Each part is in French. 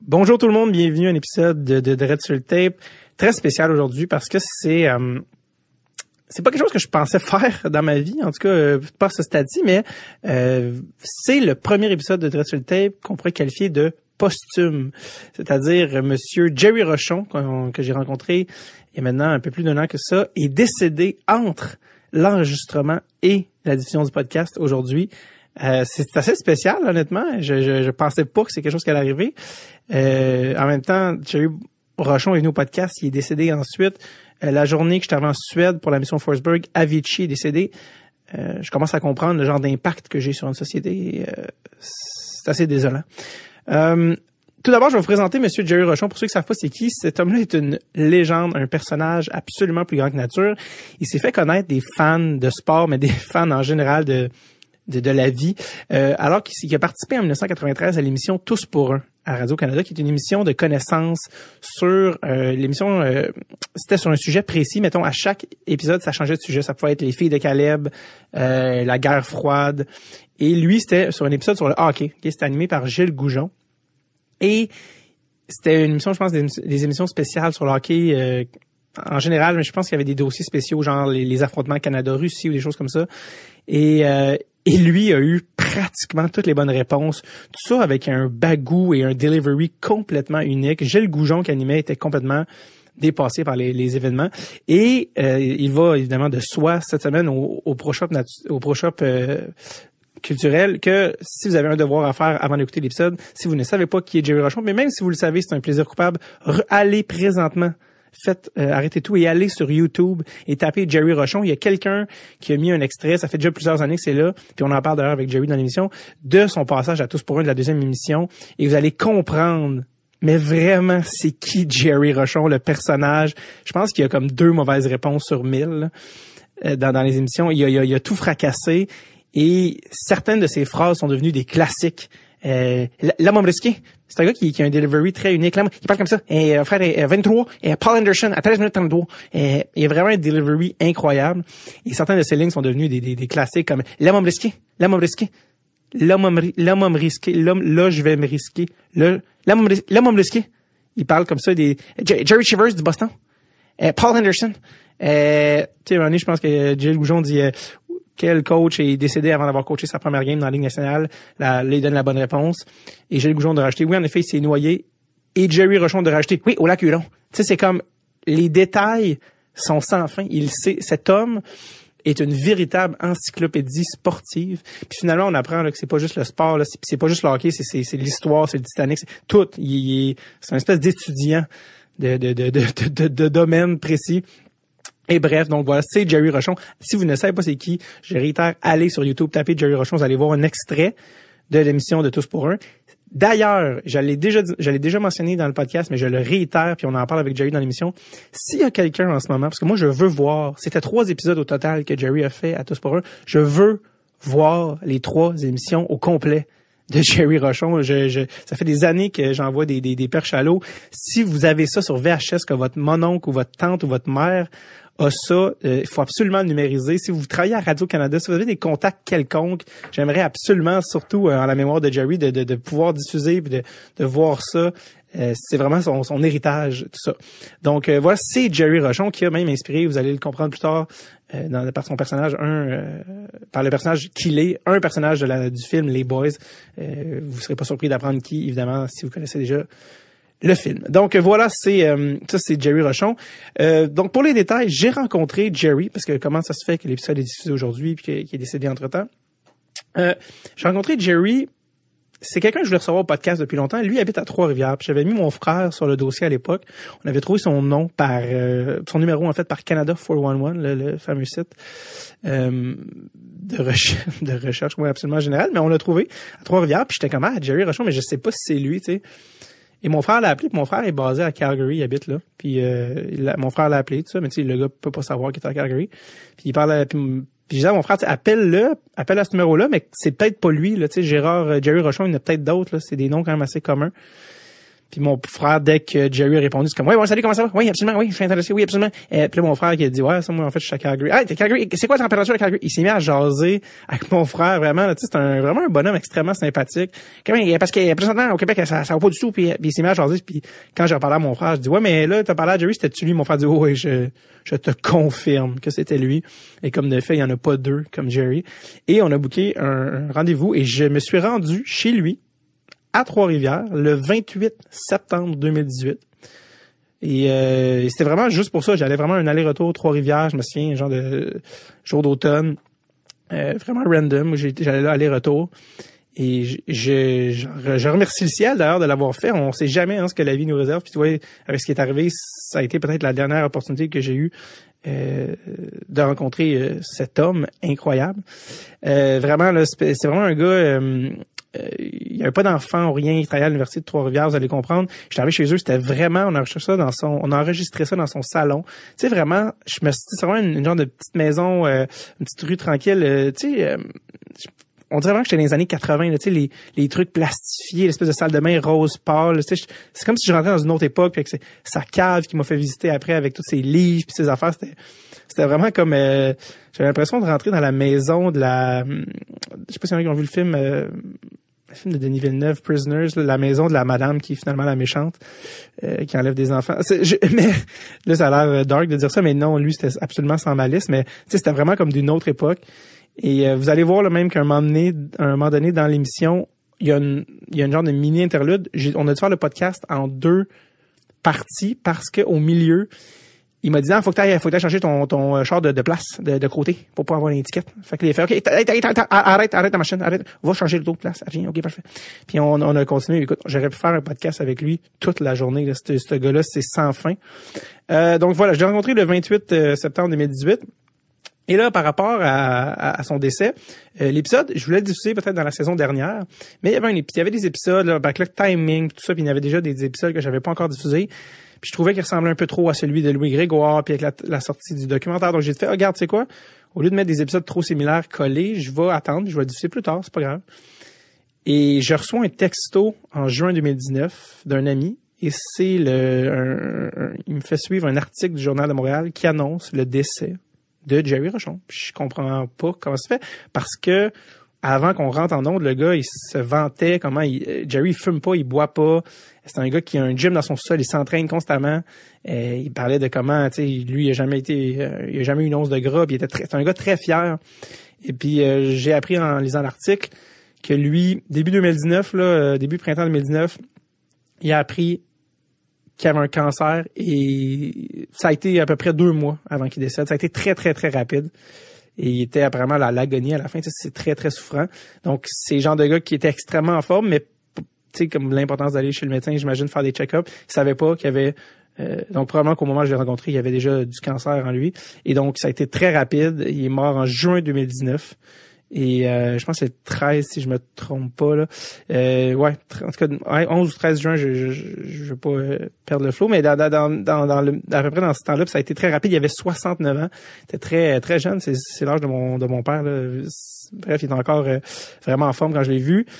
Bonjour tout le monde, bienvenue à un épisode de Red sur le Tape, très spécial aujourd'hui parce que c'est pas quelque chose que je pensais faire dans ma vie, en tout cas pas à ce stade-ci, mais c'est le premier épisode de Red sur le Tape qu'on pourrait qualifier de posthume, c'est-à-dire Monsieur Jerry Rochon que j'ai rencontré il y a maintenant un peu plus d'un an que ça, est décédé entre l'enregistrement et la diffusion du podcast aujourd'hui. C'est assez spécial, honnêtement. Je pensais pas que c'est quelque chose qui allait arriver. En même temps, Jerry Rochon est venu au podcast, il est décédé ensuite. La journée que j'étais arrivé en Suède pour la mission Forsberg, Avicii est décédé. Je commence à comprendre le genre d'impact que j'ai sur une société. C'est assez désolant. Tout d'abord, je vais vous présenter Monsieur Jerry Rochon. Pour ceux qui ne savent pas c'est qui, cet homme-là est une légende, un personnage absolument plus grand que nature. Il s'est fait connaître des fans de sport, mais des fans en général de la vie, alors qu'il a participé en 1993 à l'émission Tous pour un à Radio-Canada, qui est une émission de connaissances sur l'émission, c'était sur un sujet précis. Mettons, à chaque épisode, ça changeait de sujet. Ça pouvait être les filles de Caleb, la guerre froide. Et lui, c'était sur un épisode sur le hockey, qui était animé par Gilles Goujon. Et c'était une émission, je pense, des émissions spéciales sur le hockey en général, mais je pense qu'il y avait des dossiers spéciaux, genre les affrontements Canada-Russie ou des choses comme ça. Et lui a eu pratiquement toutes les bonnes réponses. Tout ça avec un bagou et un delivery complètement unique. Gilles Goujon qui animait était complètement dépassé par les événements. Et il va évidemment de soi cette semaine au ProShop culturel que si vous avez un devoir à faire avant d'écouter l'épisode, si vous ne savez pas qui est Jerry Rochon, mais même si vous le savez, c'est un plaisir coupable, allez présentement. Faites arrêtez tout et allez sur YouTube et tapez Jerry Rochon. Il y a quelqu'un qui a mis un extrait, ça fait déjà plusieurs années que c'est là, puis on en parle d'ailleurs avec Jerry dans l'émission, de son passage à Tous pour un de la deuxième émission, et vous allez comprendre, mais vraiment, c'est qui Jerry Rochon, le personnage. Je pense qu'il y a comme 2 mauvaises réponses sur 1000 dans les émissions. Il a tout fracassé, et certaines de ses phrases sont devenues des classiques. L'homme risqué, c'est un gars qui a un delivery très unique. Là, il parle comme ça. Frère est 23, Paul Anderson à 13 minutes 32. Il y a vraiment un delivery incroyable. Et certains de ses lignes sont devenus des classiques comme l'homme risqué, l'homme risqué, l'homme risqué, l'homme là je vais me risquer, l'homme risqué. Il parle comme ça des Jerry Chivers du Boston, Paul Anderson. Tu sais, à un moment donné, je pense que Gilles Goujon dit quel coach est décédé avant d'avoir coaché sa première game dans la Ligue nationale. Là, il donne la bonne réponse. Et Gilles Goujon de rajouter, oui, en effet, il s'est noyé. Et Jerry Rochon de rajouter, oui, au lac Huron. Tu sais, c'est comme, les détails sont sans fin. Il sait, cet homme est une véritable encyclopédie sportive. Puis finalement, on apprend là, que c'est pas juste le sport, là, c'est pas juste le hockey, c'est l'histoire, c'est le Titanic, c'est tout. C'est une espèce d'étudiant de domaine précis. Et bref, donc voilà, c'est Jerry Rochon. Si vous ne savez pas c'est qui, je réitère, allez sur YouTube, tapez Jerry Rochon, vous allez voir un extrait de l'émission de Tous pour un. D'ailleurs, je l'ai déjà mentionné dans le podcast, mais je le réitère, puis on en parle avec Jerry dans l'émission. S'il y a quelqu'un en ce moment, parce que moi je veux voir, c'était 3 épisodes au total que Jerry a fait à Tous pour un, je veux voir les 3 émissions au complet de Jerry Rochon. Ça fait des années que j'envoie des perches à l'eau. Si vous avez ça sur VHS, que votre mononcle ou votre tante ou votre mère a ça, il faut absolument le numériser. Si vous travaillez à Radio-Canada, si vous avez des contacts quelconques, j'aimerais absolument, surtout en la mémoire de Jerry, de pouvoir diffuser et de voir ça. C'est vraiment son héritage, tout ça. Donc voilà, c'est Jerry Rochon qui a même inspiré, vous allez le comprendre plus tard, par son personnage, par le personnage qu'il est, un personnage du film Les Boys. Vous serez pas surpris d'apprendre qui, évidemment, si vous connaissez déjà le film. Donc voilà, ça c'est Jerry Rochon. Donc pour les détails, j'ai rencontré Jerry, parce que comment ça se fait que l'épisode est diffusé aujourd'hui puis qu'il est décédé entre-temps. J'ai rencontré Jerry. C'est quelqu'un que je voulais recevoir au podcast depuis longtemps. Lui, il habite à Trois-Rivières. Puis j'avais mis mon frère sur le dossier à l'époque. On avait trouvé son nom son numéro, en fait, par Canada 411, le fameux site de recherche, oui, absolument général. Mais on l'a trouvé à Trois-Rivières. Puis j'étais comme, Jerry Rochon, mais je sais pas si c'est lui, tu sais. Et mon frère l'a appelé. Puis mon frère est basé à Calgary, il habite là. Puis mon frère l'a appelé, tout ça. Mais tu sais, le gars peut pas savoir qu'il est à Calgary. Puis il parle puis je disais à mon frère, appelle à ce numéro-là, mais c'est peut-être pas lui, là, tu sais, Jerry Rochon, il y en a peut-être d'autres, là, c'est des noms quand même assez communs. Puis mon frère, dès que Jerry a répondu, c'est comme, ouais, salut, comment ça va? Oui, absolument, oui, je suis intéressé, oui, absolument. Puis là, mon frère qui a dit, ouais, ça, moi, en fait, je suis à Calgary. Ah, t'es Calgary, c'est quoi la température à Calgary? Il s'est mis à jaser avec mon frère, vraiment, là, tu sais, c'est vraiment un bonhomme extrêmement sympathique. Parce que, présentement, au Québec, ça va pas du tout, puis il s'est mis à jaser, puis quand j'ai reparlé à mon frère, je dis, ouais, mais là, t'as parlé à Jerry, c'était-tu lui? Mon frère dit, oh, oui, je te confirme que c'était lui. Et comme de fait, il y en a pas deux comme Jerry. Et on a booké un rendez-vous et je me suis rendu chez lui à Trois-Rivières le 28 septembre 2018. Et c'était vraiment juste pour ça. J'allais vraiment un aller-retour Trois-Rivières. Je me souviens, genre de jour d'automne. Vraiment random. J'allais là aller-retour. Et je remercie le ciel d'ailleurs de l'avoir fait. On sait jamais ce que la vie nous réserve. Puis tu vois, avec ce qui est arrivé, ça a été peut-être la dernière opportunité que j'ai eue de rencontrer cet homme incroyable. Vraiment, là, c'est vraiment un gars. Il n'y avait pas d'enfant ou rien. Il travaillait à l'université de Trois-Rivières, vous allez comprendre. J'étais arrivé chez eux, c'était vraiment, on a enregistré ça dans son salon. Tu sais, vraiment, c'est vraiment une genre de petite maison, une petite rue tranquille. Tu sais, on dirait vraiment que j'étais dans les années 80, là, tu sais, les trucs plastifiés, l'espèce de salle de bain rose pâle. Tu sais, c'est comme si je rentrais dans une autre époque, puis avec sa cave qui m'a fait visiter après avec tous ses livres puis ses affaires. C'était vraiment comme j'avais l'impression de rentrer dans la maison de la, je sais pas si y en a qui ont vu le film de Denis Villeneuve, Prisoners, là, la maison de la madame qui est finalement la méchante, qui enlève des enfants. Mais là, ça a l'air dark de dire ça, mais non, lui, c'était absolument sans malice, mais tu sais, c'était vraiment comme d'une autre époque. Et vous allez voir là, même qu'à un moment donné dans l'émission, il y a une genre de mini interlude. On a dû faire le podcast en 2 parties parce que au milieu, il m'a dit faut que t'ailles changer ton char de place de côté pour pas avoir une étiquette. Fait que il a fait OK, arrête ta machine, arrête, va changer l'autre place. OK, parfait. Puis on a continué. Écoute, j'aurais pu faire un podcast avec lui toute la journée. Là, ce gars-là, c'est sans fin. Donc voilà, je l'ai rencontré le 28 septembre 2018. Et là, par rapport à son décès, l'épisode, je voulais le diffuser peut-être dans la saison dernière, mais il y avait des épisodes, là, avec le timing, tout ça, puis il y avait déjà des épisodes que j'avais pas encore diffusés. Puis je trouvais qu'il ressemblait un peu trop à celui de Louis Grégoire, puis avec la sortie du documentaire. Donc j'ai fait, regarde, tu sais quoi, au lieu de mettre des épisodes trop similaires collés, je vais attendre, je vais le diffuser plus tard, c'est pas grave. Et je reçois un texto en juin 2019 d'un ami, et c'est il me fait suivre un article du Journal de Montréal qui annonce le décès de Jerry Rochon. Je comprends pas comment ça se fait, parce que avant qu'on rentre en onde, le gars, il se vantait comment Jerry, il fume pas, il boit pas. C'est un gars qui a un gym dans son sol, il s'entraîne constamment. Il parlait de comment, tu sais, lui, il a jamais eu une once de gras, puis c'est un gars très fier. Et puis, j'ai appris en lisant l'article que lui, début 2019, début printemps 2019, il a appris qu'il avait un cancer et ça a été à peu près 2 mois avant qu'il décède. Ça a été très, très, très rapide. Et il était apparemment à l'agonie à la fin. Tu sais, c'est très, très souffrant. Donc, c'est le genre de gars qui était extrêmement en forme, mais tu sais, comme l'importance d'aller chez le médecin, j'imagine, faire des check-ups. Il savait pas qu'il y avait... donc, probablement qu'au moment où je l'ai rencontré, il y avait déjà du cancer en lui. Et donc, ça a été très rapide. Il est mort en juin 2019. Et je pense que c'est le 13, si je me trompe pas, là. Ouais, en tout cas, 11 ou 13 juin, je veux pas perdre le flow, mais à peu près dans ce temps-là, ça a été très rapide. Il avait 69 ans. Il était très, très jeune. C'est l'âge de mon père, là. Bref, il est encore vraiment en forme quand je l'ai vu.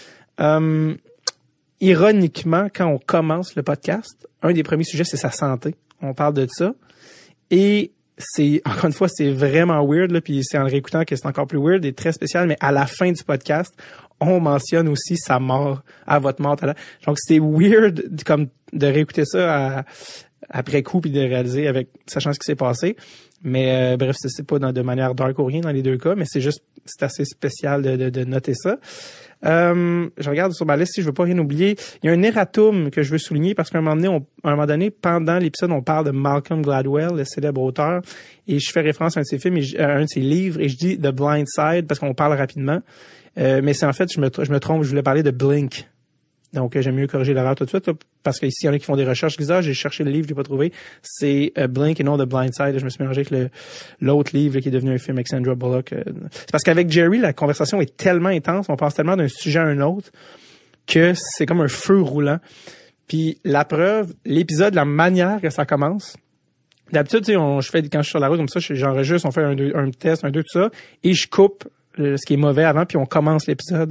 Ironiquement, quand on commence le podcast, un des premiers sujets, c'est sa santé. On parle de ça. Et encore une fois, c'est vraiment weird, là, puis c'est en le réécoutant que c'est encore plus weird et très spécial, mais à la fin du podcast, on mentionne aussi sa mort, à votre mort. Donc, c'était weird comme de réécouter ça après coup puis de réaliser sachant ce qui s'est passé. Mais bref, c'est pas de manière dark ou rien dans les 2 cas, mais c'est assez spécial de noter ça. Je regarde sur ma liste si je veux pas rien oublier. Il y a un erratum que je veux souligner parce qu'à un moment donné, pendant l'épisode, on parle de Malcolm Gladwell, le célèbre auteur, et je fais référence à un de ses films, un de ses livres, et je dis The Blind Side parce qu'on parle rapidement. Mais c'est en fait, je me trompe, je voulais parler de Blink. Donc, j'aime mieux corriger l'erreur tout de suite, là, parce qu'ici, il y en a qui font des recherches, qui disent, j'ai cherché le livre, je l'ai pas trouvé. C'est Blink et non The Blind Side. Je me suis mélangé avec l'autre livre là, qui est devenu un film avec Sandra Bullock. C'est parce qu'avec Jerry, la conversation est tellement intense, on passe tellement d'un sujet à un autre, que c'est comme un feu roulant. Puis la preuve, l'épisode, la manière que ça commence, d'habitude, tu sais, quand je suis sur la route comme ça, j'enregistre, on fait un test, 2, tout ça, et je coupe ce qui est mauvais avant, puis on commence l'épisode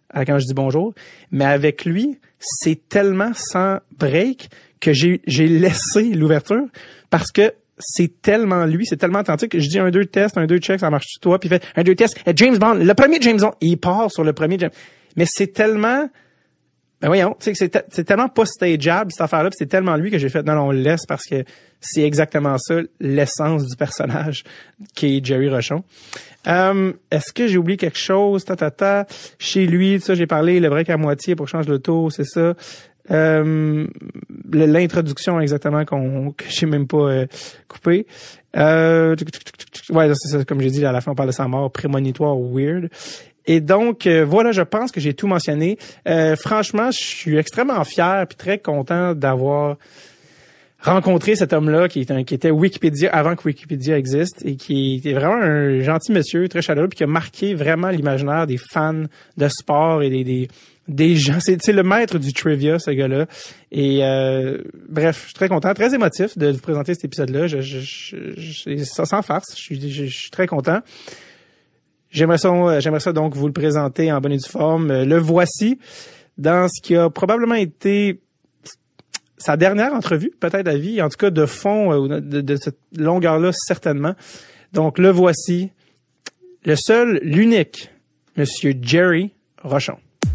quand je dis bonjour. Mais avec lui, c'est tellement sans break que j'ai laissé l'ouverture parce que c'est tellement lui, c'est tellement authentique que je dis 1, 2 test, 1, 2 check, ça marche sur toi, puis il fait 1, 2 test, James Bond, le premier James Bond, il part sur le premier James. Mais c'est tellement, ben voyons, tu sais que c'est tellement pas stageable cette affaire-là, puis c'est tellement lui que j'ai fait non, on le laisse parce que c'est exactement ça l'essence du personnage qui est Jerry Rochon. Est-ce que j'ai oublié quelque chose? Chez lui, ça j'ai parlé, le break à moitié pour changer l'auto, c'est ça. L'introduction exactement que j'ai même pas coupé. Ouais, c'est ça, comme j'ai dit à la fin on parle de sa mort prémonitoire weird. Et donc voilà, je pense que j'ai tout mentionné. Franchement, je suis extrêmement fier puis très content d'avoir rencontré cet homme-là qui était Wikipédia avant que Wikipédia existe et qui était vraiment un gentil monsieur, très chaleureux puis qui a marqué vraiment l'imaginaire des fans de sport et des gens. C'est le maître du trivia, ce gars-là. Et bref, je suis très content, très émotif de vous présenter cet épisode-là. Sans farce, je suis très content. J'aimerais ça donc vous le présenter en bonne et due forme. Le voici dans ce qui a probablement été sa dernière entrevue, peut-être à vie, en tout cas de fond, de cette longueur-là, certainement. Donc, le voici, le seul, l'unique, Monsieur Jerry Rochon.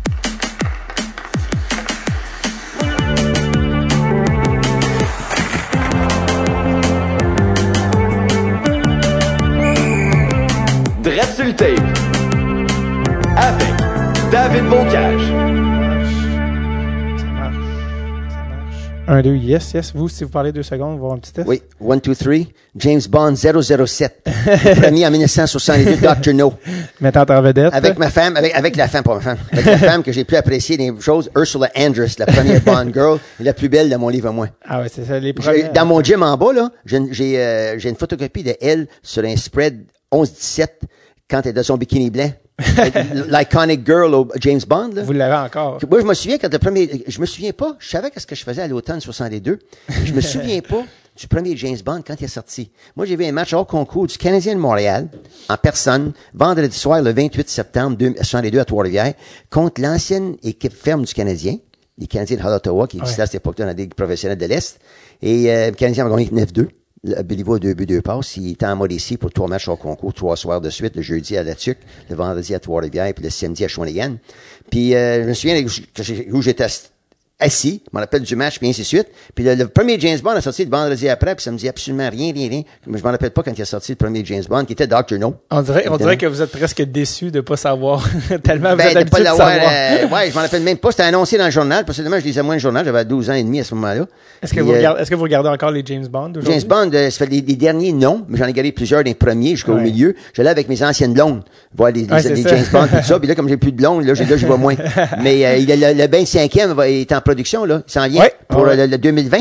Drette sur le tape avec David Bocage. 1, 2, yes. Vous, si vous parlez 2 secondes, on va voir un petit test. Oui, 1, 2, 3. James Bond 007. Premier en 1962, Dr. No. Mettant en vedette. Avec ma femme, avec la femme, pas ma femme. Avec la femme que j'ai pu apprécier des choses, Ursula Andress, la première Bond girl, et la plus belle de mon livre à moi. Ah ouais, c'est ça, les premières. Dans mon gym en bas, là, j'ai une photocopie de elle sur un spread 11-17 quand elle est dans son bikini blanc. L'iconic girl au James Bond, là. Vous l'avez encore. Moi, je me souviens je me souviens pas, je savais qu'est-ce que je faisais à l'automne 62. Je me souviens pas du premier James Bond quand il est sorti. Moi, j'ai vu un match hors concours du Canadien de Montréal, en personne, vendredi soir, le 28 septembre 62 à Trois-Rivières, contre l'ancienne équipe ferme du Canadien, les Canadiens de Ottawa, qui existaient à cette époque-là dans la Ligue professionnelle de l'Est. Et le Canadien a gagné 9-2. Le Béliveau a 2 buts, 2 passes. Il était en mode ici pour 3 matchs au concours, 3 soirs de suite, le jeudi à La Tuque, le vendredi à Trois-Rivières, puis le samedi à Shawinigan. Puis je me souviens où j'étais assis, je me rappelle du match, puis ainsi de suite. Puis le premier James Bond a sorti le vendredi après, puis ça me dit absolument rien. Mais je me rappelle pas quand il a sorti le premier James Bond, qui était Dr. No. On dirait que vous êtes presque déçu de pas savoir tellement vous êtes de habitué pas de l'avoir. savoir. Ouais, je m'en rappelle même pas. C'était annoncé dans le journal. Possiblement, je lisais moins le journal. J'avais 12 ans et demi à ce moment-là. Est-ce que vous regardez encore les James Bond aujourd'hui? James Bond, ça fait les derniers, non, mais j'en ai gardé plusieurs des premiers jusqu'au milieu. J'allais avec mes anciennes blondes voir les James Bond, tout ça. Puis là, comme j'ai plus de blondes, là, j'y vois moins. Mais le 25e est en production, là. Il s'en vient pour le 2020.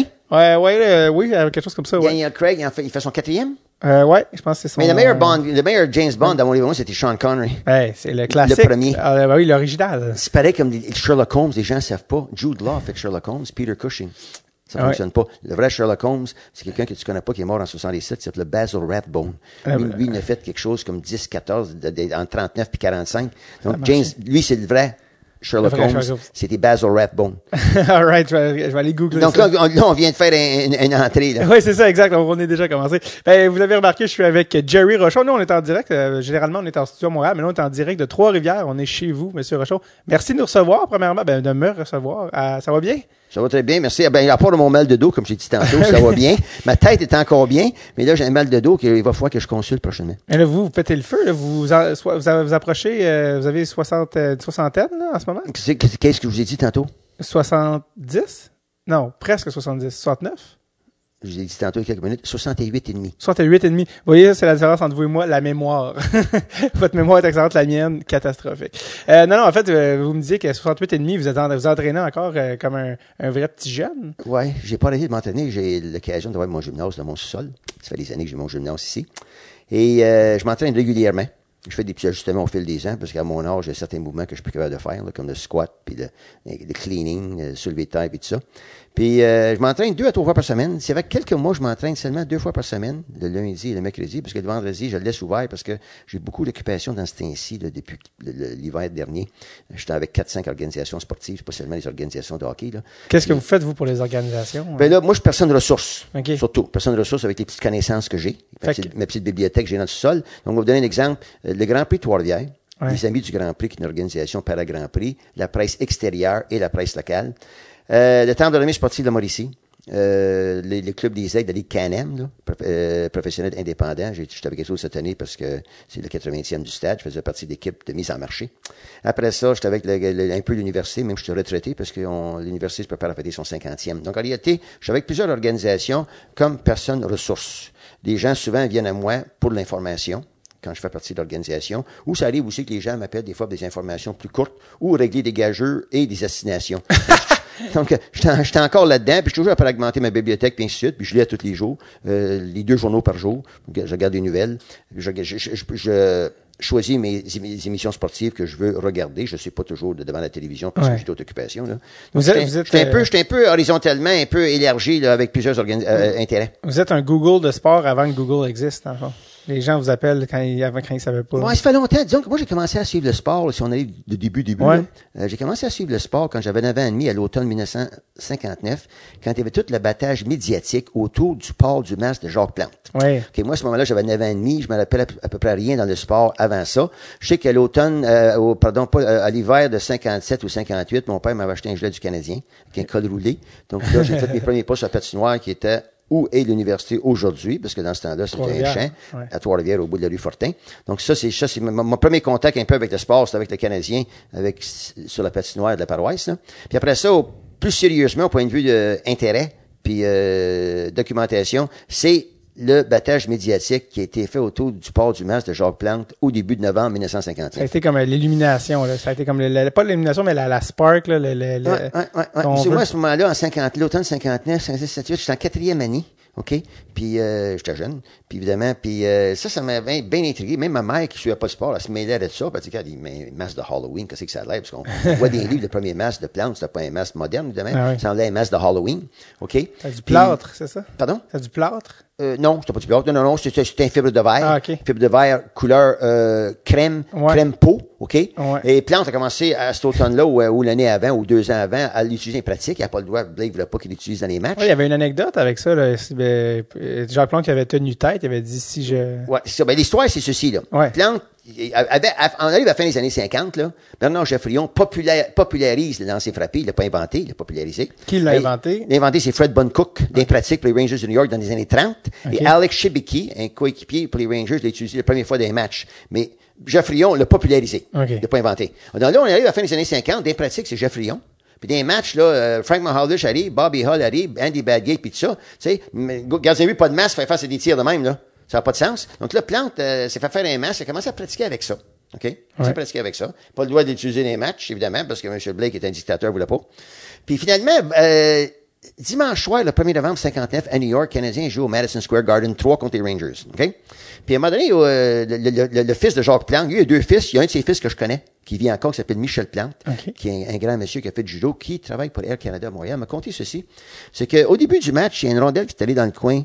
Oui, quelque chose comme ça, ouais. Daniel Craig, il fait son 4e. Ouais, je pense que c'est son... Mais le meilleur James Bond dans mon livre, c'était Sean Connery. Ouais, c'est le classique. Le premier. Oui, l'original. C'est pareil comme Sherlock Holmes, les gens ne savent pas. Jude Law fait Sherlock Holmes, Peter Cushing. Ça fonctionne pas. Le vrai Sherlock Holmes, c'est quelqu'un que tu connais pas qui est mort en 67, qui s'appelle Basil Rathbone. Lui, il a fait quelque chose comme 10, 14, entre 39 puis 45. Donc, James, lui, c'est le vrai Sherlock Holmes. C'était Basil Rathbone. All right, je vais aller googler donc, ça. Donc là, on vient de faire une entrée, là. Oui, c'est ça, exact. On est déjà commencé. Vous l'avez remarqué, je suis avec Jerry Rochon. Nous, on est en direct. Généralement, on est en studio à Montréal, mais là, on est en direct de Trois-Rivières. On est chez vous, Monsieur Rochon. Merci de nous recevoir, premièrement, de me recevoir. Ça va bien? Ça va très bien, merci. À part de mon mal de dos, comme j'ai dit tantôt, ça va bien. Ma tête est encore bien, mais là, j'ai un mal de dos qu'il va falloir que je consulte prochainement. Et là, vous pétez le feu, là. Vous approchez, vous avez une soixantaine, là, en ce moment? Qu'est-ce que je vous ai dit tantôt? 70? Non, presque 70. 69? Je vous ai dit tantôt il y a quelques minutes, 68,5. 68,5. Vous voyez, c'est la différence entre vous et moi, la mémoire. Votre mémoire est excellente, la mienne, catastrophique. Non, en fait, vous me disiez qu'à 68,5, vous entraînez encore comme un vrai petit jeune. Ouais, j'ai pas arrêté de m'entraîner. J'ai l'occasion d'avoir mon gymnase dans mon sous-sol. Ça fait des années que j'ai mon gymnase ici. Et je m'entraîne régulièrement. Je fais des petits ajustements au fil des ans, parce qu'à mon âge, il y a certains mouvements que je suis plus capable de faire, là, comme le squat, puis le cleaning, le soulevé de terre, puis tout ça. Puis je m'entraîne 2 à 3 fois par semaine. C'est avec quelques mois, je m'entraîne seulement 2 fois par semaine, le lundi et le mercredi, parce que le vendredi, je le laisse ouvert parce que j'ai beaucoup d'occupation dans ce temps-ci, là, depuis l'hiver dernier. J'étais avec 4-5 organisations sportives, pas seulement les organisations de hockey. Là. Qu'est-ce que vous faites, vous, pour les organisations? Ben là, moi, je suis personne de ressources. Okay. Surtout. Personne de ressources avec les petites connaissances que j'ai. Ma petite bibliothèque que j'ai dans le sous-sol. Donc, on va vous donner un exemple. Le Grand Prix de Trois-Rivières. Ouais. Les Amis du Grand Prix, qui est une organisation para-Grand Prix. La presse extérieure et la presse locale. Le Temple de remise sportive de Mauricie. Les clubs des aides de la Ligue Can-Am, professionnels indépendants. J'étais avec eux cette année parce que c'est le 80e du stade. Je faisais partie d'équipe de mise en marché. Après ça, j'étais avec un peu l'université, même je suis retraité parce que l'université se prépare à fêter son 50e. Donc, en réalité, je suis avec plusieurs organisations comme personne ressource. Les gens souvent viennent à moi pour l'information quand je fais partie de l'organisation, ou ça arrive aussi que les gens m'appellent des fois pour des informations plus courtes ou régler des gageurs et des assignations. Donc, j'étais encore là-dedans, puis je suis toujours à augmenter ma bibliothèque, puis ainsi de suite, puis je lis à tous les jours, les 2 journaux par jour, je regarde des nouvelles, je choisis mes émissions sportives que je veux regarder, je ne suis pas toujours devant la télévision parce que j'ai d'autres occupations. Là. J'étais un peu horizontalement, un peu élargi là, avec plusieurs intérêts. Vous êtes un Google de sport avant que Google existe, en fait. Les gens vous appellent avant quand ils savaient pas. Ouais, ça fait longtemps. Disons que moi, j'ai commencé à suivre le sport, là, si on allait de début. Ouais. J'ai commencé à suivre le sport quand j'avais 9 ans et demi à l'automne 1959, quand il y avait tout le battage médiatique autour du port du masque de Jacques Plante. Ouais. Okay, moi, à ce moment-là, j'avais 9 ans et demi. Je me rappelle à peu près rien dans le sport avant ça. Je sais qu'à l'automne, à l'hiver de 57 ou 58, mon père m'avait acheté un gilet du Canadien, avec un col roulé. Donc là, j'ai fait mes premiers pas sur la patinoire qui était où est l'université aujourd'hui, parce que dans ce temps-là, c'était un champ, à Trois-Rivières, au bout de la rue Fortin. Donc ça, c'est mon premier contact un peu avec le sport, c'était avec le Canadien, sur la patinoire de la paroisse, là. Puis après ça, plus sérieusement, au point de vue d'intérêt, puis documentation, c'est le battage médiatique qui a été fait autour du port du masque de Jacques Plante au début de novembre 1951. Ça a été comme l'illumination, là. Ça a été comme pas l'illumination, mais la spark, là. Moi, à ce moment-là, l'automne 59, 56, 58, j'étais en 4e année. OK? Puis j'étais jeune. Puis évidemment, ça m'avait bien intrigué. Même ma mère qui suivait pas le sport, elle se mêlait de ça. Puis elle dit, mais masque de Halloween, qu'est-ce que ça a l'air? Parce qu'on voit des livres de premiers masques de Plante, c'était pas un masque moderne, évidemment. Ah oui. Ça semblait un masque de Halloween. OK? C'est du plâtre, c'est ça? Pardon? C'est du plâtre? Non, c'était pas du plâtre. Non, c'était un fibre de verre. Ah, OK. Fibre de verre couleur crème peau. OK? Ouais. Et Plante a commencé à cet automne-là ou l'année avant ou 2 ans avant à l'utiliser en pratique. Il n'a pas le droit, Blake ne voulait pas qu'il l'utilise dans les matchs. Oui, il y avait une anecdote avec ça, là. Jacques Plante qui avait tenu tête, il avait dit si je... Ouais, c'est ça. Ben, l'histoire, c'est ceci, là. Ouais. Plante, on arrive à la fin des années 50, là. Bernard Geoffrion popularise le lancer frappé. Il l'a pas inventé, il l'a popularisé. Qui l'a inventé? L'a inventé, c'est Fred Buncook, des pratiques pour les Rangers de New York dans les années 30. Okay. Et Alex Shibicki, un coéquipier pour les Rangers, l'a utilisé la première fois dans les matchs. Mais Geoffrion l'a popularisé. Okay. Il l'a pas inventé. Donc là, on arrive à la fin des années 50. Des pratiques, c'est Geoffrion. Puis des matchs, là, Frank Mahalish arrive, Bobby Hull arrive, Andy Badgate, puis tout ça. Tu sais, gardien but, pas de masque, fait faire des tirs de même, là. Ça n'a pas de sens. Donc là, Plante s'est fait faire un masque, il a commencé à pratiquer avec ça. OK? Il a pratiqué avec ça. Pas le droit d'utiliser les matchs, évidemment, parce que M. Blake est un dictateur, voulait pas. Puis finalement, dimanche soir, le 1er novembre 59, à New York, Canadien joue au Madison Square Garden 3 contre les Rangers. OK? Puis à un moment donné, le fils de Jacques Plante, lui, il a 2 fils. Il y a un de ses fils que je connais, qui vit encore, qui s'appelle Michel Plante, qui est un grand monsieur qui a fait du judo, qui travaille pour Air Canada à Montréal. M'a conté ceci. C'est qu'au début du match, il y a une rondelle qui est allée dans le coin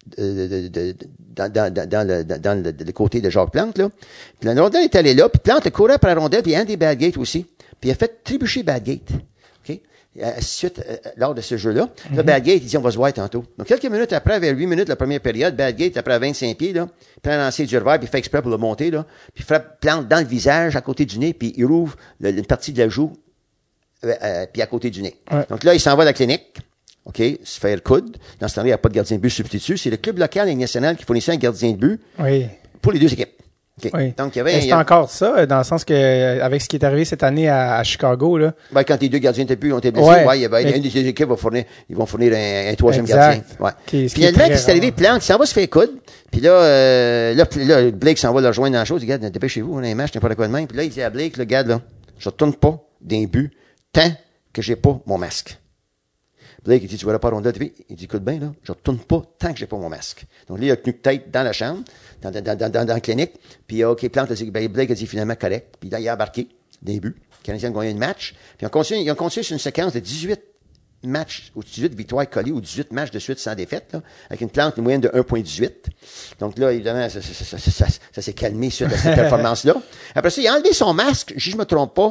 dans le côté de Jacques Plante, là. Puis la rondelle est allée là, puis Plante a couru après la rondelle, puis Andy Badgate aussi. Puis il a fait trébucher Badgate. OK? Suite, lors de ce jeu-là. Là, Badgate, il dit, on va se voir tantôt. Donc, quelques minutes après, vers 8 minutes, la première période, Badgate, après 25 pieds, là, prend un lancer du revers, puis il fait exprès pour le monter, là, puis frappe Plante dans le visage, à côté du nez, puis il rouvre une partie de la joue, puis à côté du nez. Ouais. Donc là, il s'en va à la clinique. OK, se faire coude. Dans ce temps-là, il n'y a pas de gardien de but substitut. C'est le club local et national qui fournissait un gardien de but pour les 2 équipes. Okay. Oui. Donc, c'est encore ça, dans le sens que, avec ce qui est arrivé cette année à Chicago, là. Ben, quand les 2 gardiens de but ont été blessés, une des 2 équipes ils vont fournir un 3e gardien. Ouais. Finalement, qu'est-ce qui est arrivé? Plante, il s'en va se faire coude. Puis là, Blake s'en va le rejoindre dans la chose. Il dit, regarde, dépêchez-vous, on a un match, n'importe quoi de même. Puis là, il dit à Blake, regarde, là, je retourne pas d'un but tant que j'ai pas mon masque. Blake, il dit, tu verras pas rondelle. Il dit, écoute bien, là, je retourne pas tant que j'ai pas mon masque. Donc, là, il a tenu tête dans la chambre, dans la clinique. Puis, OK, Plante a dit, Blake a dit finalement correct. Puis là, il a embarqué des buts. Les Canadiens ont gagné le match. Puis, ils ont continué sur une séquence de 18 matchs, ou 18 victoires collées, ou 18 matchs de suite sans défaite, là, avec une Plante, une moyenne de 1,18. Donc là, évidemment, ça s'est calmé suite à cette performance-là. Après ça, il a enlevé son masque, si je me trompe pas,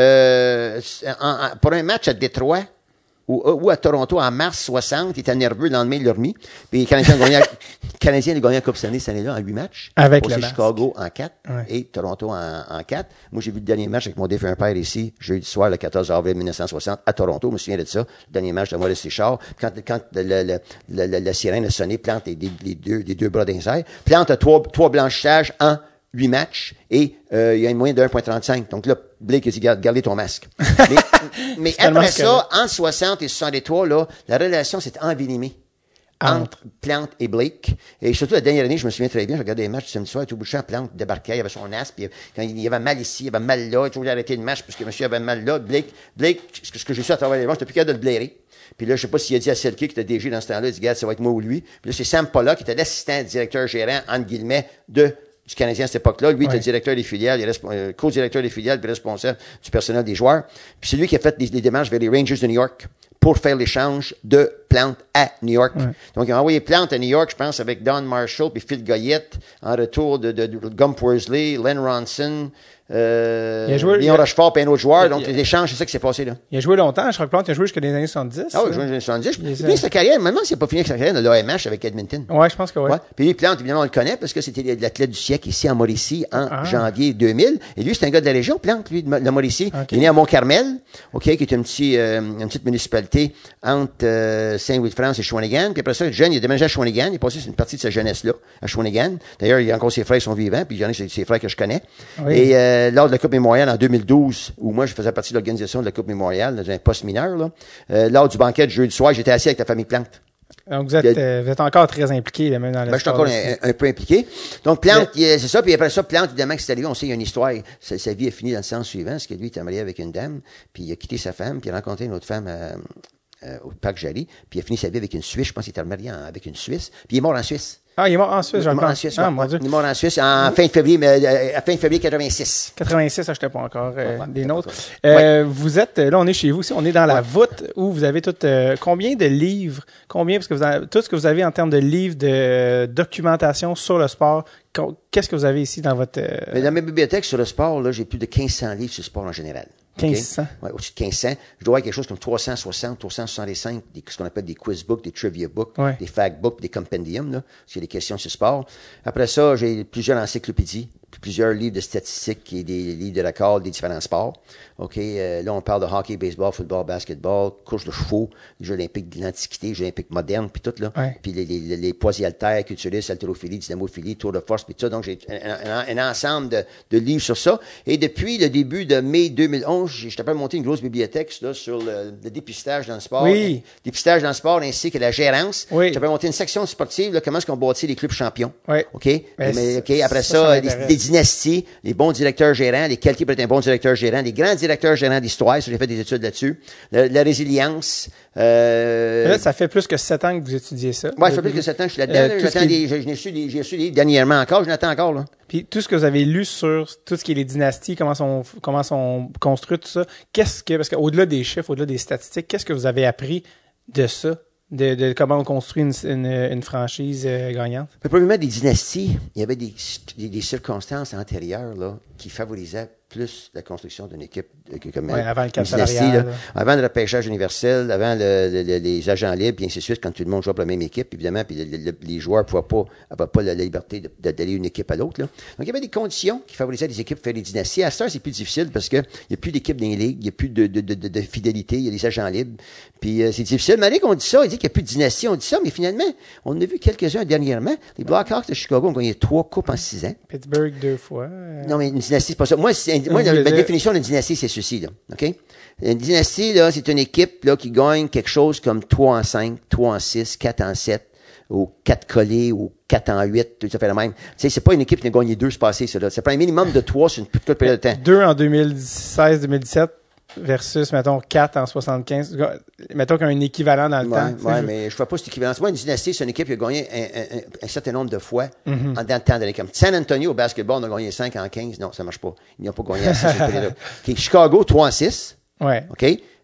pour un match à Détroit, ou à Toronto en mars 60, il était nerveux, le lendemain, il l'a remis. Puis les Canadiens ont gagné la Coupe Stanley cette année-là en 8 matchs. Avec le Chicago en 4 ouais. et Toronto en 4. Moi, j'ai vu le dernier match avec mon défunt père ici, jeudi soir, le 14 avril 1960, à Toronto. Je me souviens de ça. Le dernier match de Maurice Richard. Quand la sirène a sonné, Plante les deux bras dans les airs. Plante a trois blanchissages en 8 matchs et il y a une moyenne de 1,35. Donc là, Blake a dit, gardez ton masque. Mais après ça, entre 60 et 63, là, la relation s'est envenimée entre Plante et Blake. Et surtout, la dernière année, je me souviens très bien, je regardais les matchs du samedi soir, tout bout de champ, Plante débarquait, il avait son as, puis quand il y avait mal ici, il avait mal là, il voulait arrêter le match parce que monsieur avait mal là. Blake, ce que j'ai su à travers les matchs, j'étais plus capable de le blairer. Puis là, je sais pas s'il a dit à Selke, qui était DG dans ce temps-là, il dit, regarde, ça va être moi ou lui. Puis là, c'est Sam Pollock, qui était l'assistant directeur gérant, entre guillemets, du Canadien à cette époque-là. Lui, il était directeur des filiales, co-directeur des filiales, puis responsable du personnel des joueurs. Puis c'est lui qui a fait des démarches vers les Rangers de New York pour faire l'échange de Plante à New York. Ouais. Donc, ils ont envoyé Plante à New York, je pense, avec Don Marshall puis Phil Goyette, en retour de Gump Worsley, Len Ronson, Léon Rochefort et un autre joueur. Donc, les échanges, c'est ça qui s'est passé là. Il a joué longtemps. Je crois que Plante a joué jusqu'à les années 70. Ah oui, il a joué dans les années 70. Puis sa carrière, maintenant, c'est pas fini avec sa carrière de l'AMH avec Edmonton. Ouais, je pense que oui. Ouais. Puis lui, Plante, évidemment, on le connaît parce que c'était l'athlète du siècle ici en Mauricie en janvier 2000. Et lui, c'est un gars de la région, Plante, lui, de la Mauricie. Okay. Il est né à Mont-Carmel, qui est une petite municipalité entre Saint-Louis-de-France et Shawinigan. Puis après ça, jeune, il a déménagé à Shawinigan. Il a passé une partie de sa jeunesse là, à Shawinigan. D'ailleurs, il y a encore ses frères qui sont vivants. Puis il y en a ses frères que je connais. Oui. Et lors de la Coupe Mémorial en 2012, où moi, je faisais partie de l'organisation de la Coupe Mémorial, dans un poste mineur, là, lors du banquet de jeudi soir, j'étais assis avec la famille Plante. Donc, vous êtes encore très impliqué, même dans la je suis encore un peu impliqué. Donc, Plante, c'est ça. Puis après ça, Plante, évidemment, que c'est arrivé, on sait, il y a une histoire. Sa vie est finie dans le sens suivant, c'est que lui, il était marié avec une dame, puis il a quitté sa femme, puis il a rencontré une autre femme au Parc Jarry, puis il a fini sa vie avec une Suisse. Je pense qu'il était marié avec une Suisse. Puis il est mort en Suisse. Ah, il est mort en Suisse, j'en pense. Il est mort en Suisse en fin février 86. 86, ça, je n'étais pas encore des nôtres. Vous êtes, là, on est chez vous, on est dans la voûte où vous avez combien de livres, parce que tout ce que vous avez en termes de livres de documentation sur le sport, qu'est-ce que vous avez ici dans votre... Mais dans ma bibliothèque sur le sport, là, j'ai plus de 1500 livres sur le sport en général. 1500? Okay? Ouais, au-dessus de 1500. Je dois avoir quelque chose comme 360, 365, ce qu'on appelle des quiz books, des trivia books, des fact books, des compendiums, là, s'il y a des questions sur le sport. Après ça, j'ai plusieurs encyclopédies, plusieurs livres de statistiques et des livres de records des différents sports. OK, là, on parle de hockey, baseball, football, basketball, course de chevaux, les Jeux olympiques de l'Antiquité, les Jeux olympiques modernes, puis tout, là. Ouais. Puis les poids et haltères, culturistes, haltérophilie, dynamophilie, tour de force, puis tout ça. Donc, j'ai un ensemble de livres sur ça. Et depuis le début de mai 2011, j'étais pas monté une grosse bibliothèque, là, sur le dépistage dans le sport. Oui. Dépistage dans le sport, ainsi que la gérance. Oui. J'ai pas monté une section sportive, là, comment est-ce qu'on bâtit les clubs champions. Oui. OK? Après ça, les dynasties, les bons directeurs gérants, les qualités pour être un bon directeur gérant, les grands directeurs gérants d'histoire, j'ai fait des études là-dessus. La résilience. Là, ça fait plus que 7 ans que vous étudiez ça. Ouais, ça fait plus que 7 ans que je suis là-dedans. J'ai su les dernièrement encore, je l'attends encore, là. Puis tout ce que vous avez lu sur tout ce qui est les dynasties, comment sont construites, tout ça, parce qu'au-delà des chiffres, au-delà des statistiques, qu'est-ce que vous avez appris de ça? De comment on construit une franchise gagnante? Probablement des dynasties, il y avait des circonstances antérieures là, qui favorisaient plus la construction d'une équipe comme avant le cap salarial, avant le repêchage universel, avant les agents libres, puis ainsi de suite, quand tout le monde joue pour la même équipe, évidemment, puis les joueurs n'avaient pas la liberté d'aller d'une équipe à l'autre. Là. Donc, il y avait des conditions qui favorisaient les équipes faire des dynasties. À ce temps, c'est plus difficile parce que il n'y a plus d'équipe dans les ligues, il n'y a plus de fidélité, il y a des agents libres. Puis c'est difficile. Malgré qu'on dit ça, il dit qu'il n'y a plus de dynastie, on dit ça, mais finalement, on en a vu quelques-uns dernièrement. Les Blackhawks de Chicago ont gagné 3 coupes en 6 ans. Pittsburgh 2 fois. Non, mais une dynastie, c'est pas ça. Moi, ma définition d'une dynastie, c'est ceci, là. OK? Une dynastie, là, c'est une équipe, là, qui gagne quelque chose comme 3 en 5, 3 en 6, 4 en 7, ou 4 collés, ou 4 en 8, tout ça fait le même. Tu sais, c'est pas une équipe qui a gagné 2 ce passé, ça, là. C'est pas un minimum de 3 sur une toute période de temps. 2 en 2016-2017 versus, mettons, 4 en 75. Mettons qu'il y a un équivalent dans le temps. Oui, mais je ne fais pas cette équivalence. Moi, une dynastie, c'est une équipe qui a gagné un certain nombre de fois dans le temps de l'équipe. San Antonio, au basketball, on a gagné 5 en 15. Non, ça ne marche pas. Ils n'ont pas gagné assez. Chicago, 3 en 6. Ouais. OK?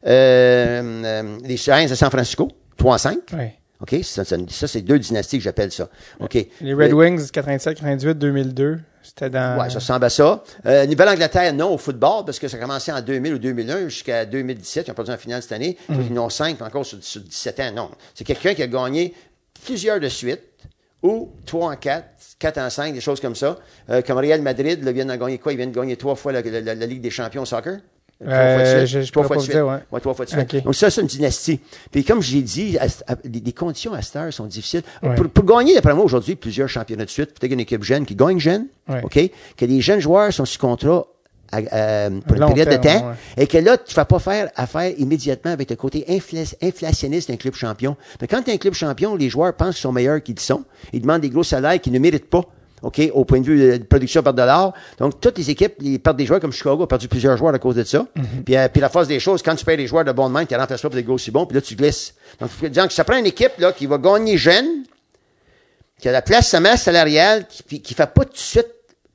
Les Giants de San Francisco, 3-5. Ouais. OK? Ça, c'est 2 dynasties que j'appelle ça. OK? Les Red Wings, 87, 98, 2002. C'était dans... Ouais, ça ressemble à ça. Nouvelle-Angleterre, non, au football, parce que ça a commencé en 2000 ou 2001 jusqu'à 2017. Ils ont perdu en finale cette année. Ils en ont 5, mais encore sur 17 ans. Non. C'est quelqu'un qui a gagné plusieurs de suite, ou 3 en 4, 4 en 5, des choses comme ça. Comme Real Madrid, là, vient de gagner quoi? Ils viennent de gagner 3 fois la Ligue des champions au soccer. 3 fois de suite. Je pourrais pas vous dire, ouais. Ouais, 3 fois de suite. Okay. Donc ça, c'est une dynastie. Puis comme j'ai dit, les conditions à cette heure sont difficiles. Ouais. Pour gagner, d'après moi, aujourd'hui, plusieurs championnats de suite, peut-être une équipe jeune qui gagne jeune, Ouais. OK? Que les jeunes joueurs sont sous contrat pour une période de temps, ouais. et que là, tu ne vas pas faire affaire immédiatement avec le côté inflationniste d'un club champion. Mais quand tu es un club champion, les joueurs pensent qu'ils sont meilleurs qu'ils sont. Ils demandent des gros salaires qu'ils ne méritent pas. OK, au point de vue de production par dollar. Donc, toutes les équipes, ils perdent des joueurs, comme Chicago a perdu plusieurs joueurs à cause de ça. Puis la force des choses, quand tu payes des joueurs de bonne main, tu les remplaces pas pour des gros si bons, puis là, tu glisses. Donc, disons que ça prend une équipe, là, qui va gagner jeune, qui a la place sa masse salariale, qui fait pas tout de suite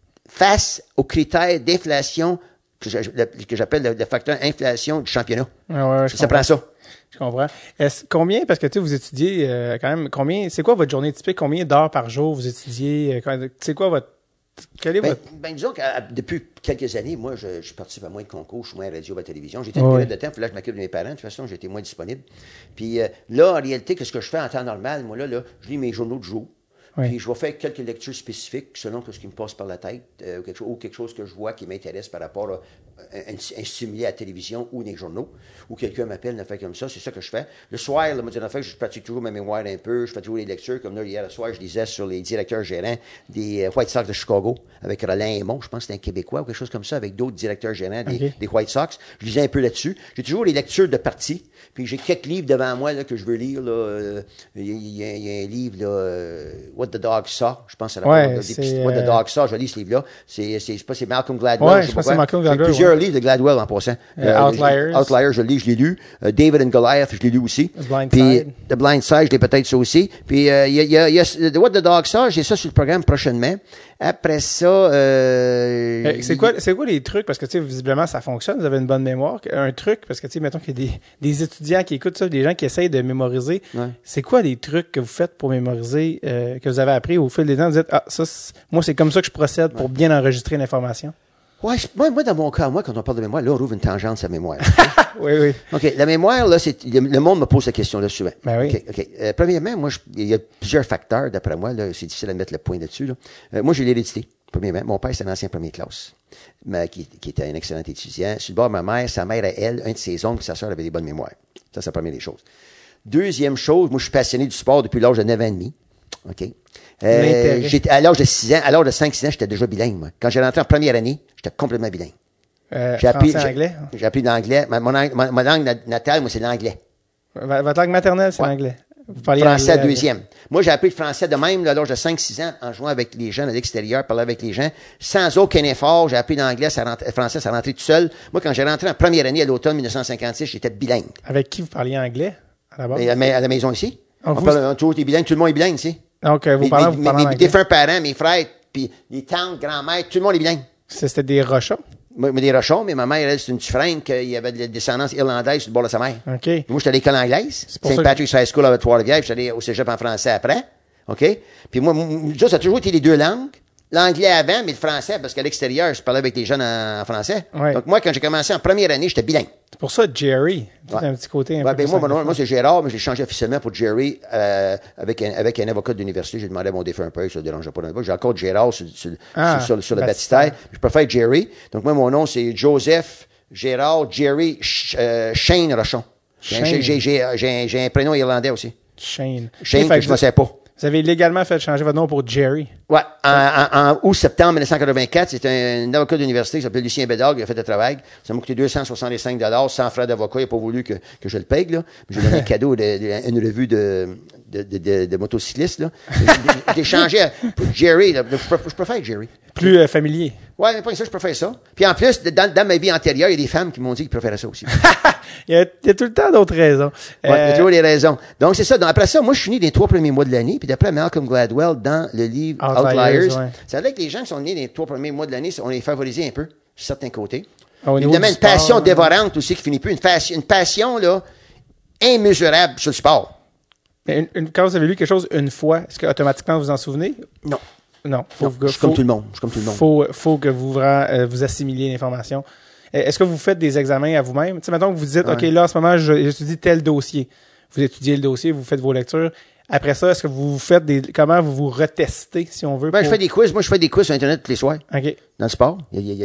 face aux critères d'inflation que j'appelle le facteur inflation du championnat. Ouais, Ça prend ça. Je comprends. Combien, parce que tu sais, vous étudiez quand même, c'est quoi votre journée typique? Combien d'heures par jour vous étudiez? C'est quoi votre... Quel est votre... Disons que depuis quelques années, moi, je participe à moins de concours, je suis moins à la radio, à la télévision. J'étais une période de temps, il fallait que je m'occupe de mes parents. De toute façon, j'étais moins disponible. Puis là, en réalité, qu'est-ce que je fais en temps normal? Moi, là, je lis mes journaux de jour. Oui. Puis je vais faire quelques lectures spécifiques selon ce qui me passe par la tête, ou quelque chose que je vois qui m'intéresse par rapport à un stimulé à la télévision ou des journaux, ou quelqu'un m'appelle, ne fait comme ça, c'est ça que je fais. Le soir, je pratique toujours ma mémoire un peu, je fais toujours les lectures, comme là, hier, le soir, je lisais sur les directeurs gérants des White Sox de Chicago, avec Roland Aymon, je pense que c'était un Québécois ou quelque chose comme ça, avec d'autres directeurs gérants des White Sox. Je lisais un peu là-dessus. J'ai toujours les lectures de parties, puis j'ai quelques livres devant moi là, que je veux lire. Il y a un livre, là, What the Dog Saw, je pense à la What the Dog Saw, je lis ce livre-là. C'est Malcolm Gladwell. Ouais, je pense que c'est Malcolm Gladwell. Plusieurs livres de Gladwell en passant. Outliers. Outliers, je l'ai lu. David and Goliath, je l'ai lu aussi. The Blind Side, je l'ai peut-être ça aussi. Puis il y a What the Dog Saw, j'ai ça sur le programme prochainement. Après ça, c'est quoi les trucs? Parce que, tu sais, visiblement, ça fonctionne. Vous avez une bonne mémoire. Un truc, parce que, tu sais, mettons qu'il y a des étudiants qui écoutent ça, des gens qui essayent de mémoriser. Ouais. C'est quoi des trucs que vous faites pour mémoriser, que vous avez appris au fil des temps? Vous dites, moi, c'est comme ça que je procède pour bien enregistrer l'information. Ouais, moi, dans mon cas, quand on parle de mémoire, là, on ouvre une tangente sur la mémoire. Oui. OK, la mémoire, là, le monde me pose cette question-là souvent. Ben oui. OK. Premièrement, moi, il y a plusieurs facteurs, d'après moi, là, c'est difficile à mettre le point là-dessus, là. Moi, j'ai l'hérédité. Premièrement, mon père, c'est un ancien première classe, mais qui était un excellent étudiant. Sur le bord de ma mère, sa mère, elle, un de ses oncles, sa sœur avait des bonnes mémoires. Ça, c'est la première des choses. Deuxième chose, moi, je suis passionné du sport depuis l'âge de 9 ans et demi. OK. À l'âge de 6 ans, à l'âge de 5-6 ans, j'étais déjà bilingue, moi. Quand j'ai rentré en première année, j'étais complètement bilingue. J'ai appris anglais? J'ai appris l'anglais. Ma langue natale, moi, c'est l'anglais. Votre langue maternelle, c'est l'anglais. Vous parliez français anglais, deuxième. Moi, j'ai appris le français de même, là, à l'âge de 5-6 ans, en jouant avec les jeunes à l'extérieur, parler avec les gens, sans aucun effort. J'ai appris l'anglais, le français, ça rentrait tout seul. Moi, quand j'ai rentré en première année à l'automne 1956, j'étais bilingue. Avec qui vous parliez anglais, à la base? À la maison ici. On parle toujours des bilingues, tout le monde est bilingue ici. Donc, vous parlez mes défunts parents, mes frères, puis les tantes, grand-mères, tout le monde est bilingue. C'était des Rochons? Moi, des Rochons, mais ma mère, elle, c'est une Dufresne, qu'il y avait de la descendance irlandaise sur le bord de sa mère. OK. Moi, j'étais à l'école anglaise. St. Patrick's High School à Trois-Rivières, puis j'étais allé au cégep en français après. OK? Puis moi, ça a toujours été les deux langues. L'anglais avant, mais le français, parce qu'à l'extérieur, je parlais avec les jeunes en français. Ouais. Donc, moi, quand j'ai commencé en première année, j'étais bilingue. C'est pour ça, Jerry. Ouais. Un petit côté un peu moi, c'est Gérard, mais j'ai changé officiellement pour Jerry avec un avocat d'université. J'ai demandé à mon défunt père, ça ne dérangeait pas. J'ai encore Gérard sur le baptistère. Je préfère Jerry. Donc, moi, mon nom, c'est Joseph Gérard Jerry Shane Rochon. J'ai un prénom irlandais aussi. Shane, que je ne sais pas. Vous avez légalement fait changer votre nom pour Jerry. Ouais, en août-septembre 1984, c'était un avocat d'université qui s'appelait Lucien Bédard, qui a fait le travail. Ça m'a coûté 265 $, sans frais d'avocat. Il n'a pas voulu que je le paye, là. J'ai donné un cadeau une revue de motocyclistes, là. J'ai changé pour Jerry, là. Je préfère Jerry. Plus familier. Ouais, mais pas ça, je préfère ça. Puis en plus, dans ma vie antérieure, il y a des femmes qui m'ont dit qu'ils préféraient ça aussi. il y a tout le temps d'autres raisons. Ouais, il y a toujours des raisons. Donc, c'est ça. Donc, après ça, moi, je suis né les 3 premiers mois de l'année. Puis d'après Malcolm Gladwell, dans le livre Outliers, ouais. Ça veut dire que les gens qui sont nés les 3 premiers mois de l'année, on les favorisait un peu, sur certains côtés. Au niveau Évidemment, du une passion sport, dévorante aussi qui finit plus. Une passion, là, immesurable sur le sport. Quand vous avez lu quelque chose une fois, est-ce que automatiquement vous en souvenez? Non. Non. Je suis comme tout le monde. Faut que vous assimiliez l'information. Est-ce que vous faites des examens à vous-même? Tu sais, mettons que vous dites, OK, là, en ce moment, j'étudie tel dossier. Vous étudiez le dossier, vous faites vos lectures. Après ça, est-ce que vous faites comment vous retestez, si on veut? Je fais des quiz. Moi, je fais des quiz sur Internet tous les soirs. OK. Dans le sport. Il y a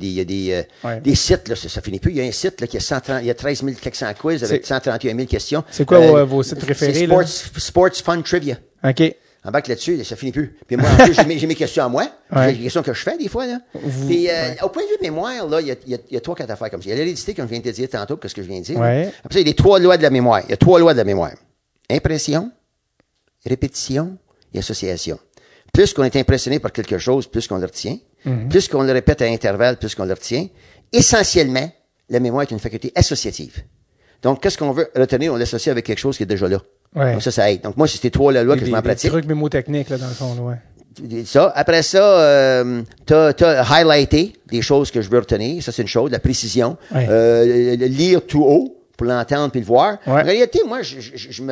des sites, là, ça finit plus. Il y a un site, là, qui a il y a 13 400 quiz avec 131 000 questions. C'est quoi vos sites préférés, là? Sports Fun Trivia. OK. Embarque là-dessus, ça finit plus. Puis moi, en plus, j'ai mes questions à moi. Ouais. J'ai des questions que je fais, des fois, là. Puis, au point de vue de mémoire, là, il y a 3-4 affaires comme ça. Il y a l'hérédité, comme je viens de te dire tantôt, qu'est-ce que je viens de dire. Ouais. Après ça, il y a les 3 lois de la mémoire. Il y a 3 lois de la mémoire. Impression, répétition et association. Plus qu'on est impressionné par quelque chose, plus qu'on le retient. Plus qu'on le répète à intervalles, plus qu'on le retient. Essentiellement, la mémoire est une faculté associative. Donc, qu'est-ce qu'on veut retenir? On l'associe avec quelque chose qui est déjà là. Ouais. Donc, ça aide. Donc, moi, c'est ces 3 lois que je m'en pratique. Des trucs mémotechniques, là, dans le fond, ouais. Ça. Après ça, t'as highlighté des choses que je veux retenir. Ça, c'est une chose. La précision. Ouais. Lire tout haut pour l'entendre puis le voir. Ouais. En réalité, moi, je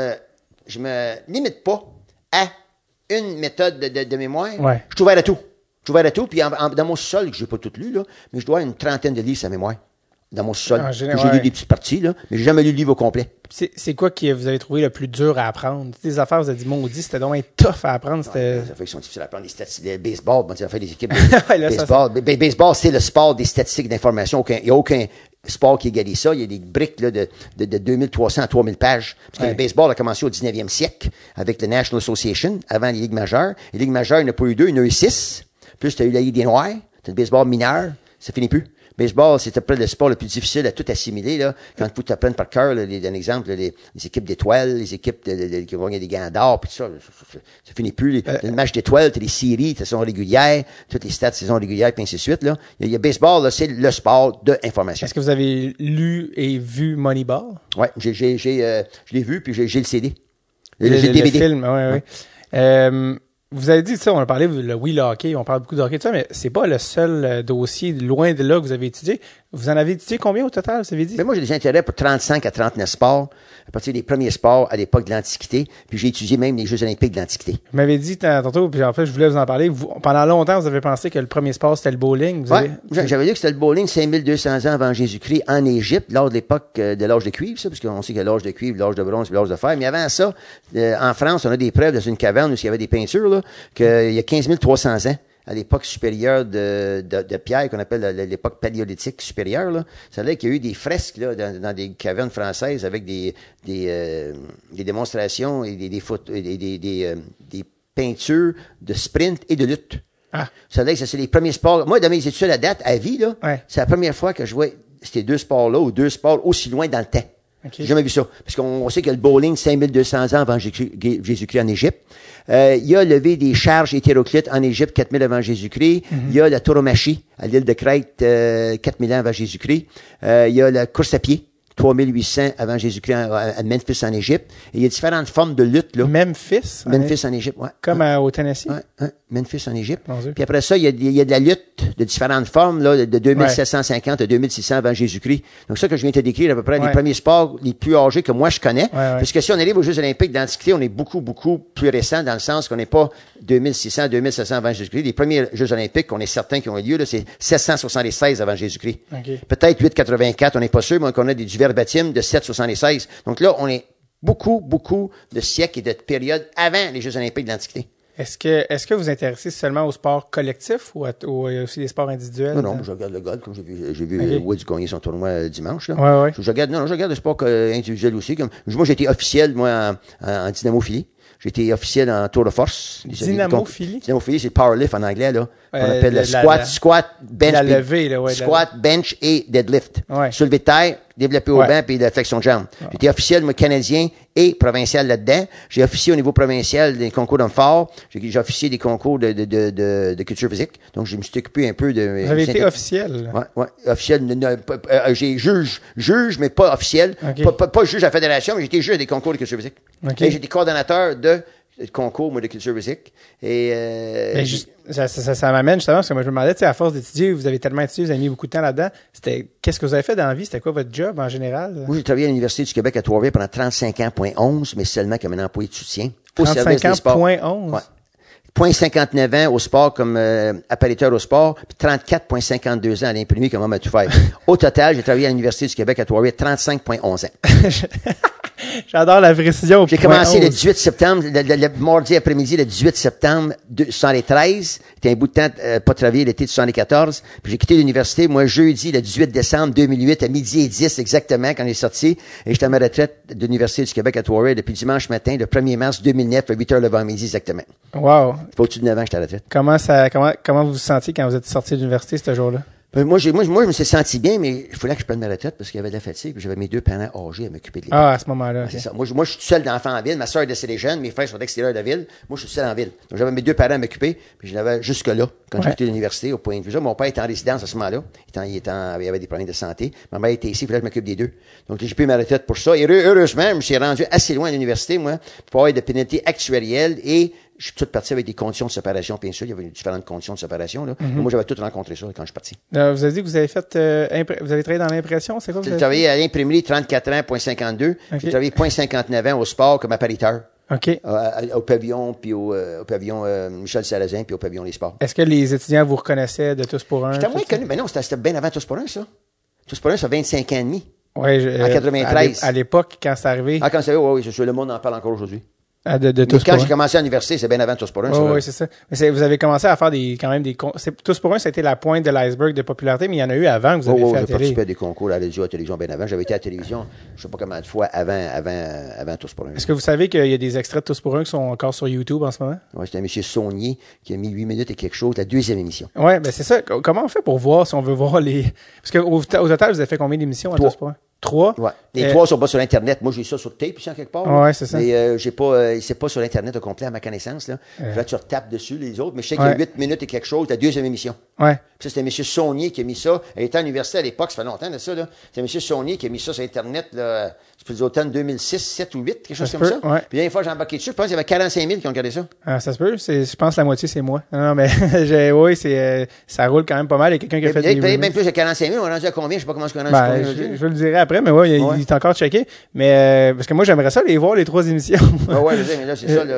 me limite pas à une méthode de mémoire. Ouais. Je suis ouvert à tout. Puis dans mon sous-sol, que j'ai pas tout lu, là, mais je dois une trentaine de livres sur la mémoire. Dans mon sous-sol. J'ai lu des petites parties, là, mais j'ai jamais lu le livre au complet. C'est quoi que vous avez trouvé le plus dur à apprendre? Des affaires, vous avez dit, maudit, c'était donc tough à apprendre. Les affaires qui sont difficiles à apprendre, les statistiques, le baseball, bon, tu as fait des équipes de baseball. Baseball, c'est le sport des statistiques d'information. Il n'y a aucun sport qui égalise ça. Il y a des briques là, de 2300 à 3000 pages. Parce que le baseball a commencé au 19e siècle avec le National Association, avant les ligues majeures. Les ligues majeures, il n'y en a pas eu 2, il y en a eu 6. Plus, tu as eu la Ligue des Noirs, tu as le baseball mineur, ça finit plus. Baseball, c'est peut-être le sport le plus difficile à tout assimiler, là. Quand tu t'apprennes par cœur, un exemple, les équipes d'étoiles, les équipes qui vont gagner des gants d'or, puis ça finit plus. Le match d'étoiles, t'as les séries, t'as saison régulière, toutes les stats saison régulière, puis ainsi de suite, là. Il y a baseball, là, c'est le sport de information. Est-ce que vous avez lu et vu Moneyball? Ouais, je l'ai vu, puis j'ai le CD. J'ai le DVD. film, ouais. Vous avez dit, ça, on a parlé le Wheel Hockey, on parle beaucoup de hockey, tout ça, mais c'est pas le seul dossier loin de là que vous avez étudié. Vous en avez étudié combien au total, vous avez dit? Mais moi, j'ai des intérêts pour 35 à 39 sports, à partir des premiers sports à l'époque de l'Antiquité, puis j'ai étudié même les Jeux olympiques de l'Antiquité. Vous m'avez dit tantôt, puis en fait, je voulais vous en parler. Pendant longtemps, vous avez pensé que le premier sport, c'était le bowling. J'avais dit que c'était le bowling 5200 ans avant Jésus-Christ en Égypte, lors de l'époque de l'âge de cuivre, ça, parce qu'on sait qu'il y a l'âge de cuivre, l'âge de bronze et l'âge de fer. Mais avant ça, en France, on a des preuves dans une caverne où il y avait des peintures, là, qu'il y a 15 300 ans. À l'époque supérieure de pierre, qu'on appelle l'époque paléolithique supérieure, là, ça veut dire qu'il y a eu des fresques là, dans des cavernes françaises avec des démonstrations et des photos, des peintures de sprint et de lutte. Ah. Ça veut dire que c'est les premiers sports. Moi, dans mes études à date, à vie, là, c'est la première fois que je vois ces 2 sports-là ou 2 sports aussi loin dans le temps. Okay. J'ai jamais vu ça. Parce qu'on sait que le bowling, 5200 ans avant Jésus-Christ en Égypte. Il y a levé des charges hétéroclites en Égypte, 4000 avant Jésus-Christ. Il y a la tauromachie à l'île de Crète, 4000 ans avant Jésus-Christ. Il y a la course à pied, 3800 avant Jésus-Christ à Memphis en Égypte. Et il y a différentes formes de lutte, là. Memphis en Égypte, ouais. Comme au Tennessee? Ouais, Memphis en Égypte. Puis après ça, il y a de la lutte de différentes formes, là, de 2750 à 2600 avant Jésus-Christ. Donc ça que je viens de te décrire, à peu près les premiers sports les plus âgés que moi je connais. Parce que si on arrive aux Jeux olympiques d'Antiquité, on est beaucoup, beaucoup plus récent dans le sens qu'on n'est pas 2600, 2700 avant Jésus-Christ. Les premiers Jeux olympiques, on est certain qui ont eu lieu, là, c'est 776 avant Jésus-Christ. Okay. Peut-être 884, on n'est pas sûr, mais on a du verbatim de 776. Donc là, on est beaucoup, beaucoup de siècles et de périodes avant les Jeux olympiques de l'Antiquité. Est-ce que vous intéressez seulement au sport collectif ou aussi des sports individuels? Non, je regarde le golf, comme j'ai vu Woods gagner son tournoi dimanche, là. Ouais. Je regarde le sport individuel aussi. Moi, j'ai été officiel, moi, en dynamophilie. J'ai été officiel en tour de force. Dynamophilie? Dynamophilie, c'est powerlift en anglais, là. On appelle le squat, bench. La levée, là, squat, bench et deadlift. Ouais. Soulevé de terre, développé au banc, puis la flexion de jambe. J'étais officiel, moi, canadien et provincial là-dedans. J'ai officié au niveau provincial des concours d'hommes forts. J'ai officié des concours de culture physique. Donc, je me suis occupé un peu de... Vous avez été officiel? Ouais, officiel. J'ai juge, mais pas officiel. Okay. Pas juge à la fédération, mais j'étais juge à des concours de culture physique. Okay. Et j'étais coordonnateur de concours, moi, de culture physique. Et, Mais ça m'amène justement, parce que moi, je me demandais, tu sais, à force d'étudier, vous avez tellement étudié, vous avez mis beaucoup de temps là-dedans. Qu'est-ce que vous avez fait dans la vie? C'était quoi votre job en général? Moi, j'ai travaillé à l'Université du Québec à Trois-Rivières pendant 35 ans, point 11, mais seulement comme un employé de soutien. Au service des sports. 35 ans, point 11? Ouais. Point 59 ans au sport comme appariteur au sport, puis 34,52 ans à l'imprimerie comme homme à tout faire. Au total, j'ai travaillé à l'Université du Québec à Trois-Rivières 35,11 ans. J'adore la précision. J'ai commencé le 18 septembre, le mardi après-midi, le 18 septembre 1973. C'était un bout de temps pas travaillé l'été de 74. Puis j'ai quitté l'université, moi, jeudi, le 18 décembre 2008, à midi et 10 exactement, quand j'ai sorti. Et j'étais à ma retraite de l'Université du Québec à Trois-Rivières depuis dimanche matin, le 1er mars 2009, à 8h le vendredi exactement. Wow. C'est pas au-dessus de 9 ans que j'étais à la retraite. Comment vous vous sentiez quand vous êtes sorti de l'université ce jour-là? Moi, je me suis senti bien, mais il fallait que je prenne ma retraite parce qu'il y avait de la fatigue. J'avais mes 2 parents âgés à m'occuper de l'école. Ah, à ce moment-là. C'est ça. Moi, je suis tout seul d'enfant en ville. Ma sœur est décédée jeune. Mes frères sont extérieurs de la ville. Moi, je suis seul en ville. Donc, j'avais mes 2 parents à m'occuper. Puis, je l'avais jusque-là, quand j'ai quitté l'université, au point de vue. Mon père était en résidence à ce moment-là. Il avait des problèmes de santé. Ma mère était ici. Il fallait que je m'occupe des 2. Donc, j'ai pris ma retraite pour ça. Et heureusement, je me suis rendu assez loin à l'université, moi, pour avoir des pénalités actuarielles et je suis tout parti avec des conditions de séparation, bien sûr. Il y avait différentes conditions de séparation, là. Moi, j'avais tout rencontré ça quand je suis parti. Vous avez dit que vous avez fait, vous avez travaillé dans l'impression, c'est quoi? J'ai travaillé à l'imprimerie 34 ans, point 52. Okay. J'ai travaillé point 59 ans au sport comme appariteur. OK. Au pavillon, puis au pavillon Michel Sarrazin, puis au pavillon Les Sports. Est-ce que les étudiants vous reconnaissaient de Tous pour un? J'étais moins connu. Mais non, c'était bien avant Tous pour un, ça. Tous pour un, ça fait 25 ans et demi. Oui, en 93. À l'époque, quand c'est arrivé. Ah, quand c'est arrivé, oui, le monde en parle encore aujourd'hui. De Tous quand j'ai commencé à l'université, c'est bien avant Tous pour un. Oui, c'est ça. Mais vous avez commencé à faire Tous pour un, c'était la pointe de l'iceberg de popularité, mais il y en a eu avant que vous avez fait à la télé. J'ai participé à des concours à la radio, à la télévision bien avant. J'avais été à la télévision, je sais pas combien de fois avant Tous pour un. Est-ce que vous savez qu'il y a des extraits de Tous pour un qui sont encore sur YouTube en ce moment? Oui, c'est un monsieur Saunier qui a mis 8 minutes et quelque chose, la 2e émission. Oui, ben c'est ça. Comment on fait pour voir si on veut voir les... Parce qu'au total, vous avez fait combien d'émissions à Tous pour un? 3. Ouais. Les 3 sont pas sur Internet. Moi, j'ai ça sur tape ici en quelque part. Ouais, c'est ça. Mais c'est pas sur Internet au complet à ma connaissance. Là. Là, tu retapes dessus les autres. Mais je sais qu'il y a 8 minutes et quelque chose, la 2e émission. Ouais. Puis ça, c'était M. Saunier qui a mis ça. Elle était à l'université à l'époque, ça fait longtemps de ça. Là. C'est M. Saunier qui a mis ça sur Internet. Là, c'est plus l'automne 2006, 7 ou 8, quelque chose comme ça. Ouais. Puis la dernière fois, j'ai embarqué dessus. Je pense qu'il y avait 45 000 qui ont regardé ça. Ah, ça se peut. Je pense que la moitié, c'est moi. Non, mais oui, ça roule quand même pas mal. Il y a quelqu'un qui a fait des... Même plus de 45 000. On est rendu à combien? Je sais pas comment on est rendu à combien. Je le dirai après, mais oui, il est encore checké. Mais parce que moi, j'aimerais ça les voir, les 3 émissions. Ouais, je sais, mais là, c'est ça.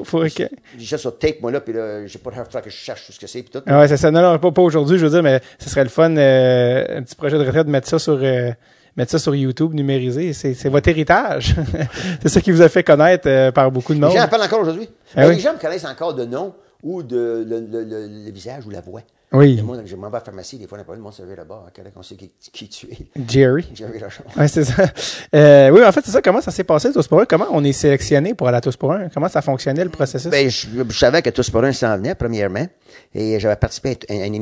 J'ai ça sur tape, moi, là, puis là, j'ai pas de faire que je cherche tout ce que c'est, puis tout. Ouais, c'est ça. Non, pas aujourd'hui, je veux dire, mais ce serait le fun, un petit projet de retraite, de mettre ça sur YouTube, numérisé. C'est votre héritage. C'est ça qui vous a fait connaître par beaucoup de monde. Les gens en parlent encore aujourd'hui. Ah, les gens me connaissent encore de nom ou de le visage ou la voix. Oui. Moi, je m'en vais à la pharmacie, des fois, le monde se lève là-bas. On sait qui tu es. Jerry Rochon. Ouais, c'est ça. Oui, en fait, c'est ça. Comment ça s'est passé, Tous pour un? Comment on est sélectionné pour aller à Tous pour un? Comment ça fonctionnait, le processus? Ben, je savais que Tous pour un s'en venait, premièrement. Et j'avais participé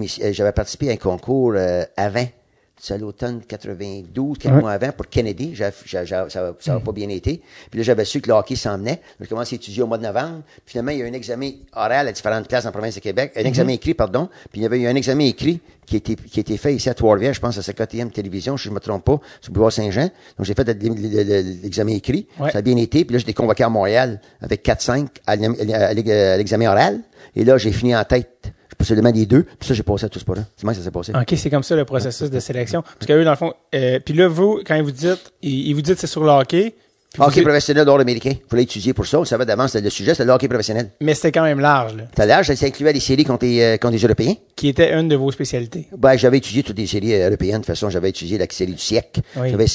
à un concours avant. C'est à l'automne 92, 4 mois avant, pour Kennedy. Ça n'a pas bien été. Puis là, j'avais su que le hockey s'en venait. J'ai commencé à étudier au mois de novembre. Puis finalement, il y a eu un examen oral à différentes classes en province de Québec. Un examen écrit, pardon. Puis il y avait eu un examen écrit qui a été fait ici à Trois-Rivières, je pense à sa 4e télévision, si je me trompe pas, sur Boulevard Saint-Jean. Donc j'ai fait l'examen écrit. Ouais. Ça a bien été. Puis là, j'étais convoqué à Montréal avec 4-5 à l'examen oral. Et là, j'ai fini en tête. Possiblement les 2, puis ça, j'ai passé à Tous pour un. C'est moi que ça s'est passé. OK, c'est comme ça le processus de sélection. Parce que eux, dans le fond, puis là, vous, quand ils vous dites c'est sur le hockey. Hockey professionnel nord-américain. Il fallait étudier pour ça. On savait d'avance, le sujet, c'était le hockey professionnel. Mais c'était quand même large, là. C'était large, ça incluait les séries contre les Européens. Qui était une de vos spécialités. Ben, j'avais étudié toutes les séries européennes. De toute façon, j'avais étudié la série du siècle. Oui. J'avais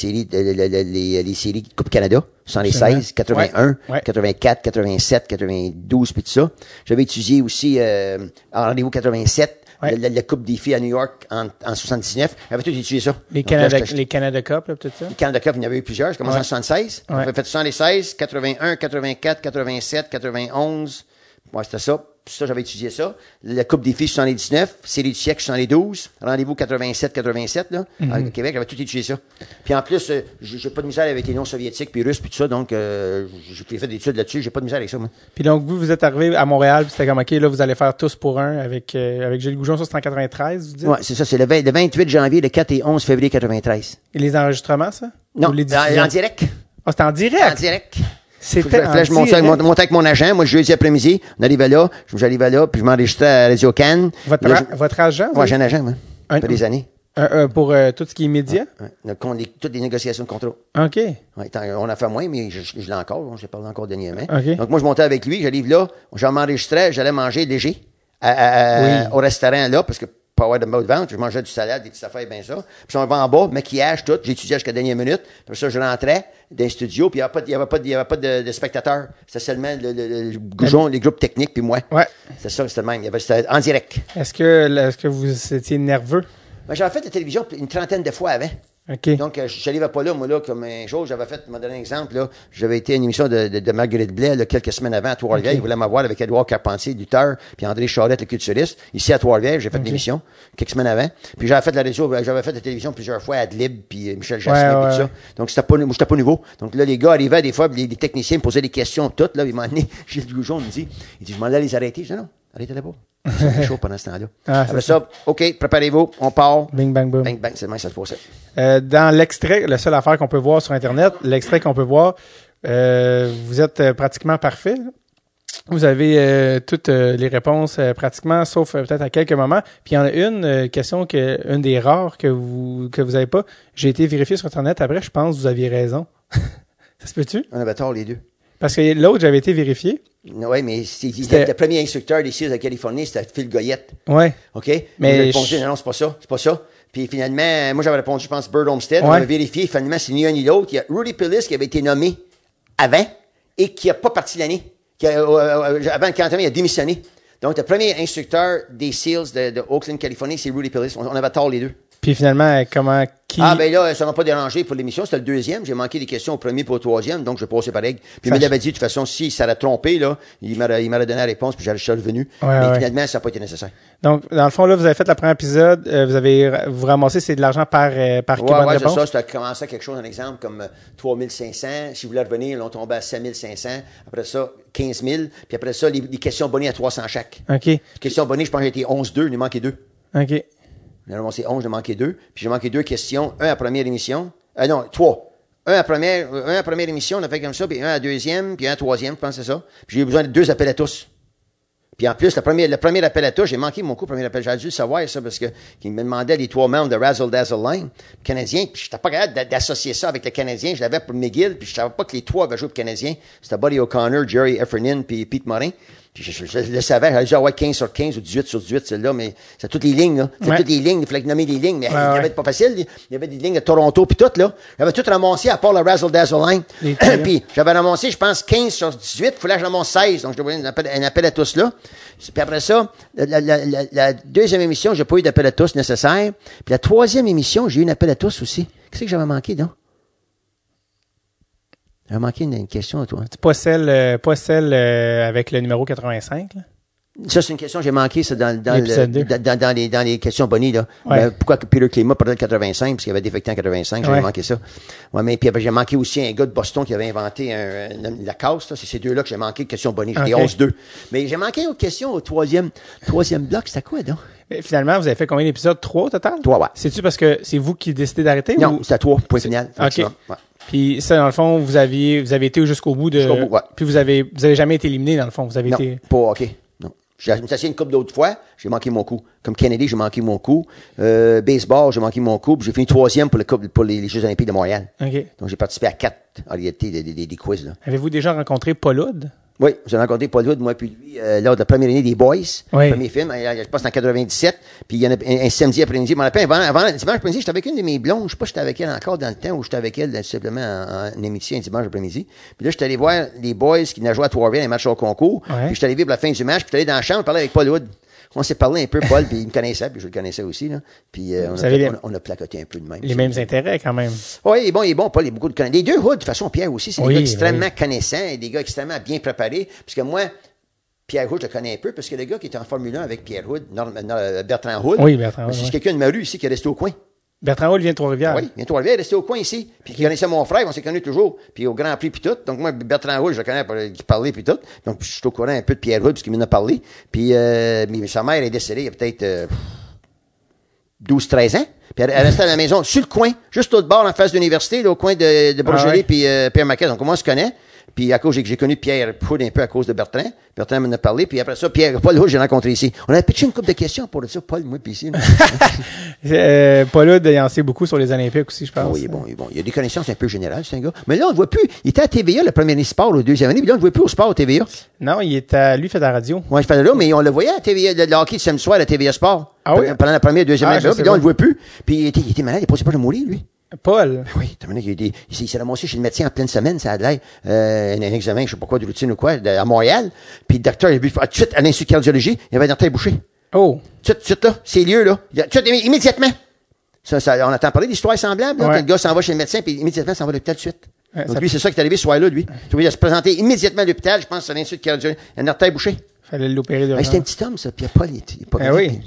les séries Coupe Canada, 116, 81, 84, 87, 92, puis tout ça. J'avais étudié aussi, en rendez-vous 87. Ouais. La Coupe des filles à New York en 79. J'avais tout étudié ça. Les Canada Cup, là, tout ça? Les Canada Cup, il y en avait eu plusieurs. J'ai commencé en 76. J'avais fait 76, 81, 84, 87, 91. Ouais, c'était ça. Puis ça, j'avais étudié ça. La Coupe des filles 79, Série du siècle 72, rendez-vous 87, là, à Québec, j'avais tout étudié ça. Puis en plus, j'ai pas de misère avec les noms soviétiques puis russes puis tout ça, donc j'ai fait des études là-dessus, j'ai pas de misère avec ça, moi. Puis donc, vous êtes arrivé à Montréal, puis c'était comme, OK, là, vous allez faire Tous pour un avec Gilles Goujon, ça, c'était en 93, vous dites? Ouais, c'est ça, c'est le 28 janvier, le 4 et 11 février 93. Et les enregistrements, ça? Non, en direct. Ah, c'était en direct? En direct. C'était Là, je montais avec mon agent. Moi, jeudi après-midi, j'arrivais là, puis je m'enregistrais à Radio Cannes. Votre agent? Ouais, j'ai un agent, moi. Ça fait des années. Pour tout ce qui est médias? Ouais. Toutes les négociations de contrat. OK. Ouais, on a fait moins, mais je l'ai encore. Je l'ai parlé encore dernièrement. Okay. Donc, moi, je montais avec lui. J'arrive là. Je m'enregistrais. J'allais manger léger au restaurant là, parce que pour avoir de bonne vente, je mangeais du salade, des petites affaires, bien ça. Puis on va en bas, maquillage, tout. J'étudiais jusqu'à la dernière minute. Puis ça, je rentrais dans le studio, puis il y avait pas de spectateurs. C'était seulement le goujon, les groupes techniques, puis moi. Ouais. C'était ça, c'était le même. C'était en direct. Est-ce que vous étiez nerveux? Ben, j'avais fait la télévision une trentaine de fois avant. OK. Donc, je n'arrivais pas là, moi, là, comme un jour, j'avais fait, je vais donner un exemple, là, j'avais été à une émission de Marguerite Blais, là, quelques semaines avant, à Trois-Rivières. Il voulait m'avoir avec Édouard Carpentier, lutteur, puis André Charette, le culturiste, ici à Trois-Rivières. J'ai fait l'émission, quelques semaines avant. Puis j'avais fait la radio, j'avais fait la télévision plusieurs fois, Adlib, puis Michel Jasmin, puis tout ça. Donc, moi, j'étais pas nouveau. Donc, là, les gars arrivaient des fois, puis les techniciens me posaient des questions, toutes, là, ils m'ont amené, Gilles Goujon me dit, je m'en allais les arrêter. Je dis, non, arrêtez-les pas. C'est chaud pendant ce temps-là. Après ça, OK, préparez-vous, on part. Bing, bang, boom. Bang, bang, c'est le même, ça se passait. Dans l'extrait, la seule affaire qu'on peut voir sur Internet, l'extrait qu'on peut voir, vous êtes pratiquement parfait. Vous avez toutes les réponses pratiquement, sauf peut-être à quelques moments. Puis il y en a une question, une des rares que vous avez pas. J'ai été vérifié sur Internet après, je pense que vous aviez raison. Ça se peut-tu? On avait tort les deux. Parce que l'autre, j'avais été vérifié. Oui, mais c'était le premier instructeur des Seals de Californie, c'était Phil Goyette. Oui. OK? Mais j'ai répondu, non, c'est pas ça, c'est pas ça. Puis finalement, moi j'avais répondu, je pense, Bird Homestead. On a vérifié, finalement, c'est ni un ni l'autre. Il y a Rudy Pillis qui avait été nommé avant et qui n'a pas parti l'année. Avant le canton, il a démissionné. Donc, le premier instructeur des Seals de Oakland, Californie, c'est Rudy Pillis. On avait tort les deux. Puis finalement, qui... Ah, ben là, ça m'a pas dérangé pour l'émission. C'était le deuxième. J'ai manqué des questions au premier pour au troisième, donc je passais pareil. Puis il m'avait dit, de toute façon, si ça l'a trompé, là, il m'aurait donné la réponse, puis j'allais revenu. Mais finalement, ça n'a pas été nécessaire. Donc, dans le fond, là, vous avez fait le premier épisode, vous ramassez, c'est de l'argent par bonne réponse? C'est ça. C'était commencé à quelque chose, un exemple, comme 3500. Si vous voulez revenir, là, on tombait à 5500. Après ça, 15 000. Puis après ça, les questions bonnées à 300 chaque. OK. Les questions bonnées, je pense que j'ai été 11-2, il manquait 2. OK. Normalement, c'est 11, j'ai manqué 2. Puis j'ai manqué 2 questions. Un à première émission. Non, 3. Un à première émission, on a fait comme ça, puis un à deuxième, puis un à troisième, je pense que c'est ça. Puis j'ai eu besoin de 2 appels à tous. Puis en plus, le premier appel à tous, j'ai manqué mon coup, le premier appel. J'aurais dû le savoir, ça, parce que qu'il me demandait les 3 membres de Razzle Dazzle Line, Canadien, puis j'étais pas capable d'associer ça avec le Canadien. Je l'avais pour McGill, puis je savais pas que les 3 avaient joué pour le Canadien. C'était Buddy O'Connor, Jerry Effernin, puis Pete Morin. Puis je le savais, j'allais dire, 15 sur 15 ou 18 sur 18, celle-là, mais c'est toutes les lignes, là. C'est toutes les lignes, il fallait nommer les lignes, mais il y avait pas facile. Il y avait des lignes de Toronto, puis tout, là. J'avais tout ramassé à part le Razzle Dazzle Line. Puis j'avais ramassé, je pense, 15 sur 18, il fallait que je ramasse 16, donc je devais un appel à tous, là. Puis après ça, la deuxième émission, j'ai pas eu d'appel à tous nécessaire. Puis la troisième émission, j'ai eu un appel à tous aussi. Qu'est-ce que j'avais manqué, donc? J'avais manqué une question à toi. C'est pas celle avec le numéro 85, là? Ça, c'est une question que j'ai manqué, ça, dans les questions bonnies, là. Ouais. Pourquoi Peter Klima parlait de 85, parce qu'il avait défecté en 85, j'avais manqué ça. Ouais, mais puis j'ai manqué aussi un gars de Boston qui avait inventé la casse, là. C'est ces deux-là que j'ai manqué de questions bonnies. J'étais 11-2. Mais j'ai manqué une autre question au troisième bloc. C'était quoi, donc? Mais finalement, vous avez fait combien d'épisodes? 3 au total? 3, ouais. C'est-tu parce que c'est vous qui décidez d'arrêter? Non, ou... c'était 3, point final. OK. Ouais. Puis ça, dans le fond, vous avez été jusqu'au bout de... Jusqu'au bout, ouais. Puis vous avez jamais été éliminé, dans le fond. Vous avez été... pas OK. Non. Je me suis assis une couple d'autres fois, j'ai manqué mon coup. Comme Kennedy, j'ai manqué mon coup. Baseball, j'ai manqué mon coup. Puis j'ai fini 3e pour les Jeux olympiques de Montréal. OK. Donc j'ai participé à 4, en réalité, des quiz, là. Avez-vous déjà rencontré Paul Hood? Oui, j'ai rencontré Paul Wood, moi, puis lui, lors de la première année des Boys, le premier film, je pense en 97, puis il y en a un samedi après-midi, je m'en rappelle, avant le dimanche après-midi, j'étais avec une de mes blondes, je sais pas si j'étais avec elle encore dans le temps, ou j'étais avec elle simplement en amitié un dimanche après-midi, puis là, j'étais allé voir les Boys qui venaient jouer à Trois-Rivières, un match au concours, puis j'étais allé vivre la fin du match, puis j'étais allé dans la chambre, parler avec Paul Wood. On s'est parlé un peu, Paul, puis il me connaissait, puis je le connaissais aussi, là. Puis on a placoté un peu de même. Les mêmes intérêts, quand même. Oui, il est bon, Paul, il est beaucoup de connaissance. Les deux Hoods, de toute façon, Pierre aussi, c'est des gars extrêmement connaissants et des gars extrêmement bien préparés. Parce que moi, Pierre Hood, je le connais un peu, parce que le gars qui était en Formule 1 avec Pierre Hood, Bertrand Hood. Oui, Bertrand Hood. C'est quelqu'un de ma rue ici qui est resté au coin. Bertrand Hood vient de Trois-Rivières. Oui, il vient de Trois-Rivières, il est resté au coin ici. Puis il connaissait mon frère, on s'est connus toujours. Puis au Grand Prix, puis tout. Donc moi, Bertrand Hood, je le connais, qui parlait, puis tout. Donc je suis au courant un peu de Pierre Hood, parce qu'il m'en a parlé. Puis mais sa mère est décédée il y a peut-être 12-13 ans. Puis elle restait à la maison, sur le coin, juste au bord, en face de l'université, là, au coin de Bourgeois puis Pierre Maquet. Donc moi, on se connaît. Puis à cause, j'ai connu Pierre Hood un peu à cause de Bertrand. Bertrand m'en a parlé. Puis après ça, Paul Hood, j'ai rencontré ici. On a pitché une couple de questions pour ça, Paul, moi, puis ici. Paul Hood, il en sait beaucoup sur les Olympiques aussi, je pense. Oui, bon. Il y a des connaissances un peu générales, c'est un gars. Mais là, on le voit plus. Il était à TVA, le premier année sport, le deuxième année. Puis là, on le voit plus au sport, au TVA. Non, lui, il fait de la radio. Ouais, il fait là, mais on le voyait à TVA, le hockey le samedi soir à TVA Sport. Ah oui? Pendant la première et deuxième année. Puis là, on le voit plus. Puis il était malade, il est pas de mourir, lui. Paul. Oui, il s'est ramassé chez le médecin en pleine semaine, ça a l'air, un examen, je sais pas quoi, de routine ou quoi, à Montréal. Puis le docteur, il a vu, tout de suite, à l'Institut de cardiologie, il avait un artère bouchée. Oh. Tout de suite, là, ces lieux, là. Tout de suite, immédiatement. Ça, on entend parler d'histoires semblables, là. Ouais. Le gars s'en va chez le médecin, puis immédiatement, s'en va à l'hôpital tout de suite. Ouais, donc lui, c'est ça qui est arrivé ce soir-là, lui. Il a se présenter immédiatement à l'hôpital, je pense, à l'Institut de cardiologie, une artère bouchée. Fallait l'opérer de c'était un petit homme, ça. Puis Paul, il est pas bien. Oui.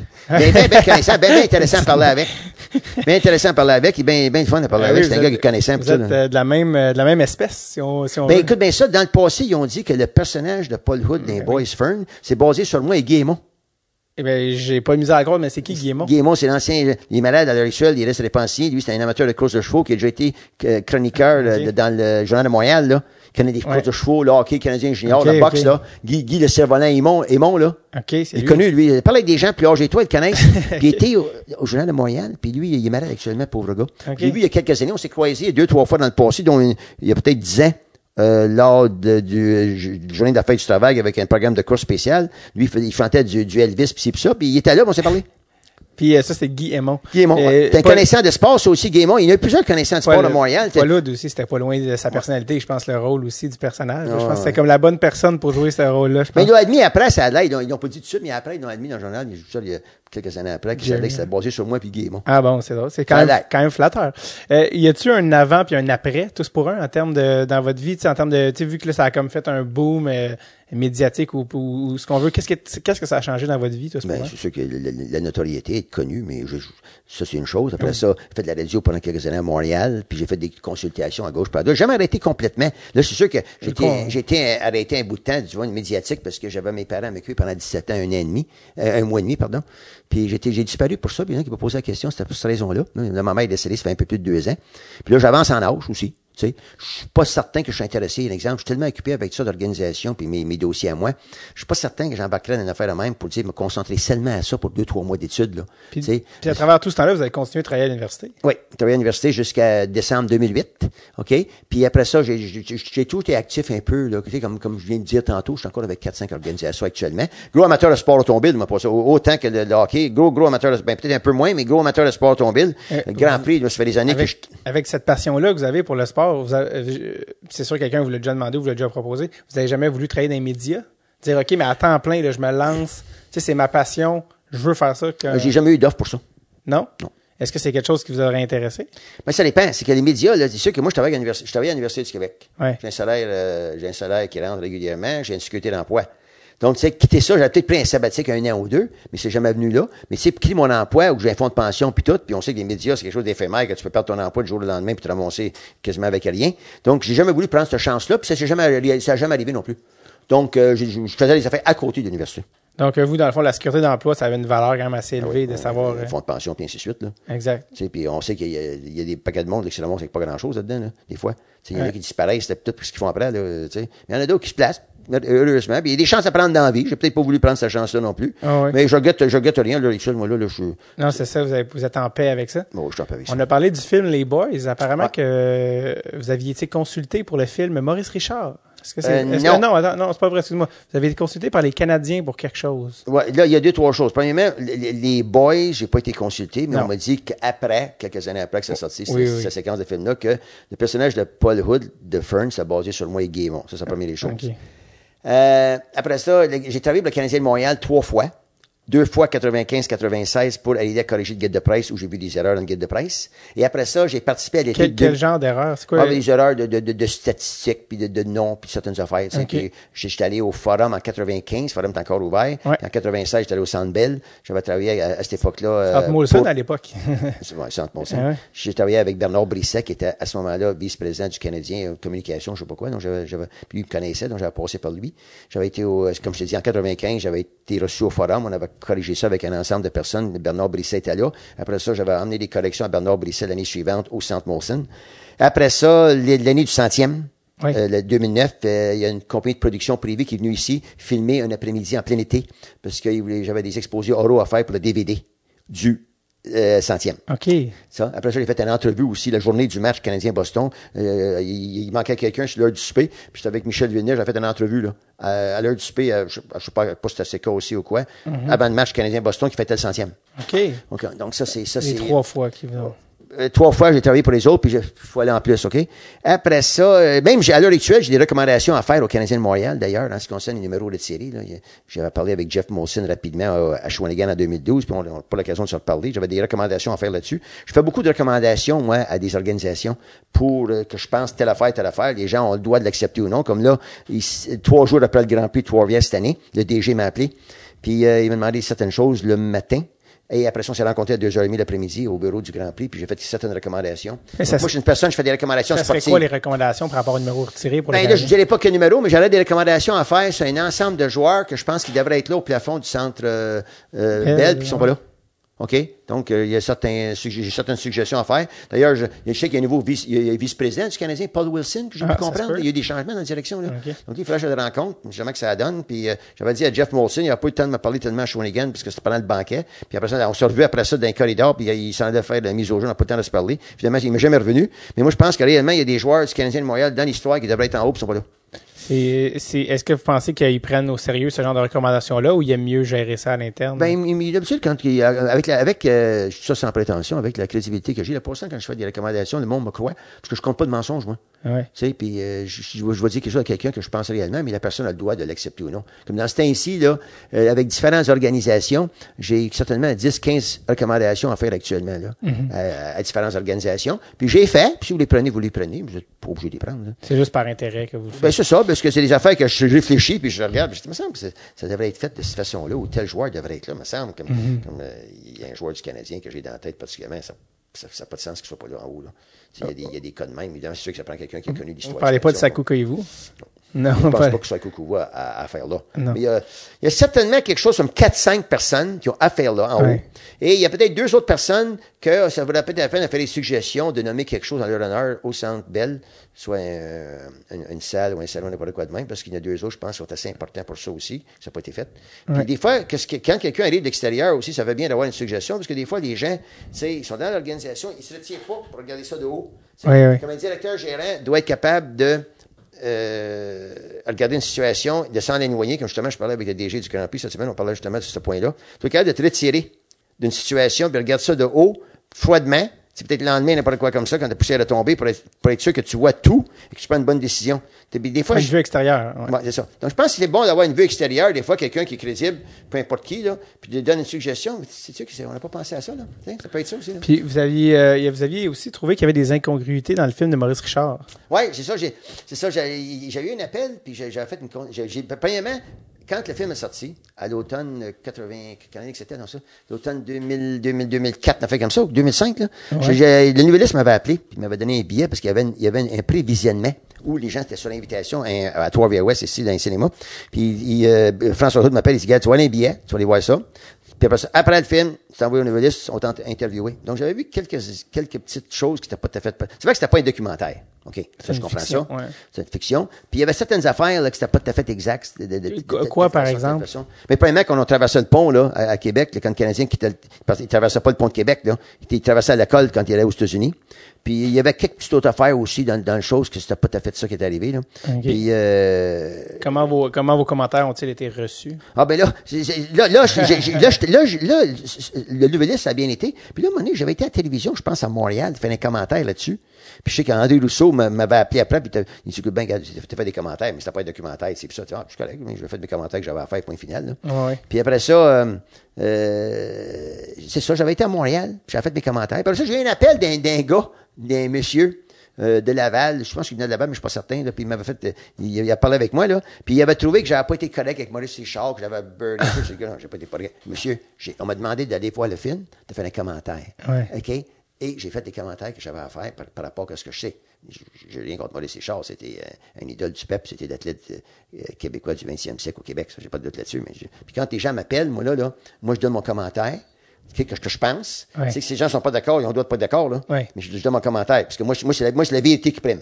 Bien connaissant, bien intéressant à parler avec. Bien intéressant à parler avec. Il est bien fun à parler avec. C'est un gars qui est connaissant. Vous êtes de la même espèce, si on veut. Écoute, bien ça, dans le passé, ils ont dit que le personnage de Paul Hood dans Boys Fern, c'est basé sur moi et Guillemot. Eh bien, j'ai pas mis à la croix, mais c'est qui Guillemot? Guillemot, c'est l'ancien, il est malade à l'heure actuelle, il reste à dépensier. Lui, c'est un amateur de course de chevaux qui a déjà été chroniqueur dans le Journal de Montréal, là. Qui connaît des courses de chevaux, le hockey canadien junior, la boxe, là. Guy le cerf-volant Aymon, là. Il est connu, lui. Il parle avec des gens plus âgés que toi, ils le connaissent. Puis il était au Journal de Montréal, puis lui, il est malade actuellement, pauvre gars. Puis lui, il y a quelques années, on s'est croisés 2-3 fois dans le passé, dont il y a peut-être 10 ans. Lors du journée de la fête du travail avec un programme de course spécial. Lui, il chantait du Elvis pis ça, puis il était là, on s'est parlé. Puis ça, c'est Guy Aymon. T'es un connaissant de sport, ça aussi, Guy Aymon. Il y en a plusieurs connaissants de sport à Montréal. Paul Hood aussi, c'était pas loin de sa personnalité, je pense, le rôle aussi du personnage. Je pense que c'était comme la bonne personne pour jouer ce rôle-là. Mais ils l'ont admis après, ça a l'air, ils l'ont pas dit tout de suite, mais après, ils l'ont admis dans le journal, il y a quelques années après, qu'il savait que c'était basé sur moi puis Guy Aymon. Ah bon, c'est drôle. C'est quand même flatteur. Y a-tu un avant puis un après, tous pour un, en termes de, dans votre vie, en termes de, tu sais, vu que là, ça a comme fait un boom, médiatique ou ce qu'on veut, qu'est-ce que ça a changé dans votre vie, tous pour un? C'est sûr que la notoriété est connue, mais ça, c'est une chose. Après ça, j'ai fait de la radio pendant quelques années à Montréal, puis j'ai fait des consultations à gauche, à droite. J'ai jamais arrêté complètement. Là, c'est sûr que j'ai été arrêté un bout de temps, du moins, médiatique, parce que j'avais mes parents à m'occuper pendant 17 ans, un mois et demi, pardon. Puis j'ai disparu pour ça, puis il y en a qui m'a posé la question, c'était pour cette raison-là. Là, ma mère est décédée, ça fait un peu plus de 2 ans. Puis là, j'avance en âge aussi. Tu sais, je suis pas certain que je suis intéressé. Un exemple, je suis tellement occupé avec ça d'organisation puis mes dossiers à moi. Je suis pas certain que j'embarquerais dans une affaire de même pour dire me concentrer seulement à ça pour 2-3 mois d'études, là. Puis à travers tout ce temps-là, vous avez continué de travailler à l'université? Oui, travaillé à l'université jusqu'à décembre 2008. OK? Puis après ça, j'ai tout été actif un peu, là. Tu sais, comme je viens de dire tantôt, je suis encore avec 4-5 organisations actuellement. Gros amateur de sport automobile, moi, pas ça. Autant que le hockey. Gros amateur de, peut-être un peu moins, mais gros amateur de sport automobile. Le Grand Prix, là, ça fait des années que avec cette passion-là que vous avez pour le sport, c'est sûr que quelqu'un vous l'a déjà demandé, vous l'a déjà proposé. Vous avez jamais voulu travailler dans les médias? Dire, OK, mais à temps plein, là, je me lance. Tu sais, c'est ma passion. Je veux faire ça. J'ai jamais eu d'offre pour ça. Non? Non. Est-ce que c'est quelque chose qui vous aurait intéressé? Ben, ça dépend. C'est que les médias, là, c'est sûr que moi, je travaille à l'Université du Québec. Ouais. J'ai un salaire qui rentre régulièrement. J'ai une sécurité d'emploi. Donc, tu sais, quitter ça, j'avais peut-être pris un sabbatique 1 an ou 2, mais c'est jamais venu là. Mais tu sais, quitter mon emploi ou que j'ai un fonds de pension puis tout, puis on sait que les médias, c'est quelque chose d'éphémère, que tu peux perdre ton emploi du jour au lendemain puis te ramasser quasiment avec rien. Donc, j'ai jamais voulu prendre cette chance-là, puis ça n'a jamais arrivé non plus. Donc, je faisais des affaires à côté de l'université. Donc, vous, dans le fond, la sécurité d'emploi, ça avait une valeur quand même assez élevée de savoir. Fonds de pension, puis ainsi de suite, là. Exact. Tu sais, puis on sait qu'il y a des paquets de monde, c'est le monde, c'est pas grand-chose là-dedans, là, des fois. Il y en a qui disparaissent, c'est peut-être pour ce qu'ils font après, là, tu sais. Mais il y en a d'autres qui se placent, heureusement. Puis il y a des chances à prendre dans la vie. J'ai peut-être pas voulu prendre cette chance-là non plus. Ah oui. Mais je regrette rien, là, moi, là, je suis. Non, c'est ça, vous êtes en paix avec ça? Bon, je suis en paix avec ça. On a parlé du film Les Boys. Apparemment que vous aviez été consulté pour le film Maurice Richard. Est-ce que c'est, non. Non, c'est pas vrai, excuse-moi. Vous avez été consulté par les Canadiens pour quelque chose. Ouais, là, il y a 2-3 choses. Premièrement, les Boys, j'ai pas été consulté, mais on m'a dit qu'après, quelques années après que ça sorti, cette séquence de film-là, que le personnage de Paul Hood, de Fern, s'est basé sur moi et Guy Aymon. Ça, c'est la première des choses. Okay. Après ça, j'ai travaillé pour le Canadien de Montréal 3 fois. 2 fois 95-96 pour aller à corriger le guide de presse où j'ai vu des erreurs dans le guide de presse. Et après ça, j'ai participé à l'étude. Quel genre d'erreur? C'est quoi? Des erreurs de statistiques, puis de noms, puis certaines affaires. Okay. J'étais allé au Forum en 95, le Forum est encore ouvert. Ouais. En 96, j'étais allé au Centre Bell. J'avais travaillé à cette époque-là. Centre Molson à l'époque. Centre Molson. J'ai travaillé avec Bernard Brisset, qui était à ce moment-là vice-président du Canadien communication, je sais pas quoi. Donc puis il me connaissait, donc j'avais passé par lui. J'avais été comme je te dis, en 95, j'avais été reçu au Forum. On avait corrigé ça avec un ensemble de personnes. Bernard Brisset était là. Après ça, j'avais amené des corrections à Bernard Brisset l'année suivante au Centre Molson. Après ça, l'année du 100e, Oui. Le 2009, il y a une compagnie de production privée qui est venue ici filmer un après-midi en plein été parce que j'avais des exposés oraux à faire pour le DVD du 100e. OK. Ça. Après ça, j'ai fait une entrevue aussi la journée du match Canadien-Boston. Il manquait quelqu'un sur l'heure du souper. Puis j'étais avec Michel Villeneuve, j'ai fait une entrevue là, à l'heure du souper. Je sais pas si c'était ce cas aussi ou quoi. Avant le match Canadien-Boston qui fêtait le 100e. OK. Donc ça, c'est... Les 3 fois qui vont. 3 fois, j'ai travaillé pour les autres, puis je faut aller en plus, OK? Après ça, même à l'heure actuelle, j'ai des recommandations à faire aux Canadiens de Montréal, d'ailleurs, en ce qui concerne les numéros de série. Là. J'avais parlé avec Jeff Molson rapidement à Shawinigan en 2012, puis on n'a pas l'occasion de se reparler. J'avais des recommandations à faire là-dessus. Je fais beaucoup de recommandations, moi, à des organisations pour que je pense telle affaire. Les gens ont le droit de l'accepter ou non. Comme là, 3 jours après le Grand Prix de Trois-Rivières cette année, le DG m'a appelé, puis il m'a demandé certaines choses le matin. Et après ça, on s'est rencontrés à 2h30 l'après-midi au bureau du Grand Prix, puis j'ai fait certaines recommandations. Donc, moi, je suis une personne, je fais des recommandations sportives. Ça serait quoi les recommandations par rapport au numéro retiré pour les là, je dirais pas quel numéro, mais j'aurais des recommandations à faire sur un ensemble de joueurs que je pense qu'ils devraient être là au plafond du centre Bell, puis ils sont pas là. OK? Donc, j'ai certaines suggestions à faire. D'ailleurs, je sais qu'il y a un nouveau vice-président du Canadien, Paul Wilson, que j'ai pu comprendre. Il y a eu des changements dans la direction. Là. Okay. Donc, il fallait que je le rencontre, jamais que ça donne. Puis, j'avais dit à Jeff Molson, il n'a pas eu le temps de me parler tellement à Shawinigan, parce que c'était pendant le banquet. Puis après ça, on s'est revu après ça dans un corridor, puis il s'en allait faire de la mise au jeu, on n'a pas eu le temps de se parler. Finalement, il m'est jamais revenu. Mais moi, je pense que réellement, il y a des joueurs du Canadien de Montréal dans l'histoire qui devraient être en haut, puis ils sont pas là. Est-ce que vous pensez qu'ils prennent au sérieux ce genre de recommandations-là ou il y a mieux gérer ça à l'interne? D'habitude, ça sans prétention, avec la crédibilité que j'ai, là, pour ça, quand je fais des recommandations, le monde me croit, parce que je compte pas de mensonges, moi. Ouais. Tu sais, puis je vais dire quelque chose à quelqu'un que je pense réellement, mais la personne a le droit de l'accepter ou non. Comme dans ce temps-ci, là, avec différentes organisations, j'ai certainement 10, 15 recommandations à faire actuellement, là, à différentes organisations. Puis j'ai fait, puis si vous les prenez, vous les prenez, vous n'êtes pas obligé de les prendre. Là. C'est juste par intérêt que vous le faites. Ben, c'est ça, parce que c'est des affaires que je réfléchis, puis je regarde, puis il me semble que ça devrait être fait de cette façon-là, ou tel joueur devrait être là, me semble, comme il y a un joueur du Canadien que j'ai dans la tête particulièrement, ça n'a pas de sens qu'il soit pas là en haut, là. Il y a des cas de même, évidemment, c'est sûr que ça prend quelqu'un qui a connu l'histoire. Vous ne parlez pas de Sakou Koivu? Non, je ne pense pas que ce soit Koivu à faire là. Non. Mais il y a certainement quelque chose comme 4-5 personnes qui ont affaire là, en haut. Et il y a peut-être 2 autres personnes que ça vaudrait peut-être la peine de faire des suggestions de nommer quelque chose en leur honneur au Centre Bell, soit une salle ou un salon, n'importe quoi de même, parce qu'il y en a 2 autres, je pense, qui sont assez importants pour ça aussi, ça n'a pas été fait. Puis des fois, quand quelqu'un arrive de l'extérieur aussi, ça va bien d'avoir une suggestion, parce que des fois, les gens, tu sais, ils sont dans l'organisation, ils ne se retirent pas pour regarder ça de haut. Comme un directeur gérant doit être capable de regarder une situation, de s'en éloigner, comme justement je parlais avec le DG du Grand Prix cette semaine, on parlait justement de ce point-là. Tu es capable de te retirer d'une situation, puis regarde ça de haut, froidement, c'est peut-être le lendemain, n'importe quoi comme ça, quand ta poussière a tombé, pour être sûr que tu vois tout et que tu prends une bonne décision. Des fois, une vue extérieure. Ouais, c'est ça. Donc, je pense que c'est bon d'avoir une vue extérieure, des fois, quelqu'un qui est crédible, peu importe qui, là, puis de donner une suggestion. C'est sûr qu'on n'a pas pensé à ça, là. Ça peut être ça aussi, là. Puis, vous aviez aussi trouvé qu'il y avait des incongruités dans le film de Maurice Richard. Oui, c'est ça. J'ai eu un appel, puis j'ai fait premièrement, quand le film est sorti, à l'automne 80, quelle année que c'était dans ça? L'automne 2004, on a fait comme ça, ou 2005, là. Le Nouvelliste m'avait appelé, puis il m'avait donné un billet, parce qu'il y avait un prévisionnement où les gens étaient sur l'invitation à Trois-Rivières-Ouest, ici, dans les cinémas. Puis François Hood m'appelle, il dit, gars, tu vas aller un billet, tu vas aller voir ça. Puis après le film, tu t'envoies au Nouvelliste, on t'a interviewé. Donc, j'avais vu quelques petites choses qui n'étaient pas tout à fait... C'est vrai que c'était pas un documentaire. OK, ça, je comprends fiction, ça. Ouais. C'est une fiction. Puis il y avait certaines affaires là, qui n'étaient pas tout à fait exactes. Quoi, par exemple? Mais premièrement, quand on traversait le pont là, à Québec, quand le Canadien il traversait pas le pont de Québec, là, il traversait à l'école quand il allait aux États-Unis. Puis il y avait quelques petites autres affaires aussi dans le chose que c'était pas tout à fait ça qui est arrivé. Là. Okay. Puis, comment vos commentaires ont-ils été reçus? Ah ben là, le Nouvelliste, ça a bien été. Puis là, à un moment donné, j'avais été à la télévision, je pense à Montréal, fait un commentaire là-dessus. Puis je sais qu'André Rousseau m'avait appelé après, puis il dit que ben, tu as fait des commentaires, mais c'était pas un documentaire, c'est ça. Je suis correct, mais je vais faire des commentaires que j'avais à faire, point final. Là. Ouais. Puis après ça, c'est ça, j'avais été à Montréal, puis j'avais fait mes commentaires. Puis après ça, j'ai eu un appel d'un gars, d'un monsieur de Laval, je pense qu'il venait de Laval, mais je suis pas certain. Là, puis il m'avait fait, il a parlé avec moi là, puis il avait trouvé que j'avais pas été correct avec Maurice Richard, que j'avais burné. J'ai dit non, j'ai pas été correct. Monsieur, on m'a demandé d'aller voir le film, de faire un commentaire. Ouais. OK? Et j'ai fait des commentaires que j'avais à faire par rapport à ce que je sais. Je n'ai rien contre Maurice Richard, c'était un idole du peuple, c'était l'athlète québécois du 20e siècle au Québec, ça, j'ai pas de doute là-dessus. Puis quand les gens m'appellent, moi je donne mon commentaire, que je pense. C'est que ces gens sont pas d'accord, ils ont le droit de pas être d'accord, là. Ouais. Mais je donne mon commentaire, parce que moi c'est la vérité qui prime.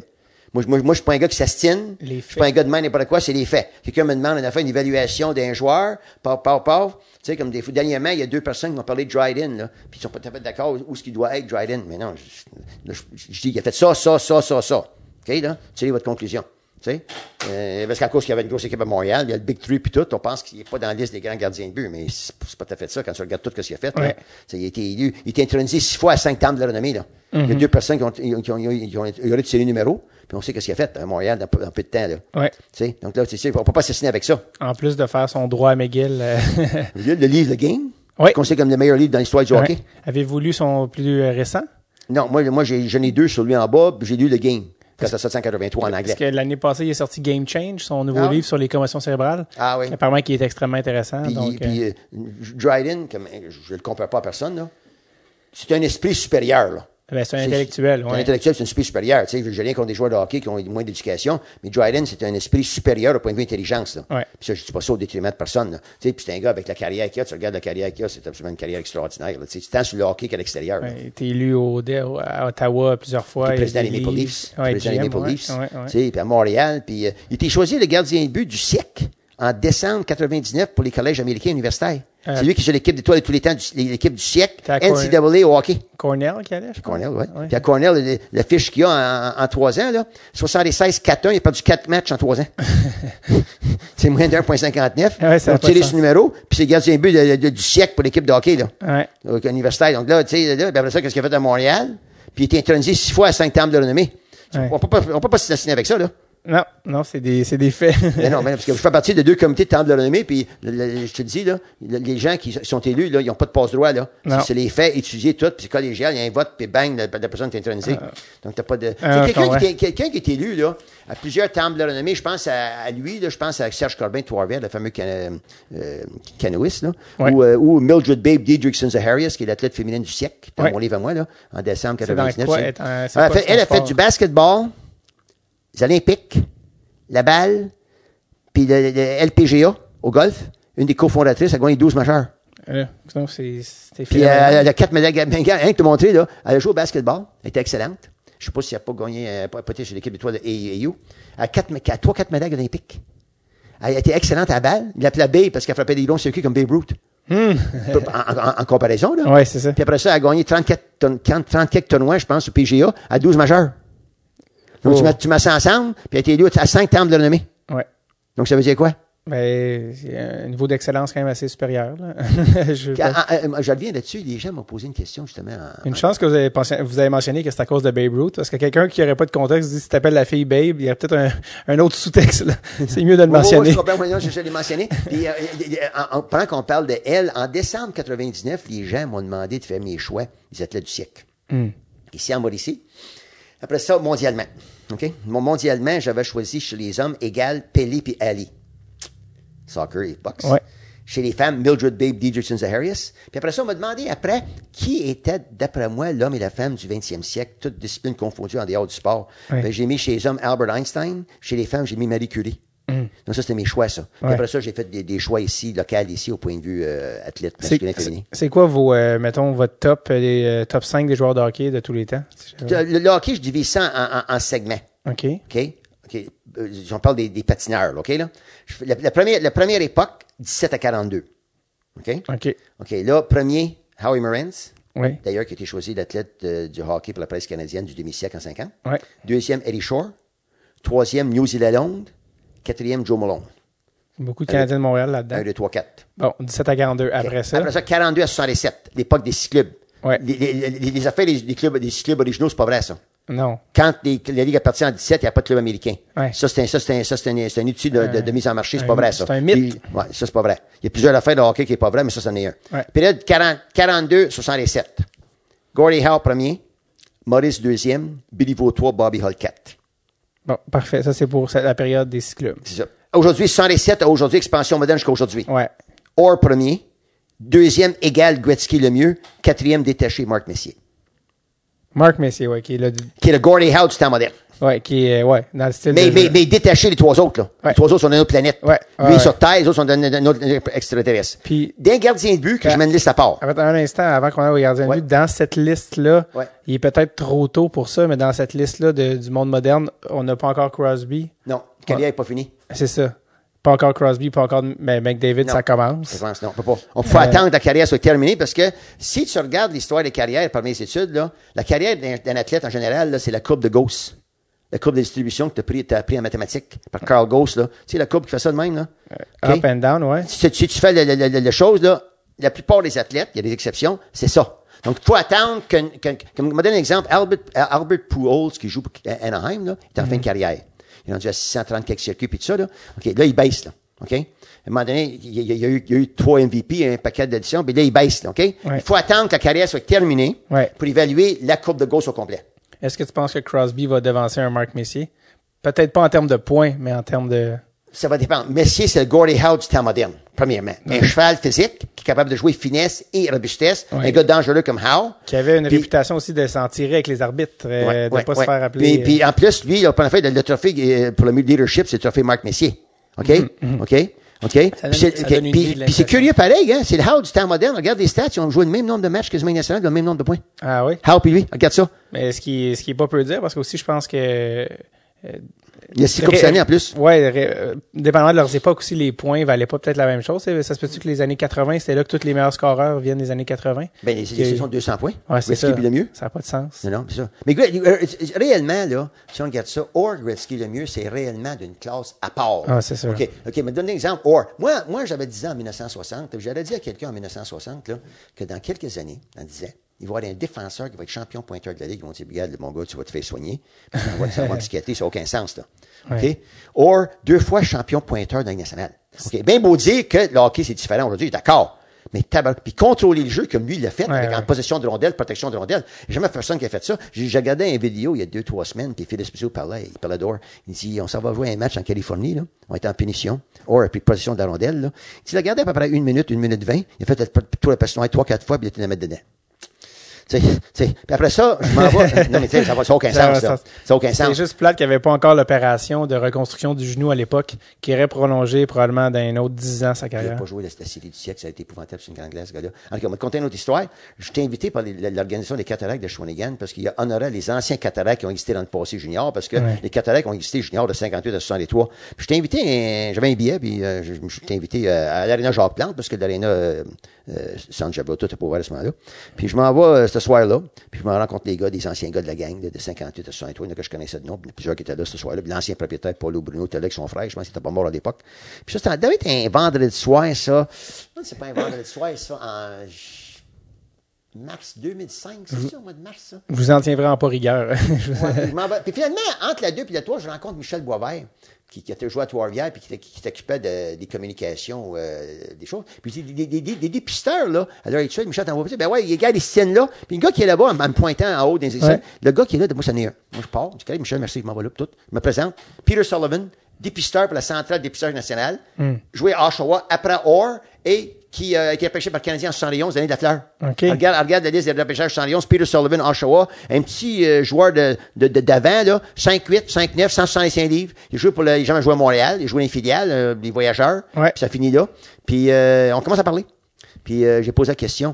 Moi, je suis pas un gars qui s'astine. Les Je suis pas un gars de même n'importe quoi, c'est les faits. Quelqu'un me demande, on a fait une évaluation d'un joueur, paf. Tu sais, comme des fois, dernièrement, il y a 2 personnes qui m'ont parlé de Dryden, là, puis ils sont pas tout à fait d'accord où ce qu'il doit être, Dryden. Mais non, je dis, il a fait ça. OK, là? Tirez votre conclusion. Tu sais? Parce qu'à cause qu'il y avait une grosse équipe à Montréal, il y a le Big Three puis tout, on pense qu'il n'est pas dans la liste des grands gardiens de but, mais c'est pas tout à fait ça quand tu regardes tout ce qu'il a fait. Ouais. Il a été élu, il a été intronisé 6 fois à 5 tables de la renommée, là. Il y a 2 personnes qui ont eu ses numéros, puis on sait ce qu'il a fait à Montréal dans peu de temps, là. Ouais. Tu sais? Donc là, tu sais, on peut pas s'assiner avec ça. En plus de faire son droit à McGill. Le livre, le Game, Oui. qu'on sait comme le meilleur livre dans l'histoire du hockey. Ouais. Avez-vous lu son plus récent? Non, moi j'en ai 2 sur lui en bas, puis j'ai lu le Game. C'est 783 en anglais. Parce que l'année passée, il est sorti Game Change, son nouveau livre sur les commotions cérébrales. Ah oui. Apparemment, qui est extrêmement intéressant. Puis Dryden, comme je le compare pas à personne, là, c'est un esprit supérieur, là. Ben, c'est un intellectuel, Un intellectuel, c'est un esprit supérieur. Tu sais, j'ai rien contre des joueurs de hockey qui ont moins d'éducation, mais Dryden, c'est un esprit supérieur au point de vue intelligence, là. Ouais. Puis ça, je dis pas ça au détriment de personne, là. Tu sais, puis c'est un gars avec la carrière qu'il a, tu regardes la carrière qu'il a, c'est absolument une carrière extraordinaire, là. Tu sais, tant sur le hockey qu'à l'extérieur, là. Il était élu à Ottawa plusieurs fois. Puis président des Maple Leafs. Ouais, Président des Maple Leafs. Ouais. Tu sais, puis à Montréal, puis il était choisi le gardien de but du siècle en décembre 99 pour les collèges américains universitaires. C'est lui qui est l'équipe d'étoiles de tous les temps, l'équipe du siècle, NCAA au hockey. Cornell qui allait, je crois. Cornell, oui. Puis à Cornell, la fiche qu'il a en 3 ans, là, 76-4-1, il a perdu 4 matchs en 3 ans. C'est moins de 1,59. Ouais, ça a tiré ce numéro, puis c'est le gardien de but du siècle pour l'équipe de hockey, là. Ouais. Universitaire. Donc là, tu sais, là, après ça, qu'est-ce qu'il a fait à Montréal? Puis il a été intronisé 6 fois à 5 tables de renommée. Ouais. On peut pas s'assigner avec ça, là. Non, c'est des faits. mais non, parce que je fais partie de 2 comités de table de renommée, puis je te le dis, là, les gens qui sont élus, là, ils n'ont pas de passe-droit, là. C'est les faits étudiés, tout, puis c'est collégial, il y a un vote, puis bang, la personne est intronisée. Donc, t'as pas de... quelqu'un qui est élu, là, à plusieurs tables de renommée, je pense à lui, là, je pense à Serge Corbin-Touarvert, le fameux canoïste, là, ou Mildred Babe Didrikson-Zaharias, qui est l'athlète féminine du siècle, dans mon livre à moi, là, en décembre 99. Elle a fait du basketball, les Olympiques, la balle, puis le LPGA au golf. Une des cofondatrices a gagné 12 majeurs. Non, c'était puis elle a 4 médailles. Rien que te montrer, là, elle a joué au basketball. Elle était excellente. Je sais pas si elle n'a pas gagné, elle n'a pas été sur l'équipe d'étoiles de AAU. Elle a 3-4 médailles olympiques. Elle a été excellente à la balle. Il l'appelait Babe parce qu'elle frappait des longs circuits comme Babe Ruth. En comparaison, là. Oui, c'est ça. Puis après ça, elle a gagné 34 tournois, je pense, au PGA, à 12 majeurs. Donc, tu mets ça ensemble, puis elle a été élue à 5 tables de renommée. Ouais. Donc, ça veut dire quoi? Ben, c'est un niveau d'excellence quand même assez supérieur, là. Je reviens là-dessus. Les gens m'ont posé une question, justement. Une chance que vous avez mentionné que c'est à cause de Babe Ruth, parce que quelqu'un qui n'aurait pas de contexte dit si t'appelles la fille Babe, il y a peut-être un autre sous-texte, là. C'est mieux de le mentionner. Je comprends, je l'ai mentionné. Puis, pendant qu'on parle de elle, en décembre 99, les gens m'ont demandé de faire mes choix des athlètes du siècle. Ici, en Mauricie. Après ça, mondialement. OK? Mondialement, j'avais choisi chez les hommes égal Pelé puis Ali. Soccer et boxe. Ouais. Chez les femmes, Mildred Babe Didrikson-Zaharias. Puis après ça, on m'a demandé après qui était, d'après moi, l'homme et la femme du 20e siècle, toutes disciplines confondues en dehors du sport. Ouais. Ben, j'ai mis chez les hommes Albert Einstein. Chez les femmes, j'ai mis Marie Curie. Donc ça, c'était mes choix, ça. Puis après ça, j'ai fait des choix ici, local ici, au point de vue athlète masculin féminin. C'est quoi mettons, votre top 5 des joueurs de hockey de tous les temps? Le hockey, je divise ça en segments. OK. J'en parle des patineurs, OK, là? La première époque, 17 à 42. OK? Là, premier, Howie Morenz. Oui. D'ailleurs, qui a été choisi l'athlète du hockey pour la presse canadienne du demi-siècle en 50. Oui. Deuxième, Eddie Shore. Troisième, New Zealand. Quatrième, Joe Malone. Beaucoup de Canadiens de Montréal là-dedans. 1, 2, 3, 4. Bon, 17 à 42. Après ça. Après ça, 42 à 67. L'époque des six clubs. Ouais. Les affaires des six clubs originaux, c'est pas vrai, ça. Non. Quand la Ligue appartient en 17, il n'y a pas de club américain. Ouais. Ça, c'est un outil de mise en marché, c'est pas vrai, ça. C'est un mythe. Ouais, ça, c'est pas vrai. Il y a plusieurs affaires de hockey qui n'est pas vrai, mais ça, c'en est un. Ouais. Période 42-67. Gordie Howe, premier. Maurice, deuxième. Billy Vautois, Bobby Hull, 4. Bon, parfait. Ça, c'est pour la période des six clubs. C'est ça. Aujourd'hui, 67 à aujourd'hui, expansion moderne jusqu'à aujourd'hui. Ouais. Orr, premier. Deuxième, égal, Gretzky, le mieux. Quatrième, détaché, Marc Messier. Marc Messier, oui, qui est le Gordie Howe du temps moderne. Ouais, qui est, dans le style Mais de... détacher les trois autres, là. Ouais. Les trois autres sont dans une autre planète. Ouais. Lui, Ouais. sur Terre, les autres sont dans une autre extraterrestre. Puis- d'un gardien de but que je mets une liste à part. En fait, un instant, avant qu'on aille au gardien de Ouais. but, dans cette liste-là, Ouais. il est peut-être trop tôt pour ça, mais dans cette liste-là du monde moderne, on n'a pas encore Crosby. Non, la carrière n'est pas finie. C'est ça. Pas encore Crosby, pas encore McDavid, Non. ça commence. Je pense, non, on peut pas. On peut attendre que la carrière soit terminée parce que si tu regardes l'histoire des carrières parmi les études, là, la carrière d'un athlète en général, là, c'est la courbe de Gauss. La courbe de distribution que tu as appris en mathématiques par Carl Gauss, là. Tu sais, la courbe qui fait ça de même, là. OK? Up and down, ouais. Si tu fais la chose, là, la plupart des athlètes, il y a des exceptions, c'est ça. Donc, il faut attendre que je me donne un exemple, Albert Pujols, qui joue pour Anaheim, là, il est en fin de carrière. Il est rendu à 630 quelques circuits, puis tout ça, là. OK, là, il baisse, là. OK? À un moment donné, il y a eu 3 MVP, un paquet d'additions, puis là, il baisse, là. OK? Ouais. Il faut attendre que la carrière soit terminée Ouais. pour évaluer la courbe de Gauss au complet. Est-ce que tu penses que Crosby va devancer un Mark Messier? Peut-être pas en termes de points, mais en termes de... Ça va dépendre. Messier, c'est le Gordie Howe du temps moderne, premièrement. Un cheval physique qui est capable de jouer finesse et robustesse. Ouais. Un gars dangereux comme Howe. Qui avait une Puis- réputation aussi de s'en tirer avec les arbitres, de pas se faire appeler... Puis en plus, lui, il a pas fait le trophée pour le leadership, c'est le trophée Mark Messier. OK? OK? OK? donne- ça donne une idée de Puis c'est curieux pareil, hein? C'est le Howe du temps moderne. Regarde les stats, ils ont joué le même nombre de matchs que le national, le même nombre de points. Ah oui? Howe puis lui, regarde ça. Mais ce qui est pas peu dire, parce que aussi, je pense que... Il y a 6 coupes d'années en plus. Ouais, dépendamment de leurs époques aussi, les points valaient pas peut-être la même chose. Ça se peut-tu que les années 80, c'était là que tous les meilleurs scoreurs viennent des années 80? Ben, les sélections sont de 200 points. Ouais, c'est Gretzky ça. puis le mieux. Ça n'a pas de sens. Non, c'est ça. Mais réellement, là, si on regarde ça, Orr, Gretzky, le mieux, c'est réellement d'une classe à part. Ah, c'est sûr. OK, mais donne un exemple. Orr. Moi, j'avais 10 ans en 1960. J'aurais dit à quelqu'un en 1960, là, que dans quelques années, dans 10 ans, il va y avoir un défenseur qui va être champion pointeur de la Ligue. Ils vont dire, regarde, mon gars, tu vas te faire soigner. Puis on va te faire psychiatrie, ça n'a aucun sens, là. OK? Ouais. Orr, 2 fois champion pointeur de la Ligue nationale. OK? Bien beau dire que le hockey, c'est différent aujourd'hui, d'accord. Mais puis contrôler le jeu comme lui il l'a fait, avec en possession de rondelle, protection de rondelle. J'ai jamais personne qui a fait ça. J'ai regardé une vidéo il y a 2-3 semaines, puis Phil Esposito il parlait d'Orr. Il dit, on s'en va jouer un match en Californie, là. On était en punition. Orr a pris possession de la rondelle, là. Il a gardé à peu près 1 minute 20. Il a fait tout le passion 3-4 fois, puis il a été la mettre dedans. Puis après ça, je m'en vais. Non, mais tu sais, ça n'a aucun sens, là. Ça n'a aucun sens. C'est juste plate qu'il n'y avait pas encore l'opération de reconstruction du genou à l'époque, qui aurait prolongé probablement d'un autre 10 ans sa Il n'a carrière. pas joué la série du siècle, ça a été épouvantable sur une grande glace, ce gars-là. Alors, on va te conter une autre histoire. Je t'ai invité par l'organisation des cataractes de Shawinigan parce qu'il y a honoré les anciens cataractes qui ont existé dans le passé junior parce que les cataractes ont existé junior de 58 à 63. Puis je t'ai invité, j'avais un billet, puis je t'ai invité à l'aréna Jacques Plante parce que l'aréna San Jabba, tout est pas ouvert à ce moment-là. Puis je m'en vais ce soir-là, puis je me rencontre les gars, des anciens gars de la gang, de 58 à 63, il y en a que je connaissais de nom, puis il y en a plusieurs qui étaient là ce soir-là, puis l'ancien propriétaire, Paulo Bruno, était là avec son frère, je pense qu'il était pas mort à l'époque. Puis ça, ça devait être un vendredi soir, ça. Non, c'est pas un vendredi soir, ça, en mars 2005, c'est ça, au mois de mars, ça? Je vous en tiens vraiment pas rigueur. Ouais, je m'en vais. Puis finalement, entre la 2 et la 3, je rencontre Michel Boisvert, qui était joué à Trois-Rivières, puis qui s'occupait des communications, des choses. Puis des dépisteurs, là, à l'heure actuelle, Michel t'envoie ben ouais, il y a des scènes là. Puis le gars qui est là-bas, en me pointant en haut des Ouais. le gars qui est là, moi, c'en est un. Moi, je pars. Je dis, Michel, merci, je m'en vais là, puis tout. Je me présente. Peter Sullivan, dépisteur pour la centrale dépisteur nationale, joué à Oshawa, après Orr, et qui a été repêché par le Canadien en 71, l'année de la fleur. OK. Regarde la liste des repêchages 71, Peter Sullivan, Oshawa, un petit joueur d'avant, là, 5'8", 5'9", 165 livres. Il a jamais joué à Montréal, il a joué dans les filiales, les voyageurs. Ouais. Puis ça finit là. Puis on commence à parler. Puis j'ai posé la question.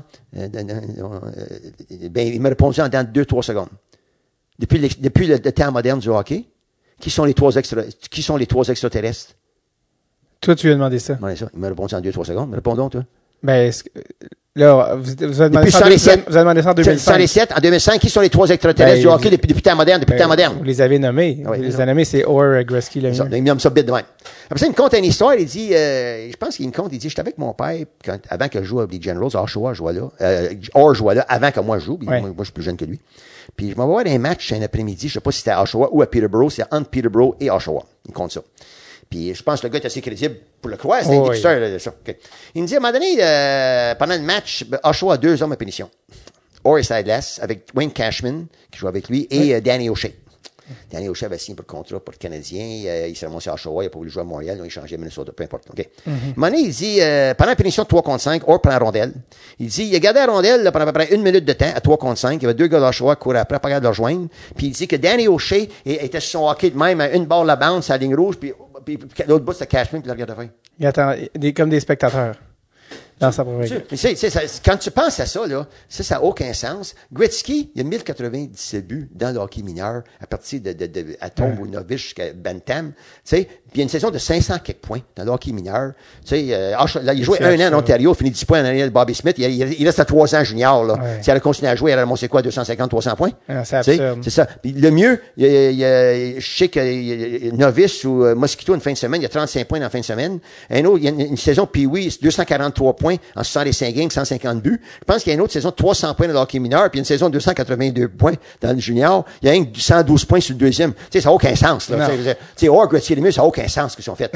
Il m'a répondu en 2-3 secondes. Depuis le temps moderne du hockey, qui sont les trois extraterrestres? Toi, tu lui as demandé ça. Ouais, ça. Il m'a répondu en 2-3 secondes. Répondons, toi. Ben, là, vous avez demandé Depuis ça en 107. vous avez demandé ça en 2005. 107, en 2005, qui sont les trois extraterrestres Ben, du hockey depuis le temps moderne, depuis le temps moderne? Vous les avez nommés. Ouais, vous les c'est avez nommés, c'est Orr, Gretzky, le Ça, mieux. il me nomme ça bête de même. Après ça, il me conte une histoire, il dit, je pense qu'il me conte, il dit, j'étais avec mon père, avant que je joue avec les Generals, Oshawa, je jouais là, Orr jouait là, avant que moi je joue, puis Ouais. moi, je suis plus jeune que lui. Puis je m'en vais voir un match un après-midi, je sais pas si c'était à Oshawa ou à Peterborough, c'est entre Peterborough et Oshawa. Il me compte ça. Puis je pense que le gars est assez crédible pour le croire, c'est un oui. dépisteur, là, de ça. Okay. Il me dit, à un moment donné, pendant le match, Oshawa a 2 hommes à punition. Orr et Sideless, avec Wayne Cashman, qui joue avec lui, et Danny O'Shea. Danny O'Shea avait signé pour le contrat pour le Canadien. Il s'est remonté à Oshawa, il n'a pas voulu jouer à Montréal, donc il a changé à Minnesota, peu importe. OK. À un moment donné, il dit, pendant la punition de 3 contre 5, or pendant la rondelle, il dit, il a gardé la rondelle là, pendant à peu près 1 minute de temps, à 3 contre 5. Il y avait 2 gars d'Oshawa qui couraient après, pas capable de le rejoindre. Puis il dit que Danny O'Shea était sur son hockey de même, à une barre la bounce, à la ligne rouge, puis l'autre bout, c'était Cashman, puis il le regardait faire. Il attend, comme des spectateurs. Dans sa propre équipe. Quand tu penses à ça, là, ça n'a aucun sens. Gretzky, il y a 1097 buts dans le hockey mineur, à partir à tombe ou novice jusqu'à Bantam. Tu sais, puis il y a une saison de 500 quelques points dans le hockey mineur. Tu sais, là, il jouait 1 an en Ontario, finit 10 points en année de Bobby Smith. Il reste à 3 ans junior, là. Ouais. S'il avait continué à jouer, il aurait remonté quoi, 250, 300 points? Ah, c'est absurde. C'est ça. Puis le mieux, je sais que novice ou Mosquito une fin de semaine, il y a 35 points dans la fin de semaine. Un autre, il y a une saison Pee-Wee, 243 points en 65 games, 150 buts. Je pense qu'il y a une autre saison de 300 points dans le hockey mineur, puis une saison de 282 points dans le junior. Il y a un 112 points sur le deuxième. Tu sais, ça n'a aucun sens, là. Tu sais, Gretzky et les mieux, ça n'a aucun sens ce qu'ils ont fait.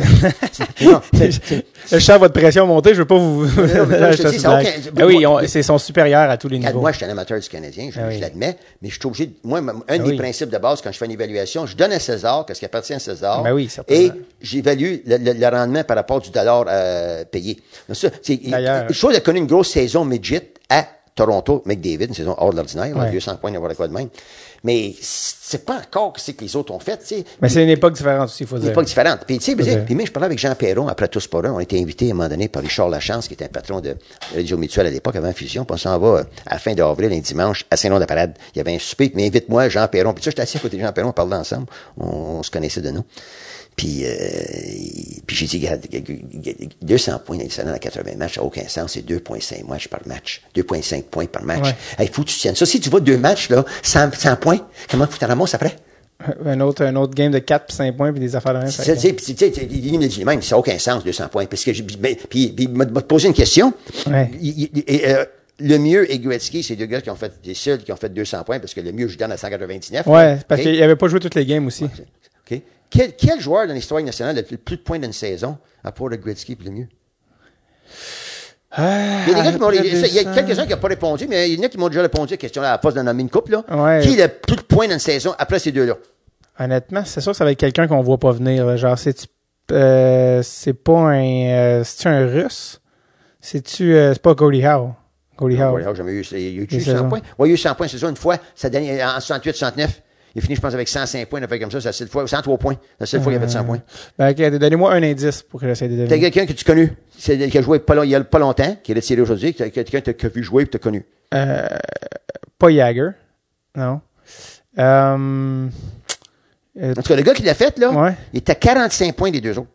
Je sens votre pression monter, je veux pas vous... je te dis, ça n'a aucun... oui, c'est son supérieur à tous les niveaux. Moi, je suis un amateur du Canadien, je l'admets, mais je suis obligé, moi, un des principes de base, quand je fais une évaluation, je donne à César, qu'est-ce qui appartient à César, et j'évalue le rendement par rapport du dollar payé. Donc ça, je trouve qu'il a connu une grosse saison midget à Toronto, McDavid, une saison hors de l'ordinaire, 200 points, n'importe quoi de même. Mais c'est pas encore ce que les autres ont fait, tu sais. Mais c'est une époque différente aussi, il faut dire. Une époque différente. Puis, tu sais, puis moi, je parlais avec Jean Perron, après Tous pour un. On a été invité à un moment donné par Richard Lachance, qui était un patron de Radio Mutuelle à l'époque, avant Fusion. Puis on s'en va à la fin d'avril, un dimanche, à Saint-Lon-de-la-Parade. Il y avait un souper, mais invite-moi, Jean Perron. Puis ça, j'étais assis à côté de Jean Perron, on parlait ensemble. On se connaissait de nous. Puis j'ai dit, regarde, 200 points dans les salons à 80 matchs, ça n'a aucun sens, c'est 2,5 matchs par match. 2,5 points par match. Il faut que tu tiennes ça. Si tu vas 2 matchs, là, 100 points, comment tu t'en ramasses après? Un autre game de 4 puis 5 points puis des affaires de même. Tu sais, il me dit même, ça n'a aucun sens, 200 points. Parce que puis il m'a posé une question. Le mieux et Gretzky, c'est 2 gars qui ont fait des seuls qui ont fait 200 points, parce que le mieux, je donne à 199. Ouais, parce qu'il n'avait pas joué toutes les games aussi. OK. Quel joueur dans l'histoire nationale a le plus de points d'une saison, à part le Gretzky puis le mieux? Il y a des gars il y a quelques-uns qui n'ont pas répondu, mais il y en a qui m'ont déjà répondu à la question-là, à la poste d'en nommer une couple, là. Ouais. Qui a le plus de points dans une saison après ces deux-là? Honnêtement, c'est sûr que ça va être quelqu'un qu'on voit pas venir, là. Genre, c'est pas c'est-tu un Russe? C'est pas Gordie Howe? Gordie Howe, jamais eu. Il a eu 100 points. Oui, il a eu 100 points, c'est ça, une fois, ça donnait en 68-69. Il a fini, je pense, avec 105 points, il a fait comme ça, c'est la seule fois, 103 points. C'est la seule fois qu'il a fait 100 points. Ben, OK, donnez-moi un indice pour que j'essaie de deviner. T'as quelqu'un que tu connais, qui a joué il y a pas longtemps, qui est retiré aujourd'hui, quelqu'un que tu as vu jouer et que tu as connu. Pas Jagger. Non. En tout cas, le gars qui l'a fait, là, il était à 45 points des deux autres.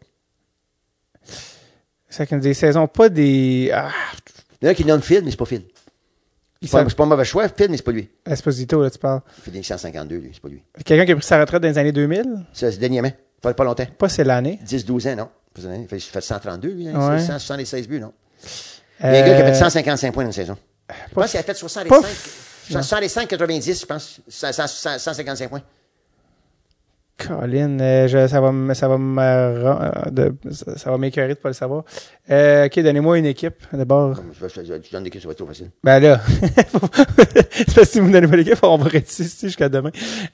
C'est des saisons, pas des... Il y en a qui nomme Phil, mais c'est pas Phil. C'est pas un mauvais choix, Phil, mais c'est pas lui. Esposito, là, tu parles. Il fait des 152, lui, c'est pas lui. Quelqu'un qui a pris sa retraite dans les années 2000? C'est dernièrement. Pas longtemps. Pas c'est l'année. 10-12 ans, non. Il fait 132, lui, 176 buts, non. Il y a un gars qui a fait 155 points dans une saison. Je pense qu'il a fait 65-90, je pense. 155 points. Colin, ça va m'écœurer de pas le savoir. OK, donnez-moi une équipe, d'abord. Tu donnes l'équipe, ça va être trop facile. Ben là, c'est parce que si vous me donnez pas l'équipe, on va rester ici jusqu'à demain.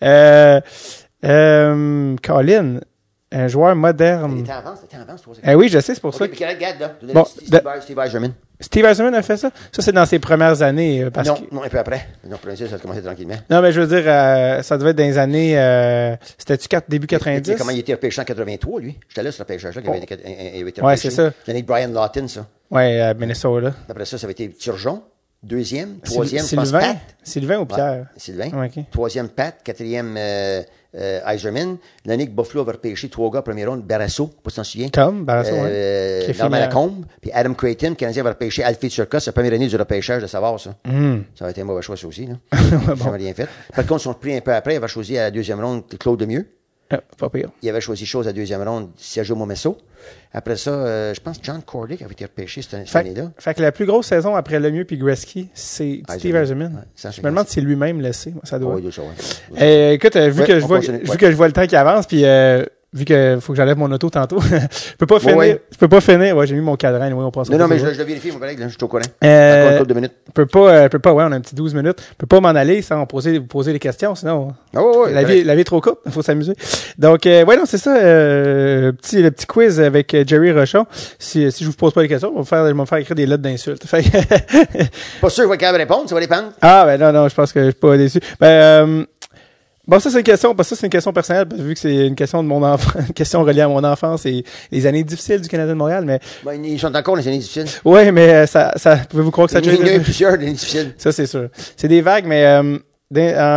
Colin, un joueur moderne. Il était en avance, oui, je sais, c'est pour ça. Regarde, là. Bon, Steve Yzerman. Steve Yzerman a fait ça? Ça, c'est dans ses premières années. Non, un peu après. Non, pour l'instant, ça a commencé tranquillement. Non, mais je veux dire, ça devait être dans les années... C'était-tu début 90? Comment il était repêché en 83, lui? J'étais là sur le repêchage-là, qui avait été repêché. Ouais, c'est ça. L'année de Brian Lawton, ça. Ouais, à Minnesota. Après ça avait été Turgeon. Deuxième, troisième, je pense, Pat. Sylvain ou Pierre? Ouais, Sylvain. Okay. Troisième, Pat. Quatrième, Yzerman. L'année que Buffalo avait repêché 3 gars, premier round, Barrasso, pas si t'en souviens. Tom, Barrasso, Norman Lacombe. Puis Adam Creighton, le Canadien avait repêché Alfie Turcotte, sa première année du repêchage de savoir, ça. Ça aurait été un mauvais choix, ça aussi, là. Jamais rien fait. Par contre, ils sont pris un peu après, il avait choisi à la deuxième ronde Claude Lemieux. Pas pire. Il avait choisi chose à la deuxième ronde, Sergio Momesso. Après ça, je pense John Cordick avait été repêché cette année-là. Fait que la plus grosse saison après Lemieux puis Gretzky, c'est Steve Yzerman. Je me demande si c'est lui-même laissé. Ça doit. Oui, ça, ouais. Écoute, vu que je vois le temps qui avance, puis vu que faut que j'enlève mon auto tantôt, je peux pas finir. Ouais. Je peux pas finir. Ouais, j'ai mis mon cadran. Oui, on passe. Non, mais je le vérifie, mon collègue, là, je suis au courant. Euh, Encore une couple de minutes. Je peux pas, ouais, on a un petit 12 minutes. Je peux pas m'en aller sans vous poser des questions, sinon. La vie est trop courte. Il faut s'amuser. Donc, ouais, non, c'est ça, le petit quiz avec Jerry Rochon. Si je vous pose pas les questions, je vais me faire écrire des lettres d'insultes. Fait que Pas sûr que je vais capable de répondre, ça va dépendre. Ah, ben non, je pense que je suis pas déçu. Bon, ça, c'est une question, parce que ça, c'est une question personnelle, parce que vu que c'est une question de mon enfant, une question reliée à mon enfance et les années difficiles du Canadien de Montréal, mais. Ben, ils sont encore les années difficiles. Ouais, mais ça, pouvez-vous croire que ça a Il y en a eu plusieurs d'années difficiles. Ça, c'est sûr. C'est des vagues, mais, en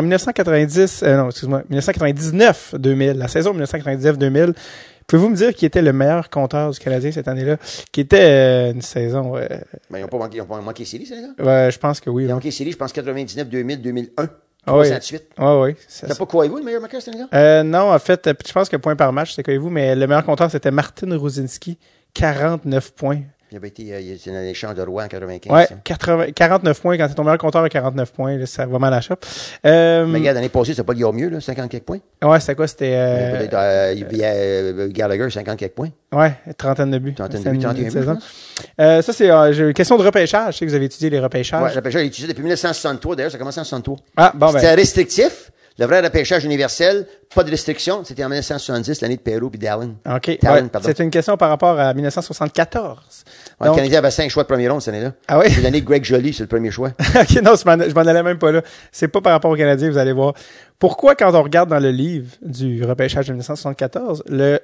1999-2000, la saison 1999-2000, pouvez-vous me dire qui était le meilleur compteur du Canadien cette année-là? Qui était une saison... Ben, ils ont pas manqué série, c'est ça? Ouais, je pense que oui. Ils ont manqué série, je pense, 99, 2000, 2001. Ah oui. 308. Ah oui. T'as pas Koivu, le meilleur marqueur cette année-là? Non, en fait, je pense que point par match, c'était vous, mais le meilleur compteur, c'était Martin Ruzinski, 49 points. Il avait été, c'est un échange de roi en 95. Ouais, 49 points. Quand c'est ton meilleur compteur à 49 points, là, ça va mal à la chope. Mais regarde, l'année passée, c'était pas le mieux, là, 50 quelques points. Ouais, c'était quoi? C'était, peut-être, Gallagher, 50 quelques points. Ouais, trentaine de buts. 31 buts. Ça, c'est, j'ai une question de repêchage. Je sais que vous avez étudié les repêchages. Ouais, le repêchage est étudié depuis 1963. D'ailleurs, ça a commencé en 63. Ah, bon, ben. C'était restrictif. Le vrai repêchage universel, pas de restriction. C'était en 1970, l'année de Perrault puis d'Allen. OK. Talon, Ouais, pardon. c'est une question par rapport à 1974. Ouais, le Canadien avait 5 choix de premier ronde cette année-là. Ah oui? C'est l'année de Greg Joly, c'est le premier choix. OK, non, je m'en allais même pas là. C'est pas par rapport au Canadien, vous allez voir. Pourquoi, quand on regarde dans le livre du repêchage de 1974, le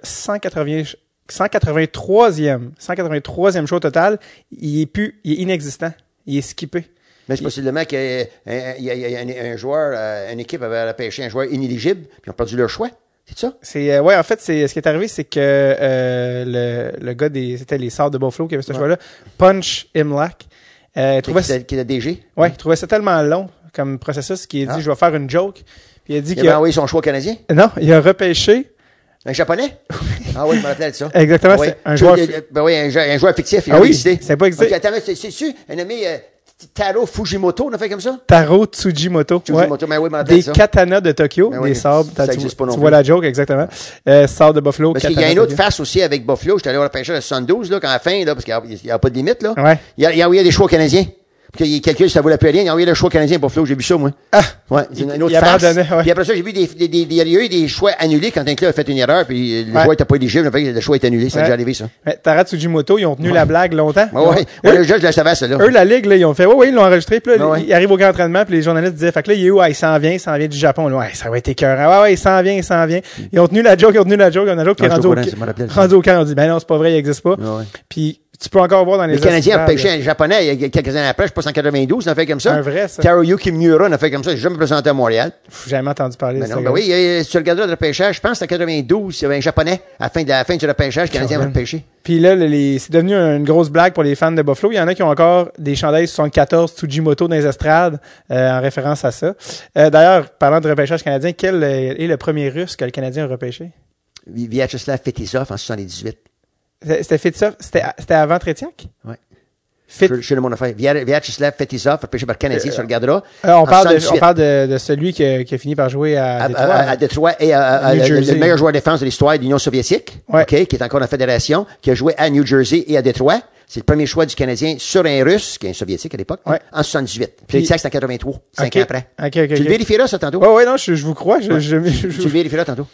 183e choix total, il est inexistant. Il est skippé. Mais c'est possiblement qu'il y a un joueur, une équipe avait repêché un joueur inéligible, puis ils ont perdu leur choix. C'est ça? Ouais, en fait, ce qui est arrivé, c'est que le gars c'était les Sabres de Buffalo qui avait ce choix-là, Punch Imlach, Qui est le DG? Ouais, il trouvait ça tellement long comme processus qu'il a dit, je vais faire une joke. Puis il a dit Il avait envoyé son choix au Canadien? Non, il a repêché. Un Japonais? Ah oui, je me rappelais de ça. Exactement, oui. C'est un joueur. Ben oui, un joueur fictif. Ah oui, c'est pas existé. Okay, attends, c'est-tu un ami Taro Fujimoto, on a fait comme ça? Taro Tsujimoto. Tsujimoto, ben oui, je me rappelle des ça. Katanas de Tokyo, Ben oui, des sabres. ça existe pas non tu plus. vois la joke, exactement. Sabres de Buffalo. Parce qu'il y a une autre face aussi avec Buffalo. J'étais allé au repêchage de 72, là, quand à la fin, là, parce qu'il n'y a pas de limite, là. Ouais. Il a envoyé des choix canadiens. Puis il calcule si ça vaut plus rien. Il a envoyé le choix canadien pour Buffalo. J'ai vu ça, moi. Ah! Ouais. C'est une autre il face. abandonnait, ouais. Puis après ça, j'ai vu il y a eu des choix annulés quand un club a fait une erreur, puis le Ouais. joueur n'était pas éligible. Le choix est annulé. C'est déjà arrivé, ça. Ouais, Taro Tsujimoto, ils ont tenu la blague longtemps. Ouais. Je la savais, celle-là. Eux, la ligue, là, ils ont fait, ils l'ont enregistré, puis là, Ouais. ils arrivent au grand entraînement, puis les journalistes disaient, fait que là, il est où? Ah, il s'en vient du Japon, là. Ouais, ça va être écœurant. Ouais, il s'en vient. Ils ont tenu la joke, puis rendu au camp, on dit, ben non, c'est pas vrai, il existe pas. Ouais. Puis, tu peux encore voir dans les Les Canadiens ont pêché un Japonais il y a quelques années après, je pense en 92, on a fait comme ça. Un vrai, ça. Teruyuki Miura, on a fait comme ça, j'ai jamais présenté à Montréal. J'ai jamais entendu parler de ça. Ben oui, si tu regarderas le repêchage, je pense que en 92, il y avait un Japonais, à la fin du repêchage, le Canadien avait pêché. Puis là, c'est devenu une grosse blague pour les fans de Buffalo. Il y en a qui ont encore des chandails 74 Tsujimoto dans les estrades, en référence à ça. D'ailleurs, parlant de repêchage canadien, quel est le premier Russe que le Canadien a repêché? Vyacheslav Fetisov en 78. C'était Fetisov? C'était avant Tretiak? Ouais. Je suis le monde à faire. Vyacheslav Fetisov, repêché par le Canadien, tu regardes. On parle de celui qui a fini par jouer à Détroit. À Détroit et le meilleur joueur de défense de l'histoire de l'Union soviétique, ouais. Okay, qui est encore dans la fédération, qui a joué à New Jersey et à Détroit. C'est le premier choix du Canadien sur un Russe, qui est un soviétique à l'époque, ouais. En 78. Puis c'est en 83, 5 ans après. Okay. Tu le vérifieras, ça, tantôt? Oui, non, je vous crois. Tu le vérifieras tantôt.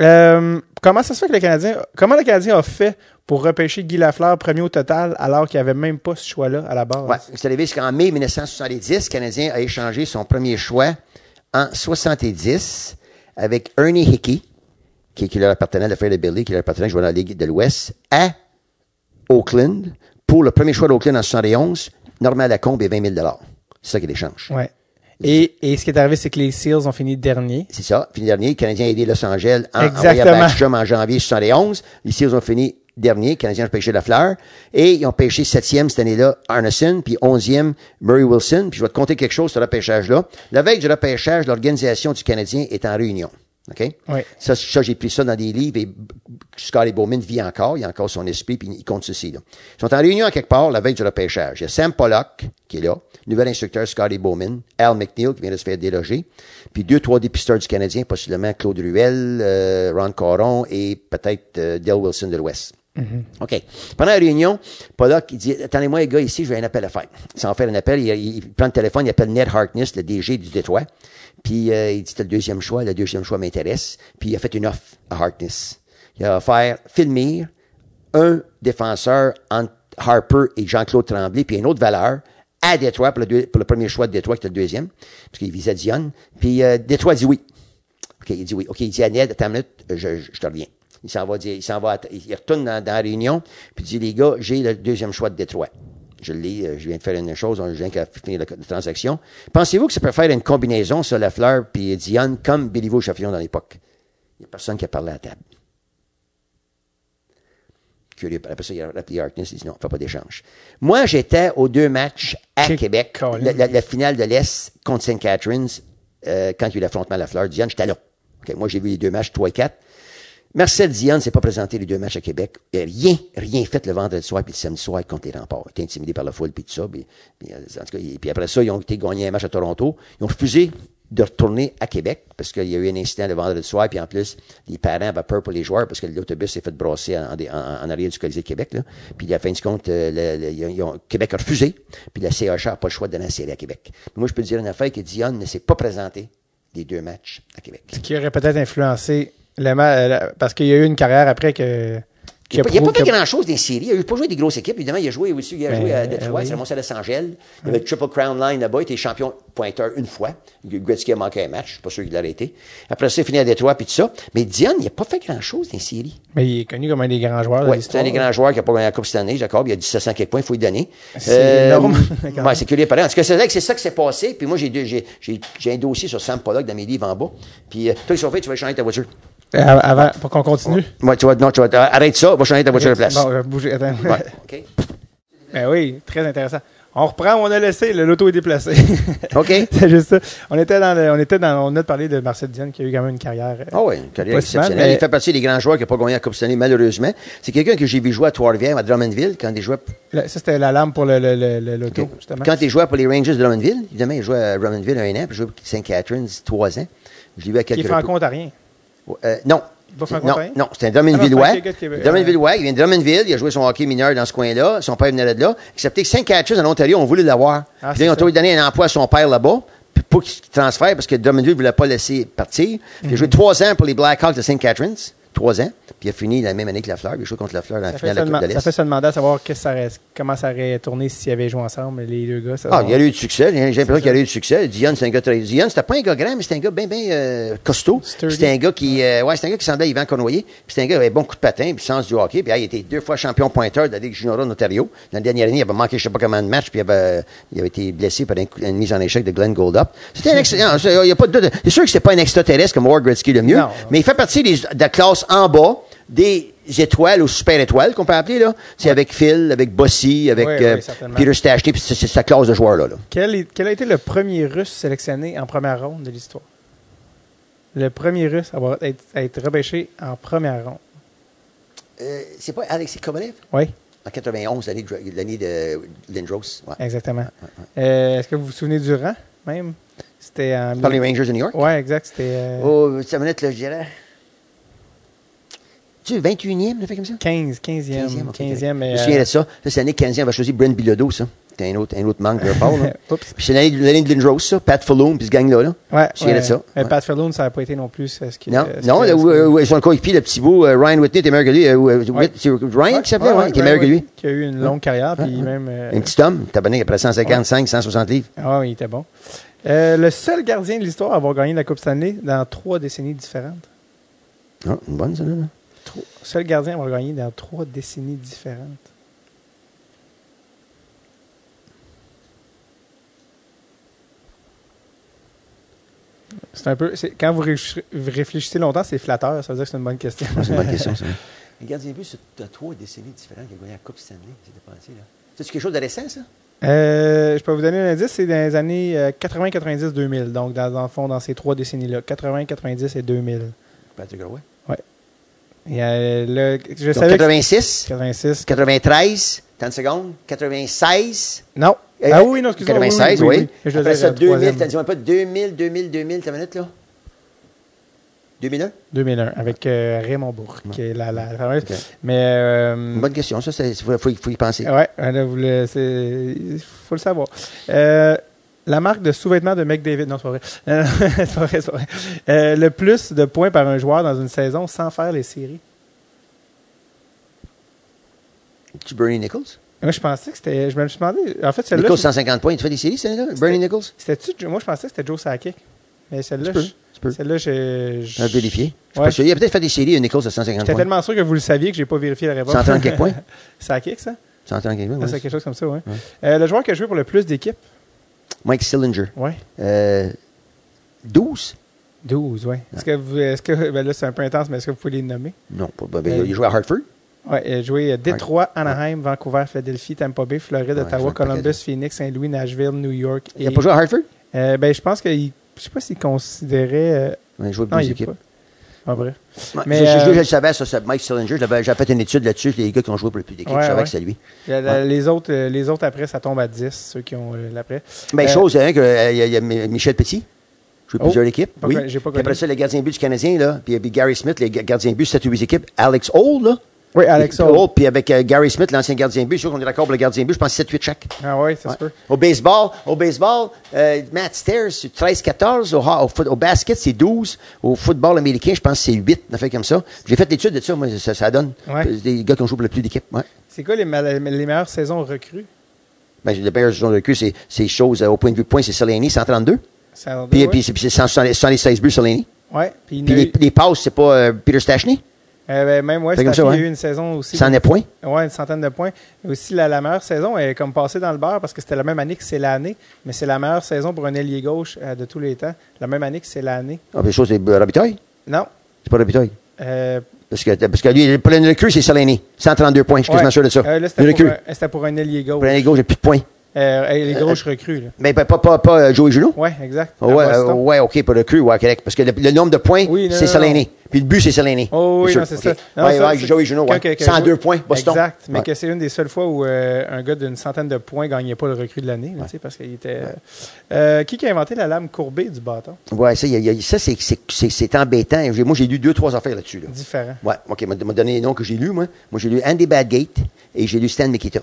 Comment ça se fait que comment le Canadien a fait pour repêcher Guy Lafleur premier au total alors qu'il n'y avait même pas ce choix-là à la base? Ouais, c'est arrivé, c'est qu'en mai 1970, le Canadien a échangé son premier choix en 70 avec Ernie Hickey, qui leur appartenait, le frère de Billy, qui leur appartenait, jouait dans la Ligue de l'Ouest, à Oakland, pour le premier choix d'Oakland en 71, Normand Lacombe et 20 000 $. C'est ça qui est l'échange. Ouais. Et ce qui est arrivé, c'est que les Seals ont fini dernier. C'est ça. Fini dernier. Le Canadien a aidé Los Angeles envoyé à Backstrom en janvier 71. Les Seals ont fini dernier. Le Canadien a pêché Lafleur. Et ils ont pêché 7e cette année-là, Arneson, puis 11e, Murray Wilson. Puis je vais te conter quelque chose sur le repêchage-là. La veille du repêchage, l'organisation du Canadien est en réunion. OK? Oui. Ça, j'ai pris ça dans des livres et Scotty Bowman vit encore, il a encore son esprit, puis il compte ceci, là. Ils sont en réunion à quelque part la veille du repêchage. Il y a Sam Pollock, qui est là, nouvel instructeur Scotty Bowman, Al McNeil, qui vient de se faire déloger, puis 2-3 dépisteurs du Canadien, possiblement Claude Ruel, Ron Caron et peut-être Dale Wilson de l'Ouest. OK. Pendant la réunion, Pollock, il dit, attendez-moi, les gars, ici, j'ai un appel à faire. Sans faire un appel, il prend le téléphone, il appelle Ned Harkness, le DG du Détroit. Puis, il dit, t'as le deuxième choix m'intéresse. Puis, il a fait une offre à Harkness. Il a offert filmer un défenseur entre Harper et Jean-Claude Tremblay, puis une autre valeur à Détroit pour le premier choix de Détroit, qui était le deuxième, parce qu'il visait Dionne. Puis, Détroit dit oui. OK, il dit oui. OK, il dit à Ned, attends une minute, je te reviens. Il retourne dans la réunion, puis il dit, les gars, j'ai le deuxième choix de Détroit. Je viens de faire une chose, je viens de finir la transaction. Pensez-vous que ça peut faire une combinaison, ça, Lafleur puis Dionne, comme Béliveau Chaffillon dans l'époque? Il n'y a personne qui a parlé à la table. Curieux. Après ça, il a rappelé Harkness, il dit non, on ne fait pas d'échange. Moi, j'étais aux 2 matchs à Québec, la finale de l'Est contre St. Catharines, quand il y a eu l'affrontement à Lafleur. Dionne, j'étais là. Okay, moi, j'ai vu les 2 matchs, 3 et 4. Marcel Dionne ne s'est pas présenté les 2 matchs à Québec. Il n'a rien fait le vendredi soir puis le samedi soir contre les Remparts. Il a été intimidé par la foule puis tout ça. Puis après ça, ils ont été gagnés un match à Toronto. Ils ont refusé de retourner à Québec parce qu'il y a eu un incident le vendredi soir. Puis en plus, les parents avaient peur pour les joueurs parce que l'autobus s'est fait brasser en arrière du Colisée de Québec. Là. Puis à la fin du compte, Québec a refusé. Puis la CHA n'a pas le choix de donner la série à Québec. Mais moi, je peux te dire une affaire que Dionne ne s'est pas présenté les 2 matchs à Québec. Ce qui aurait peut-être influencé parce qu'il y a eu une carrière après que... Il n'a pas fait grand-chose des séries. Il n'a pas joué des grosses équipes. Évidemment, il a joué aussi. Il a joué à Detroit, il s'est remonté à Los Angeles. Il avait le Triple Crown Line là-bas. Il était champion pointeur une fois. Gretzky a manqué un match. Je suis pas sûr qu'il l'a arrêté. Après ça, il a fini à Detroit puis tout ça. Mais Dionne, il n'a pas fait grand-chose des séries. Mais il est connu comme un des grands joueurs de l'histoire. C'est un des grands joueurs qui n'a pas gagné la Coupe cette année, Jacob. Il a 1700 quelques points, il faut lui donner. C'est énorme. C'est curieux pareil. En tout cas, c'est ça qui s'est passé. Puis moi, j'ai un dossier sur Sam Pollock dans mes livres en bas. Puis toi, Sophie, tu vas changer ta voiture. Avant, pour qu'on continue. Ouais, arrête ça, va changer ta voiture de place. Bon, bouger, attends. Ouais, OK. Ben oui, très intéressant. On reprend où on a laissé, l'auto est déplacé. OK. C'est juste ça. On a parlé de Marcel Dionne qui a eu quand même une carrière. Oui, une carrière exceptionnelle. Il fait partie des grands joueurs qui n'ont pas gagné la Coupe cette année, malheureusement. C'est quelqu'un que j'ai vu jouer à Trois-Rivières, à Drummondville, quand il jouait. Ça, c'était la lame pour l'auto, okay. Justement. Quand il jouait pour les Rangers de Drummondville, évidemment, il jouait à Drummondville 1 an, puis il jouait pour St. Catharines 3 ans. Je l'ai vu à quelques reprises. Qui est franco-ontarien. Non, c'est un Drummondvillois. Drummondvillois, il vient de Drummondville, il a joué son hockey mineur dans ce coin-là, son père venait de là, excepté que St. Catharines en Ontario, on voulait l'avoir. Puis là, ils ont donné un emploi à son père là-bas, pour qu'il transfère, parce que Drummondville ne voulait pas laisser partir. Puis il a joué 3 ans pour les Blackhawks de St. Catharines, 3 ans, puis il a fini la même année que Lafleur, il a joué contre Lafleur dans la finale de la Coupe de l'Est. Ça fait se demander à savoir comment ça aurait tourné s'ils avaient joué ensemble, les 2 gars. Il y a eu du succès, j'ai l'impression qu'il y a eu du succès. Dionne, c'est un gars Dionne, c'était pas un gars grand, mais c'était un gars bien costaud. C'était un gars qui semblait Yvan Cournoyer, puis c'était un gars qui avait bon coup de patin, puis sens du hockey, puis il était 2 fois champion pointeur de la Ligue junior en Ontario. Dans la dernière année, il avait manqué je sais pas combien de matchs, puis il avait été blessé par une mise en échec de Glenn Goldup. C'était un excellent, il y a pas de doute. C'est sûr que c'était pas un extraterrestre comme Ward Gretzky le mieux, mais il fait partie de la classe en bas des étoiles ou super étoiles qu'on peut appeler là. C'est avec Phil, avec Bossy, avec Peter Stastny, puis c'est sa classe de joueurs là. Quel a été le premier Russe sélectionné en première ronde de l'histoire? Le premier Russe à être repêché en première ronde. C'est pas Alexei Kovalev? Oui. En 91, l'année de Lindros. Ouais. Exactement. Est-ce que vous vous souvenez du rang même? C'était par les Rangers de New York? Oui, exact. C'était. Ça minute là, je dirais. Tu es 21e, le fait comme ça? 15e. Okay. Je me souviens de ça. C'est l'année 15e, on va choisir Brent Bilodeau, ça. C'était un autre manque de Paul. Puis c'est l'année de Lindros, ça. Pat Falloon, puis ce gang-là. Ouais. Je me souviens de ça. Pat Falloon, ça n'a pas été non plus. Non, son coéquipier, le petit bout, Ryan Whitney, était meilleur que lui. C'est Ryan qui s'appelait? Qui était meilleur que lui. Qui a eu une longue carrière, puis même. Un petit homme, tabané, après 155, 160 livres. Ah oui, il était bon. Le seul gardien de l'histoire à avoir gagné la Coupe Stanley dans 3 décennies différentes. Ah, une bonne, ça, là. Seul gardien à avoir gagné dans 3 décennies différentes. C'est un peu. Quand vous réfléchissez longtemps, c'est flatteur. Ça veut dire que c'est une bonne question. C'est une bonne question, ça. Le gardien de but, c'est 3 décennies différentes qui a gagné la Coupe Stanley. C'est quelque chose de récent, ça? Je peux vous donner un indice, c'est dans les années 80, 90, 2000. Donc, dans le fond, dans ces 3 décennies-là. 80, 90 et 2000. Patrick Roy. Ouais. Et là, je Donc, savais 86, 86. 93, 30 secondes, 96. Non. Ah oui, non, excusez-moi. 96, oui. Je Après le ça, disais, 2000, t'as dit pas 2000, t'as une minute, là? 2001? 2001, avec Raymond Bourque, qui est la fameuse. Okay. Mais... Une bonne question, ça, il faut y penser. Ouais, là, il faut le savoir. La marque de sous-vêtements de McDavid... Non, c'est pas vrai. C'est pas vrai. Le plus de points par un joueur dans une saison sans faire les séries. Tu Bernie Nichols? Moi, je pensais que c'était... Je me suis demandé... En fait, celle-là... Nichols, 150 points. Tu fais des séries, celle-là? Bernie Nichols? C'était-tu... Moi, je pensais que c'était Joe Sakic. Mais celle-là... Tu peux. Celle-là, j'ai... Je vais vérifier. Ouais. Il a peut-être fait des séries, Nichols, à 150 J'étais points. tellement sûr que vous le saviez que j'ai pas vérifié la réponse. 130 quelques points? Sakic, ça? 130 quelques points, C'est oui. quelque chose comme ça, oui. Le joueur qui a joué pour le plus d'équipes? Mike Sillinger. Oui. 12? 12, oui. Est-ce que ben là, c'est un peu intense, mais est-ce que vous pouvez les nommer? Non, il joue à Hartford. Oui, il a joué Détroit, Anaheim, Vancouver, Philadelphie, Tampa Bay, Floride, Ottawa, Columbus, Phoenix, Saint-Louis, Nashville, New York. Il n'a pas joué à Hartford? Je pense que je sais pas s'il considérait... Il joue non, avec il 2 est équipes. pas. Ah, bref. Ouais, Mais, je le savais, ça, Mike Sillinger. J'avais fait une étude là-dessus, les gars qui ont joué pour le plus d'équipes. Ouais, je savais ouais. que c'était lui. Les autres après, ça tombe à 10, ceux qui ont l'après. Mais chose, il y a Michel Petit. Joue plusieurs équipes. Oui. J'ai pas Puis après connu. ça, le gardien de but du Canadien, là. Puis Gary Smith, les gardiens de but, 7 ou 8 équipes. Alex Hall, là. Oui, Alex Hall. Puis avec Gary Smith, l'ancien gardien de but, je suis sûr qu'on est d'accord pour le gardien de but, je pense 7-8 chaque. Ah oui, ça se peut. Au baseball, Matt Stairs, c'est 13-14. Au basket, c'est 12. Au football américain, je pense que c'est 8. On a fait comme ça. J'ai fait l'étude de ça, moi, ça donne. Ouais. Des gars qui ont joué pour le plus d'équipes. Ouais. C'est quoi les meilleures saisons recrues? Ben, les meilleures saisons de recul, c'est choses, au point de vue points, c'est Seleny, 132. Puis c'est 176 buts, Seleny. Oui. Puis les passes, c'est pas Peter Stachny? Même, ouais, C'est comme Stachny, ça, il y a eu une saison aussi. 100 points? Oui, une centaine de points. Et aussi, la meilleure saison est comme passée dans le beurre parce que c'était la même année que c'est l'année, mais c'est la meilleure saison pour un ailier gauche de tous les temps. La même année que c'est l'année. Ah, puis chose, c'est Robitaille? Non. C'est pas Robitaille. Euh, Parce que lui, pour le recrue, c'est Seleny. 132 points, je suis quasiment sûr de ça. Là, c'était pour un ailier gauche. Pour un gauche, j'ai plus de points. Les gauches recrues, là. Mais pas Joey Junot? Oui, exact. Ouais, OK, pas recrue, ouais, correct. Parce que le nombre de points, c'est Seleny. Puis le but, c'est Seleny. Oh oui, non, c'est ça. Oui, Joey Junot, ouais. 102 points, Boston. Exact, mais que c'est une des seules fois où un gars d'une centaine de points gagnait pas le recrue de l'année, là, parce qu'il était... Qui a inventé la lame courbée du bâton? Ouais, ça, c'est embêtant. Moi, j'ai lu 2-3 affaires là-dessus. Là. Différent. Ouais, OK, m'a donné les noms que j'ai lus, moi. Moi, j'ai lu Andy Badgate et j'ai lu Stan Mikita.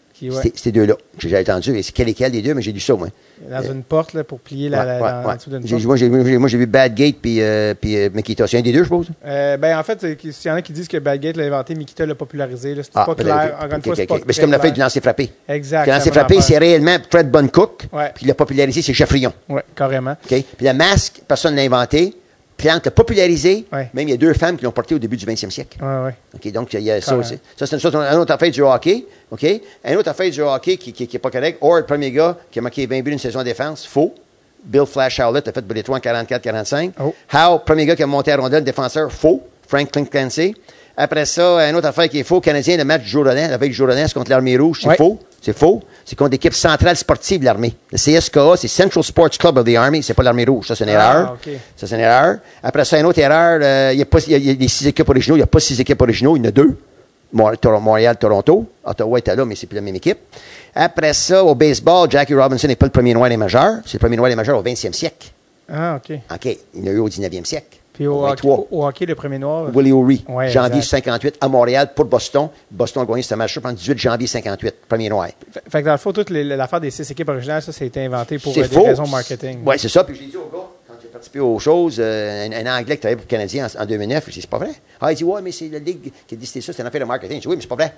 Ces deux-là. J'ai entendu, c'est quel est quel des deux, mais j'ai lu ça, moi. Dans une porte, là, pour plier en dessous d'une porte. Moi, j'ai vu Badgate puis Mikita. C'est un des deux, je suppose? En fait, il y en a qui disent que Badgate l'a inventé, Mikita l'a popularisé. C'est pas clair. Encore une fois, c'est pas mais c'est comme la fête du lancer frappé. Exact. Le lancer frappé, c'est réellement Fred Buncook. Ouais. Puis il l'a popularisé, c'est Chaffrion. Oui, carrément. OK? Puis le masque, personne ne l'a inventé. Plante l'a popularisé. Ouais. Même il y a 2 femmes qui l'ont porté au début du 20e siècle. Oui. OK, donc il y a ça aussi. Ça, c'est une autre affaire du hockey. OK? Une autre affaire du hockey qui n'est pas correct. Or, le premier gars qui a marqué 20 buts d'une saison de défense, faux. Bill Flash Howlett a fait les 3 en 44-45. Oh. Howe, premier gars qui a monté à rondelle, défenseur, faux. Franklin Clancy. Après ça, une autre affaire qui est faux. Canadien, le match du Jourdain, la veille du Jourdain, c'est contre l'Armée Rouge. C'est faux. C'est faux. C'est contre l'équipe centrale sportive de l'Armée. Le CSKA, c'est Central Sports Club of the Army. C'est pas l'Armée Rouge. Ça, c'est une erreur. Okay. Ça, c'est une erreur. Après ça, une autre erreur. Il y a les 6 équipes originaux. Il n'y a pas 6 équipes originaux. Il y en a 2. Montréal, Toronto. Ottawa était là, mais c'est plus la même équipe. Après ça, au baseball, Jackie Robinson n'est pas le premier noir des majeurs. C'est le premier noir des majeurs au 20e siècle. Ah, OK. OK. Il y en a eu au 19e siècle. Puis au hockey, le premier noir. Willie O'Ree, ouais, janvier exact. 58, à Montréal, pour Boston. Boston a gagné ce match-là pendant 18 janvier 58, premier noir. Fait que dans le fond, toute l'affaire des 6 équipes originales, ça a été inventé pour des faux. raisons marketing. Oui, c'est ça. Puis j'ai dit au gars, quand j'ai participé aux choses, un Anglais qui travaillait pour le Canadien en 2009, j'ai dit, c'est pas vrai. Ah, il dit, ouais, mais c'est la Ligue qui a décidé ça, c'est une affaire de marketing. J'ai dit, oui, mais c'est pas vrai.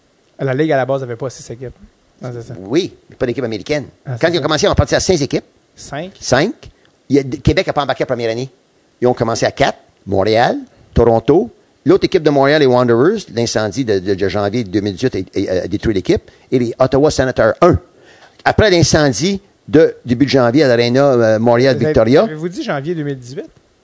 La Ligue, à la base, n'avait pas 6 équipes. Non, c'est ça. Oui, mais pas d'équipe américaine. Ah, Quand ils ont commencé, on partit à 5 équipes. 5? 5. Québec n'a pas embarqué la première année. Ils ont commencé à 4. Montréal, Toronto. L'autre équipe de Montréal, les Wanderers, l'incendie de janvier 2018 a détruit l'équipe. Et les Ottawa Senators 1. Après l'incendie de début de janvier à l'Arena Montréal-Victoria. Avez-vous dit janvier 2018?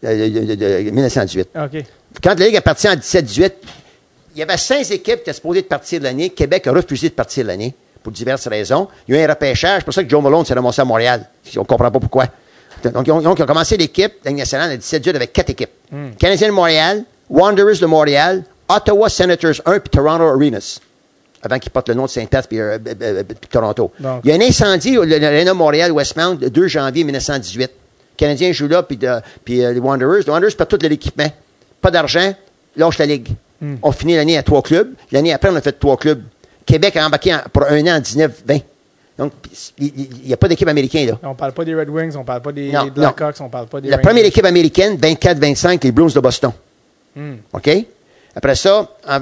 1918. OK. Quand la Ligue est partie en 17-18, il y avait 5 équipes qui étaient supposées de partir de l'année. Québec a refusé de partir de l'année pour diverses raisons. Il y a eu un repêchage. C'est pour ça que Joe Malone s'est ramassé à Montréal. On ne comprend pas pourquoi. Donc, ils ont commencé l'équipe, la Ligue nationale, à 17 avec 4 équipes. Canadiens de Montréal, Wanderers de Montréal, Ottawa Senators 1 puis Toronto Arenas. Avant qu'ils portent le nom de Saint-Pat puis Toronto. Donc. Il y a un incendie à l'Arena Montréal-Westmount le 2 janvier 1918. Les Canadiens jouent là, puis les Wanderers. Les Wanderers perdent tout l'équipement. Pas d'argent, lâche la Ligue. On finit l'année à 3 clubs. L'année après, on a fait 3 clubs. Québec a embarqué pour un an en 19-20. Donc, il n'y a pas d'équipe américaine, là. On ne parle pas des Red Wings, on ne parle pas des Blackhawks, on ne parle pas des La Rangers. première équipe américaine, 24-25, les Bruins de Boston. OK? Après ça, en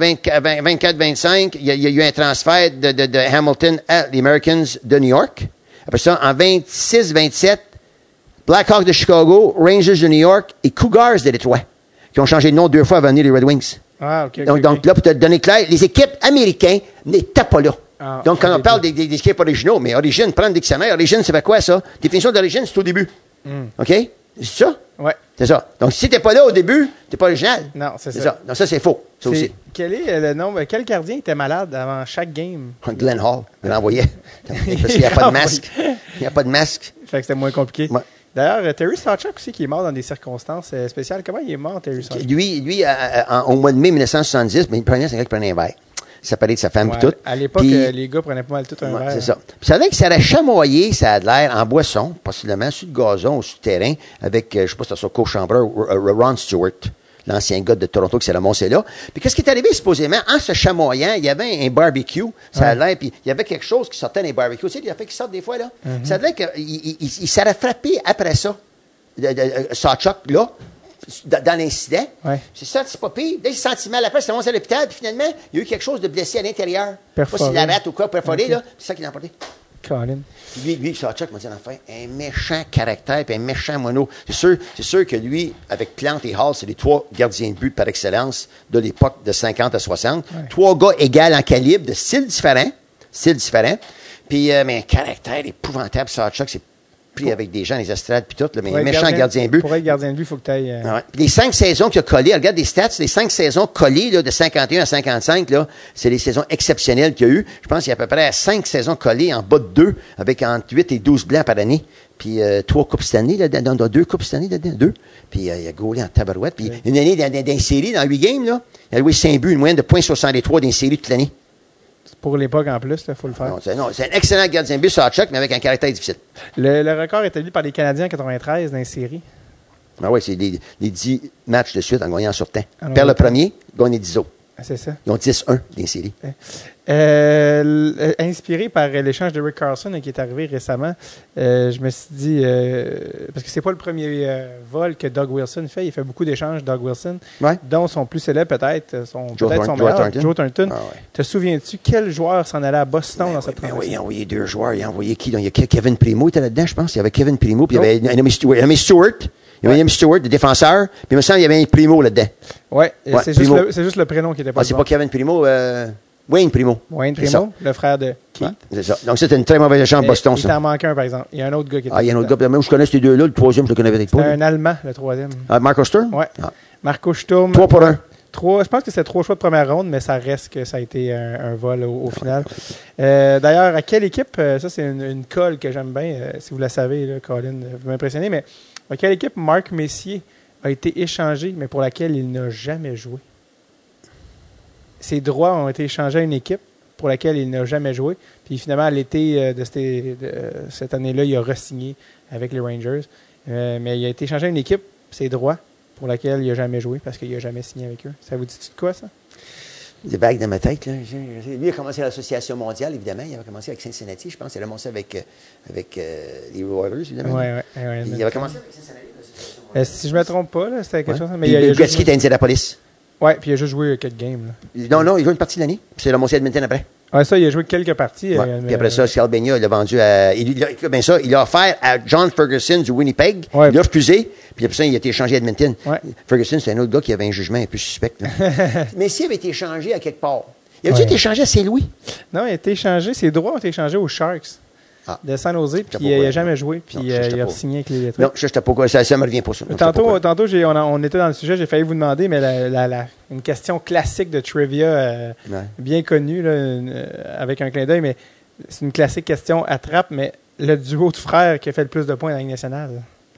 24-25, il y a eu un transfert de Hamilton à les Americans de New York. Après ça, en 26-27, Blackhawks de Chicago, Rangers de New York et Cougars de Détroit, qui ont changé de nom 2 fois avant de venir les Red Wings. Ah, OK. Donc là, pour te donner clair, les équipes américaines n'étaient pas là. Ah, donc, quand on parle des équipes originaux, mais origine, prends le dictionnaire. Origine, c'est fait quoi, ça? Définition d'origine, c'est au début. OK? C'est ça? Ouais. C'est ça. Donc, si t'es pas là au début, t'es pas original. Non, c'est ça. Donc, ça, c'est faux. Ça aussi. Quel est le nombre? Quel gardien était malade avant chaque game? Glenn Hall, il l'envoyait. Parce qu'il n'y a pas de masque. Il n'y a pas de masque. Fait que c'était moins compliqué. Ouais. D'ailleurs, Terry Sawchuk aussi, qui est mort dans des circonstances spéciales. Comment il est mort, Terry Sawchuk? Lui au mois de mai 1970, mais il prenait, c'est un gars qui prenait un verre. Il s'appelait de sa femme et tout. À l'époque, les gars prenaient pas mal tout un verre. C'est ça. Puis ça a l'air que ça aurait chamoyé, ça a l'air, en boisson, possiblement, sur le gazon ou sur le terrain, avec, je sais pas si c'était son co-chambreur, Ron Stewart, l'ancien gars de Toronto qui s'est ramassé là. Puis qu'est-ce qui est arrivé, supposément, en se chamoyant, il y avait un barbecue, ça a l'air, puis il y avait quelque chose qui sortait dans les barbecues. Tu sais, il y a fait qui sortent des fois, là. Ça a l'air qu'il s'aurait frappé après ça, Sawchuk, là, dans l'incident. Ouais. C'est ça, c'est pas pire. Là, il s'est senti mal après, il s'est rendu à l'hôpital, puis finalement, il y a eu quelque chose de blessé à l'intérieur. Perforé. Pas s'il la rate ou quoi, perforé, Okay. là. C'est ça qu'il a emporté. Colin. Lui, Sawchuk m'a dit enfin, un méchant caractère puis un méchant mono. C'est sûr que lui, avec Plante et Hall, c'est les 3 gardiens de but par excellence de l'époque de 50 à 60. Ouais. 3 gars égaux en calibre, de styles différents. Puis, mais un caractère épouvantable, Sawchuk, c'est pris avec des gens, les estrades, puis tout, là, mais un méchant gardien de but. Pour être gardien de but, il faut que tu ailles... Ouais. Les 5 saisons qu'il a collées, regarde les stats, les 5 saisons collées là, de 51 à 55, là, c'est les saisons exceptionnelles qu'il y a eu. Je pense qu'il y a à peu près 5 saisons collées en bas de 2, avec entre 8 et 12 blancs par année. Puis 3 coupes cette année, là, dans 2 coupes cette année, là, 2. Puis il a gaulé en tabarouette. Puis une année dans une série, dans 8 games, là, il a joué 5 buts, une moyenne de 0.63 dans une série toute l'année. Pour l'époque en plus, il faut le faire. Non, c'est un excellent gardien de but, Sawchuk, mais avec un caractère difficile. Le record établi par les Canadiens en 93 dans les séries. Ah oui, c'est les 10 matchs de suite en gagnant sur temps. Perd le premier, gagne 10 autres. C'est ça. Ils ont 10-1 dans les séries. Inspiré par l'échange de Rick Carlson qui est arrivé récemment, je me suis dit, parce que c'est pas le premier vol que Doug Wilson fait, il fait beaucoup d'échanges, Doug Wilson, dont son plus célèbre peut-être, son meilleur, Joe Thornton. Ah, ouais. Te souviens-tu quel joueur s'en allait à Boston dans cette transaction? Oui, il a envoyé 2 joueurs. Il a envoyé qui? Il y a Kevin Primo, il était là-dedans, je pense. Il y avait Kevin Primo, puis il y avait Amy Stewart. Il y avait Amy Stewart, le défenseur, puis il me semble qu'il y avait un Primo là-dedans. Oui, c'est juste le prénom qui était pas c'est pas Kevin Primo, Wayne Primo. Wayne Primo, le frère de Keith. C'est ça. Donc, c'était une très mauvaise échange Boston, ça. Il t'en manque un, par exemple. Il y a un autre gars qui était. Il y a un autre gars. Même je connais ces 2-là. Le 3e, je le connais peut-être pas. C'est un Allemand, le 3e. Marco Sturm? Oui. Marco Sturm. 3 pour 1. Je pense que c'est 3 choix de première ronde, mais ça reste que ça a été un vol au final. D'ailleurs, à quelle équipe, ça c'est une colle que j'aime bien, si vous la savez, là, Colin, vous m'impressionnez, mais à quelle équipe Marc Messier a été échangé, mais pour laquelle il n'a jamais joué? Ses droits ont été échangés à une équipe pour laquelle il n'a jamais joué. Puis finalement, à l'été de cette année-là, il a re-signé avec les Rangers. Mais il a été échangé à une équipe, ses droits, pour laquelle il n'a jamais joué, parce qu'il n'a jamais signé avec eux. Ça vous dit-tu de quoi, ça? Des bagues dans ma tête. Là. Lui, il a commencé à l'Association mondiale, évidemment. Il avait commencé avec Cincinnati, je pense. Il a commencé avec les Oilers, évidemment. Oui. Il avait commencé avec Cincinnati, l'Association mondiale. Si je ne me trompe pas, là, c'était quelque chose. Mais Gretzky était à Indianapolis. Oui, puis il a juste joué quelques games. Là. Non, il a joué une partie de l'année. Puis c'est le Monsieur Edmonton après. Oui, ça, il a joué quelques parties. Puis après ça, Skalbenia, il l'a vendu à. Il a offert à John Ferguson du Winnipeg. Ouais. Il a refusé. Puis après ça, il a été échangé à Edmonton. Ouais. Ferguson, c'est un autre gars qui avait un jugement un peu suspect. Mais s'il avait été échangé à quelque part. Il avait été échangé à Saint-Louis? Non, il a été échangé. Ses droits ont été échangés aux Sharks. De San Jose, puis il n'a jamais joué, puis il a signé avec les Détroits. Non, je ne pas. Ça me revient pas ça. Tantôt on était dans le sujet, j'ai failli vous demander, mais une question classique de trivia bien connue, là, avec un clin d'œil, mais C'est une classique question à trappe, mais le duo de frères qui a fait le plus de points dans la Ligue nationale.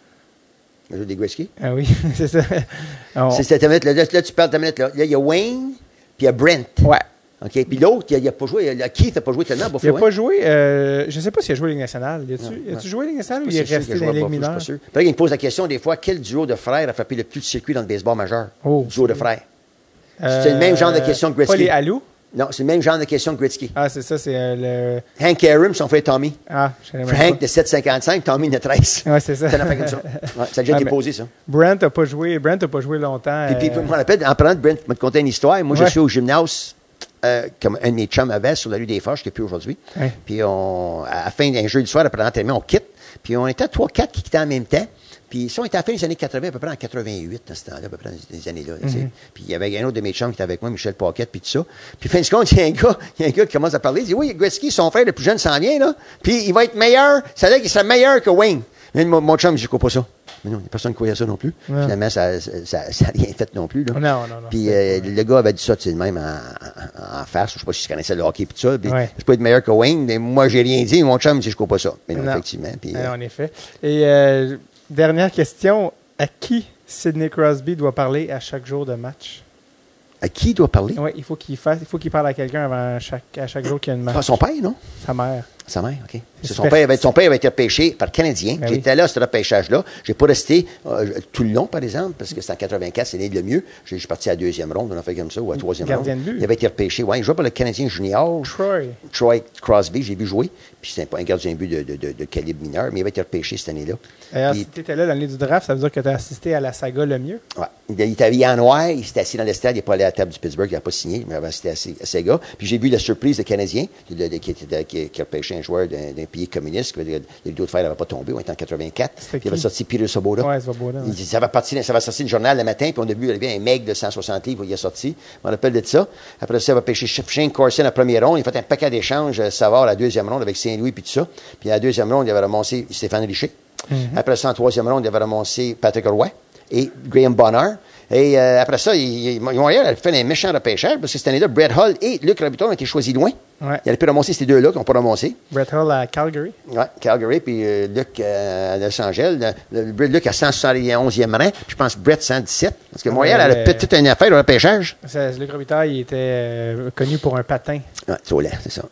Le jeu des Gretzky. Ah oui, c'est ça. C'est cette minute, là, tu parles de minute, là. Là, il y a Wayne, puis il y a Brent. Ouais. OK. Puis l'autre, il n'a pas joué. Keith n'a pas joué tellement à Buffalo. Il n'a pas joué. Je ne sais pas s'il a joué Ligue nationale. As-tu joué Ligue nationale ou il est resté dans la Ligue mineure? Puis là, il me pose la question des fois, quel duo de frères a frappé le plus de circuits dans le baseball majeur? Duo de frères. C'est le même genre de question que Gretzky. Pas les Alou? Non, c'est le même genre de question que Gretzky. Ah, c'est ça, c'est le... Hank Aaron, son frère Tommy. Ah, je savais même Hank pas. de 7,55, Tommy de 13. Ouais, c'est ça. Ça n'a fait comme ça. Ouais, ça a déjà été posé, ça. Brent n'a pas joué longtemps. Et puis, je me rappelle, en parlant de Brent, je vais te conter une histoire. Moi, je suis au gymnase, comme un de mes chums avait, sur la rue des Forges, qui n'est plus aujourd'hui. Ouais. Puis, à la fin d'un jeu du soir, après l'entraînement, on quitte. Puis, on était 3-4 qui quittaient en même temps. Puis ça, on était à la fin des années 80, à peu près en 88, dans ce temps-là, à peu près dans ces années-là. Tu sais. Puis il y avait un autre de mes chums qui était avec moi, Michel Paquette, puis tout ça. Puis fin de compte, il y a un gars qui commence à parler, il dit, oui, Gretzky, son frère le plus jeune s'en vient, là. Puis il va être meilleur, ça veut dire qu'il sera meilleur que Wayne. Mais mon chum, je ne crois pas ça. Mais non, il n'y a personne qui croyait ça non plus. Ouais. Finalement, ça n'a rien fait non plus. Là. Non. Puis le gars avait dit ça, tu sais, même en face. Je ne sais pas si je connaissais le hockey et tout ça. Puis c'est pas être meilleur que Wayne, mais moi, j'ai rien dit. Mon chum, je ne crois pas ça. Mais non, effectivement. Puis, non, en effet. Et dernière question. À qui Sidney Crosby doit parler à chaque jour de match? À qui il doit parler? Oui, il faut qu'il parle à quelqu'un avant à chaque jour qu'il y a une match. Pas son père, non? Sa mère. Sa mère, OK. Son père avait été repêché par le Canadien. Ben J'étais là, ce repêchage-là. J'ai pas resté tout le long, par exemple, parce que c'était en 84, c'est né le mieux. Je suis parti à la deuxième ronde, on a fait comme ça, ou à la troisième ronde. De but. Il avait été repêché. Oui, il jouait pour le Canadien junior. Troy Crosby, j'ai vu jouer. Puis c'était pas un gardien de but de calibre mineur, mais il avait été repêché cette année-là. D'ailleurs, si tu étais là l'année du draft, ça veut dire que tu as assisté à la saga le mieux? Oui. Il était habillé en noir, il s'était assis dans le stade, il n'est pas allé à la table du Pittsburgh, il n'a pas signé, mais avait assisté à ces gars. Puis j'ai vu la surprise des Canadiens, qui a repêché un joueur d'un pays communiste, que les vidéos de fer n'avaient pas tombé, on était en 84. Puis il avait sorti Peter Soboda. Oui, Soboda. Il dit, ça va sortir le journal le matin, puis on a vu, il y avait un mec de 160 livres, il a sorti. Je me rappelle de ça. Après ça, il va pêcher Shane Corson en première ronde. Il a fait un paquet d'échanges, Savard à la deuxième ronde avec Saint-Louis, puis tout ça. Puis à la deuxième ronde, il avait ramassé Stéphane Richer. Après ça, en troisième ronde, il avait ramassé Patrick Roy et Graham Bonner. Et après ça, Montréal a fait un méchant repêchage parce que cette année-là, Brett Hull et Luc Robitaille ont été choisis loin. Ouais. Il aurait pu ramasser ces deux-là qui n'ont pas ramassé. Brett Hull à Calgary. Oui, Calgary, puis Luc à Los Angeles. Luc à 171e rang, puis je pense Brett 117. Parce que Montréal a peut-être une affaire au repêchage. Luc Robitaille était connu pour un patin. Oui, c'est ça.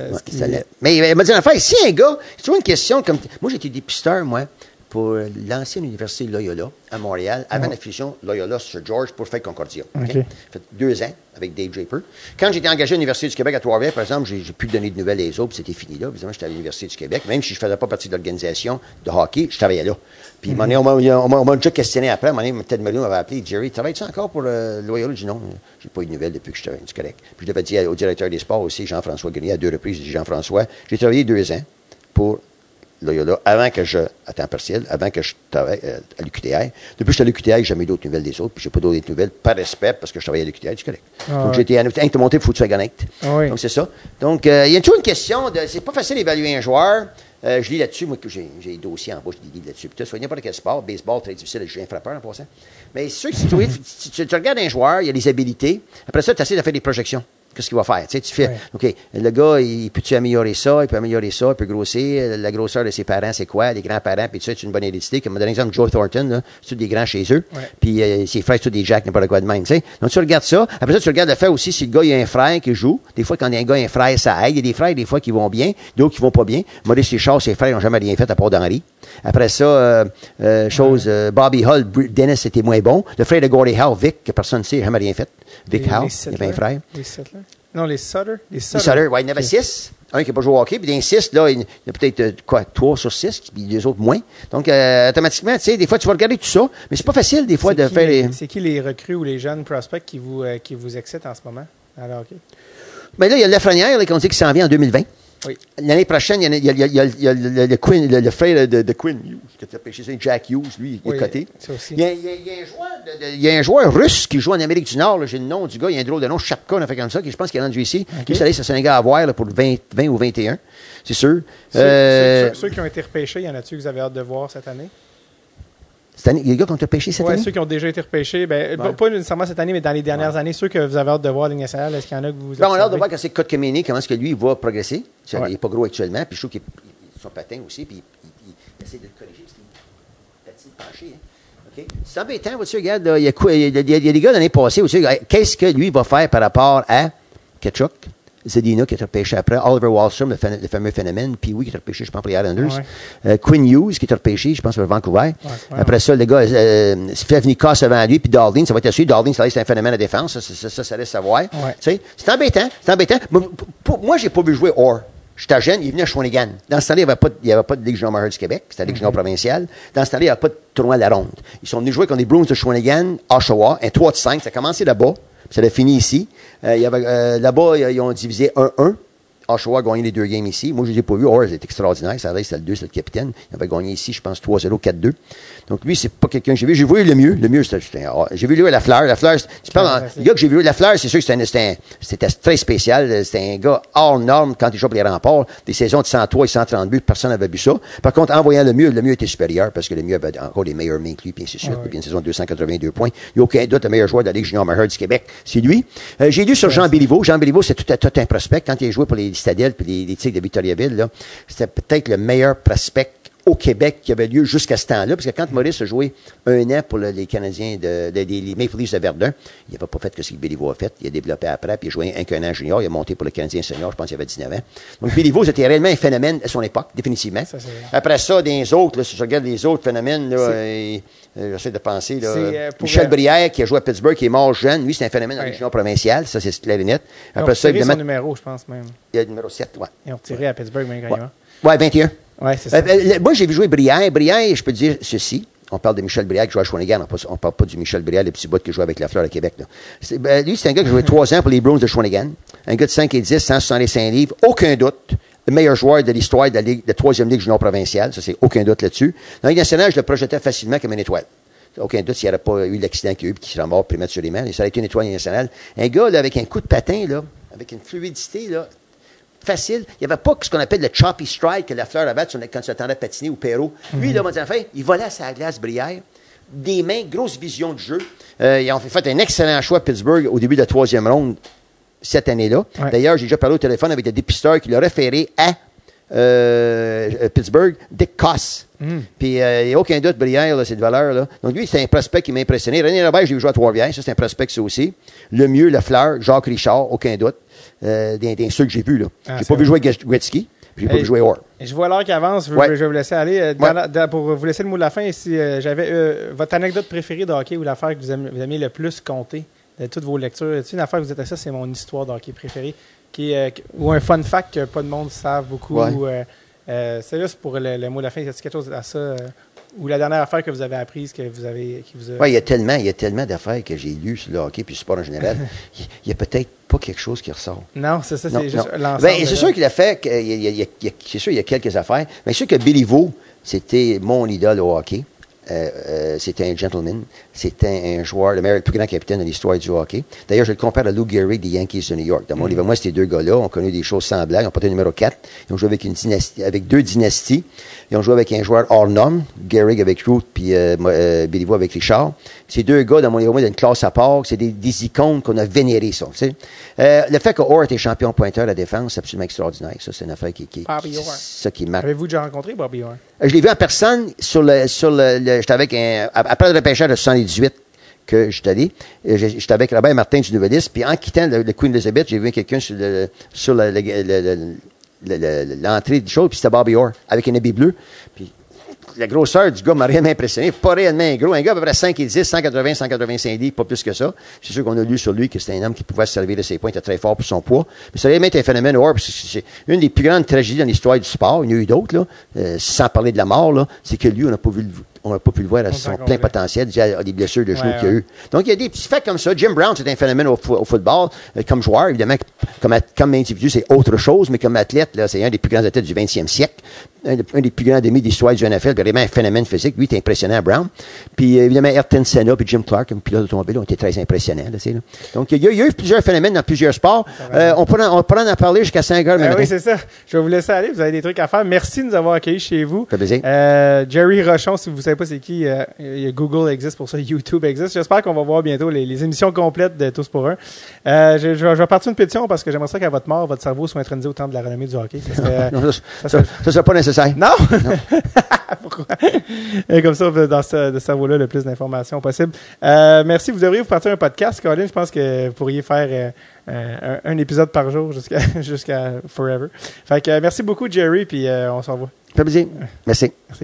Mais il m'a dit une affaire. Si un gars, c'est toujours une question comme. Moi, j'étais dépisteur, moi, pour l'ancienne université Loyola à Montréal, avant la fusion Loyola sur George pour faire Concordia. Okay? J'ai fait 2 ans avec Dave Draper. Quand j'étais engagé à l'Université du Québec à Trois-Rivières, par exemple, j'ai pu donner de nouvelles des autres, puis c'était fini là. Évidemment, j'étais à l'Université du Québec. Même si je ne faisais pas partie de l'organisation de hockey, je travaillais là. Puis on m'a déjà questionné après. Ted Mello m'avait appelé. Jerry, travailles-tu encore pour Loyola? J'ai dit non, j'ai pas eu de nouvelles depuis que je travaille du Québec. Puis je l'avais dit au directeur des sports aussi, Jean-François Grenier, à 2 reprises. J'ai dit, Jean-François, j'ai travaillé 2 ans pour Loyola, à temps partiel, avant que je travaille à l'UQTR. Depuis que j'étais à l'UQTR, j'ai jamais eu d'autres nouvelles des autres, puis j'ai pas d'autres nouvelles par respect, parce que je travaillais à l'UQTR, c'est correct. Donc, j'ai été invité à monter, il faut que tu sois honnête. Donc, c'est ça. Donc, il y a toujours une question c'est pas facile d'évaluer un joueur. Je lis là-dessus, moi, que j'ai des dossiers en bas, je lis là-dessus. Puis, soit n'importe quel sport, baseball, très difficile, je suis un frappeur en passant. Mais c'est sûr que si tu regardes un joueur, il y a des habilités. Après ça, tu essaies de faire des projections. Qu'est-ce qu'il va faire? Tu sais, tu fais, OK, le gars, il peut-tu améliorer ça? Il peut améliorer ça, il peut grossir. La grosseur de ses parents, c'est quoi? Les grands-parents, puis tu sais, c'est une bonne hérédité. Comme donne l'exemple, Joe Thornton, là, c'est tous des grands chez eux. Puis ses frères, c'est tous des Jack, n'importe quoi de même, tu sais. Donc, tu regardes ça. Après ça, tu regardes le fait aussi si le gars, il a un frère qui joue. Des fois, quand il y a un gars, un frère, ça aide. Il y a des frères, des fois, qui vont bien, d'autres qui vont pas bien. Maurice Richard, ses frères, ils n'ont jamais rien fait à part d'Henri. Après ça, Bobby Hull, Dennis, c'était moins bon. Le frère de Gordie Howe, Vic, que personne ne sait, il n'a jamais rien fait. Vic Howe, il avait un frère. Non, les Sutter. Les Sutter, oui, il y en avait 6. Un qui n'a pas joué au hockey, puis dans 6, là, il y a peut-être 3 sur 6, puis les autres moins. Donc, automatiquement, tu sais, des fois, tu vas regarder tout ça, mais c'est pas facile, des fois, de faire les. C'est qui les recrues ou les jeunes prospects qui vous excitent en ce moment à la hockey? Bien là, il y a Lafrenière, qu'on dit qu'il s'en vient en 2020. Oui. L'année prochaine, il y a le frère de Quinn Hughes, qui a pêché ça, Jack Hughes, lui, il est coté. Il y a un joueur russe qui joue en Amérique du Nord, là, j'ai le nom du gars, il y a un drôle de nom, Chapka, on a fait comme ça, qui je pense qu'il est rendu ici. Lui, c'est un gars à voir là, pour 20 ou 21, c'est sûr. Ceux qui ont été repêchés, y en a-tu que vous avez hâte de voir cette année? Cette année, les gars qui ont été repêchés cette année? Ceux qui ont déjà été repêchés, pas nécessairement cette année, mais dans les dernières années, ceux que vous avez hâte de voir à Ligue nationale, est-ce qu'il y en a que vous On a hâte de voir quand c'est Kotkaniemi, comment est-ce que lui va progresser. Il n'est pas gros actuellement, puis je trouve qu'il son patin aussi, puis il essaie de le corriger, parce qu'il est penché. Hein. Okay. C'est embêtant, vois-tu, regarde, là, il y a des gars l'année passée, vois-tu, qu'est-ce que lui va faire par rapport à Tkachuk, Zadina qui est repêché après, Oliver Wahlstrom, le fameux phénomène, puis oui, qui est repêché, je pense, pour les Islanders, Quinn Hughes, qui est repêché, je pense, pour Vancouver. Après ça, le gars, Slafnikos avant lui, puis Daldin, ça va être assuré. Daldin, c'est un phénomène à défense, ça laisse savoir. Tu sais, c'est embêtant. Moi, j'ai pas vu jouer Orr. J'étais jeune, il venait à Shawinigan. Dans ce temps-là, il n'y avait pas de Ligue junior majeure du Québec. C'était la Ligue junior provinciale. Dans ce temps-là, il n'y avait pas de tournoi à la ronde. Ils sont venus jouer contre les Bruins de Shawinigan, Oshawa, un 3-5. Ça a commencé là-bas. Ça a fini ici. Là-bas, ils ont divisé 1-1. Oshawa a gagné les 2 games ici. Moi, je ne les ai pas vus. Orr, c'était extraordinaire. Ça c'était le 2, c'était le capitaine. Il avait gagné ici, je pense, 3-0, 4-2. Donc, lui, c'est pas quelqu'un que j'ai vu. J'ai vu le mieux. Le mieux, j'ai vu lui à Lafleur. Lafleur, le gars que j'ai vu, Lafleur, c'est sûr que c'était très spécial. C'était un gars hors norme quand il joue pour les Remparts. Des saisons de 103 et 130 buts, personne n'avait vu ça. Par contre, en voyant le mieux était supérieur parce que le mieux avait encore les meilleures mains que lui, puis ainsi de suite. Puis une saison de 282 points. Il n'y a aucun doute, le meilleur joueur de la Ligue junior majeure du Québec, c'est lui. J'ai lu sur Jean Béliveau. Jean Béliveau, c'est tout un prospect. Quand il a joué pour les Stadel puis les Tigres de Victoriaville, là, c'était peut-être le meilleur prospect au Québec qui avait lieu jusqu'à ce temps-là, parce que quand Maurice a joué 1 an pour les Canadiens, les Maple Leafs de Verdun, il n'avait pas fait ce que Béliveau a fait. Il a développé après, puis il a joué un an junior, il a monté pour le Canadien senior, je pense qu'il avait 19 ans. Donc Béliveau, c'était réellement un phénomène à son époque, définitivement. Ça, après ça, des autres, là, si je regarde les autres phénomènes, là, j'essaie de penser, là, Michel Brière, qui a joué à Pittsburgh, qui est mort jeune, lui, c'est un phénomène dans la région provinciale, ça, c'est clair et net. Après ça, évidemment, son numéro, je pense même. Il y a le numéro 7, ouais. Ils ont retiré à Pittsburgh, même quand il va. Ouais, 21. Ouais, c'est ça. Moi, j'ai vu jouer Brière. Brière, je peux te dire ceci. On parle de Michel Brière qui joue à Shawinigan. On parle pas du Michel Brière, le petit bout qui joue avec la Fleur à Québec. Là. Lui, c'est un gars qui a joué 3 ans pour les Bruins de Shawinigan. Un gars de 5 et 10, 165 livres. Aucun doute. Le meilleur joueur de l'histoire de la Ligue, de 3e Ligue junior provinciale. Ça, c'est aucun doute là-dessus. Dans la Ligue nationale, je le projetais facilement comme une étoile. Aucun doute s'il n'y avait pas eu l'accident qu'il y a eu et qu'il serait mort prématurément. Ça a été une étoile nationale. Un gars, là, avec un coup de patin, là, avec une fluidité, là, facile. Il n'y avait pas ce qu'on appelle le choppy strike que la Fleur avait quand tu attendais à patiner ou Perrault. Lui, là, il volait à sa glace Brière. Des mains, grosse vision de jeu. Ils ont fait un excellent choix à Pittsburgh au début de la 3e ronde cette année-là. Ouais. D'ailleurs, j'ai déjà parlé au téléphone avec le dépisteur qui l'a référé à Pittsburgh, Dick Koss. Puis, il n'y a aucun doute, Brière, là, c'est de valeur. Là. Donc, lui, c'est un prospect qui m'a impressionné. René Robert, j'ai vu jouer à Trois-Rivières. Ça, c'est un prospect, ça aussi. Le mieux, la Fleur, Jacques Richard, aucun doute. Des ceux que j'ai vus, là. J'ai pas vu jouer Gretzky. J'ai pas vu jouer Orr. Je vois l'heure qui avance. Je vais vous laisser aller. Pour vous laisser le mot de la fin, si j'avais votre anecdote préférée de hockey ou l'affaire que vous aimez le plus compter de toutes vos lectures. Une affaire que vous êtes à ça, c'est mon histoire de hockey préférée. Ou un fun fact que pas de monde savent beaucoup. C'est juste pour le mot de la fin. Est-ce quelque chose à ça? Ou la dernière affaire que vous avez apprise, qui vous a... Oui, il y a tellement d'affaires que j'ai lues sur le hockey puis le sport en général. Il n'y a peut-être pas quelque chose qui ressort. Non, c'est ça, c'est juste l'ensemble. Ben, c'est sûr qu'il a fait, c'est sûr, il y a quelques affaires. Mais c'est sûr que Béliveau, c'était mon idole au hockey. C'était un gentleman. C'était un joueur, le plus grand capitaine de l'histoire du hockey. D'ailleurs, je le compare à Lou Gehrig des Yankees de New York. Dans mon livre, moi, ces deux gars-là ont connu des choses semblables. Ils ont porté le numéro 4. Ils ont joué avec 2 dynasties. Ils ont joué avec un joueur hors norme, Gehrig avec Root, puis Béliveau avec Richard. Ces deux gars, dans mon livre, d'une classe à part, c'est des icônes qu'on a vénérées, ça. Tu sais. Le fait que Orr était champion pointeur à la défense, c'est absolument extraordinaire. Ça, c'est une affaire Bobby Orr. Ça qui marque. Avez-vous déjà rencontré Bobby Orr? Je l'ai vu en personne j'étais avec après le repêchage de 78 que j'étais allé. J'étais avec Robert Martin du Nouvelliste, puis en quittant le Queen Elizabeth, j'ai vu quelqu'un sur l'entrée du show, puis c'était Bobby Orr, avec un habit bleu. Puis la grosseur du gars m'a réellement impressionné. Pas réellement gros. Un gars à peu près 5 et 10, 180, 185 livres, pas plus que ça. C'est sûr qu'on a lu sur lui que c'était un homme qui pouvait se servir de ses points, il était très fort pour son poids. Mais ça a réellement été un phénomène Orr, parce que c'est une des plus grandes tragédies dans l'histoire du sport. Il y en a eu d'autres, là. Sans parler de la mort, là. C'est que lui, on n'a pas pu le voir à son plein potentiel, déjà des blessures de genoux qu'il y a eu. Donc, il y a des petits faits comme ça. Jim Brown, c'est un phénomène au football, comme joueur, évidemment, comme individu, c'est autre chose, mais comme athlète, là, c'est un des plus grands athlètes du 20e siècle. Un des plus grands demi d'histoire du NFL, vraiment un phénomène physique. Lui, il était impressionnant, Brown. Puis, évidemment, Ayrton Senna puis Jim Clark, comme pilote d'automobile, ont été très impressionnants, là, là. Donc, il y a eu plusieurs phénomènes dans plusieurs sports. On pourrait en parler jusqu'à 5 heures. Oui, c'est ça. Je vais vous laisser aller. Vous avez des trucs à faire. Merci de nous avoir accueillis chez vous. Ça fait plaisir. Jerry Rochon, si vous savez pas c'est qui, Google existe pour ça, YouTube existe. J'espère qu'on va voir bientôt les émissions complètes de Tous pour un. Je vais partir une pétition parce que j'aimerais ça qu'à votre mort, votre cerveau soit intronisé au temps de la renommée du hockey. Ça serait pas nécessaire. Non? Pourquoi? Et comme ça, dans ce cerveau-là, le plus d'informations possible. Merci. Vous devriez vous partir un podcast, Colin. Je pense que vous pourriez faire un épisode par jour jusqu'à forever. Fait que merci beaucoup, Jerry, puis on se revoit. Ça fait plaisir. Merci. Merci.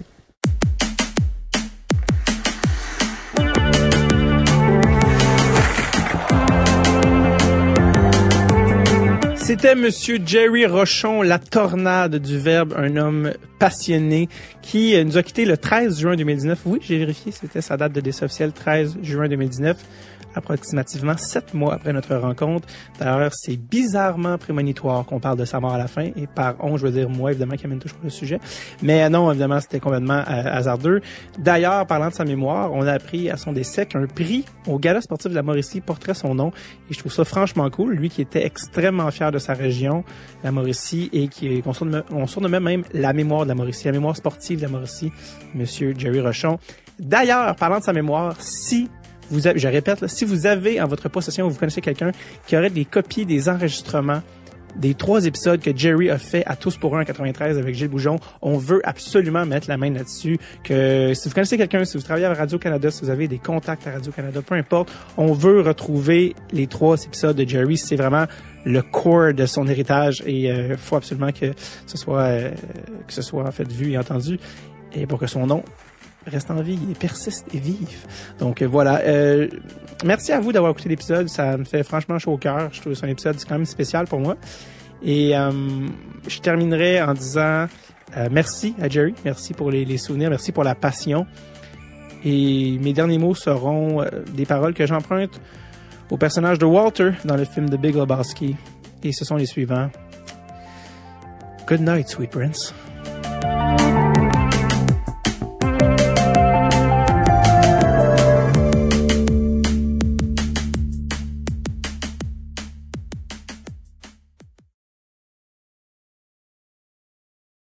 C'était Monsieur Jerry Rochon, la tornade du verbe, un homme passionné qui nous a quitté le 13 juin 2019. Oui, j'ai vérifié, c'était sa date de décès officielle, 13 juin 2019. Approximativement 7 mois après notre rencontre. D'ailleurs, c'est bizarrement prémonitoire qu'on parle de sa mort à la fin. Et par on, je veux dire moi, évidemment, qui amène toujours le sujet. Mais non, évidemment, c'était complètement hasardeux. D'ailleurs, parlant de sa mémoire, on a appris à son décès qu'un prix au Gala sportif de la Mauricie porterait son nom. Et je trouve ça franchement cool. Lui qui était extrêmement fier de sa région, la Mauricie, et qu'on surnommait même la mémoire de la Mauricie, la mémoire sportive de la Mauricie, Monsieur Jerry Rochon. D'ailleurs, parlant de sa mémoire, je répète, là, si vous avez en votre possession, vous connaissez quelqu'un qui aurait des copies des enregistrements des 3 épisodes que Jerry a fait à Tous pour un en 93 avec Gilles Boujon, on veut absolument mettre la main là-dessus. Que si vous connaissez quelqu'un, si vous travaillez à Radio-Canada, si vous avez des contacts à Radio-Canada, peu importe, on veut retrouver les 3 épisodes de Jerry. C'est vraiment le core de son héritage et faut absolument que ce soit en fait vu et entendu et pour que son nom reste en vie et persiste et vive. Donc voilà. Merci à vous d'avoir écouté l'épisode. Ça me fait franchement chaud au cœur. Je trouve que c'est un épisode quand même spécial pour moi. Et je terminerai en disant merci à Jerry. Merci pour les souvenirs. Merci pour la passion. Et mes derniers mots seront des paroles que j'emprunte au personnage de Walter dans le film de Big Lebowski. Et ce sont les suivants. Good night, sweet prince.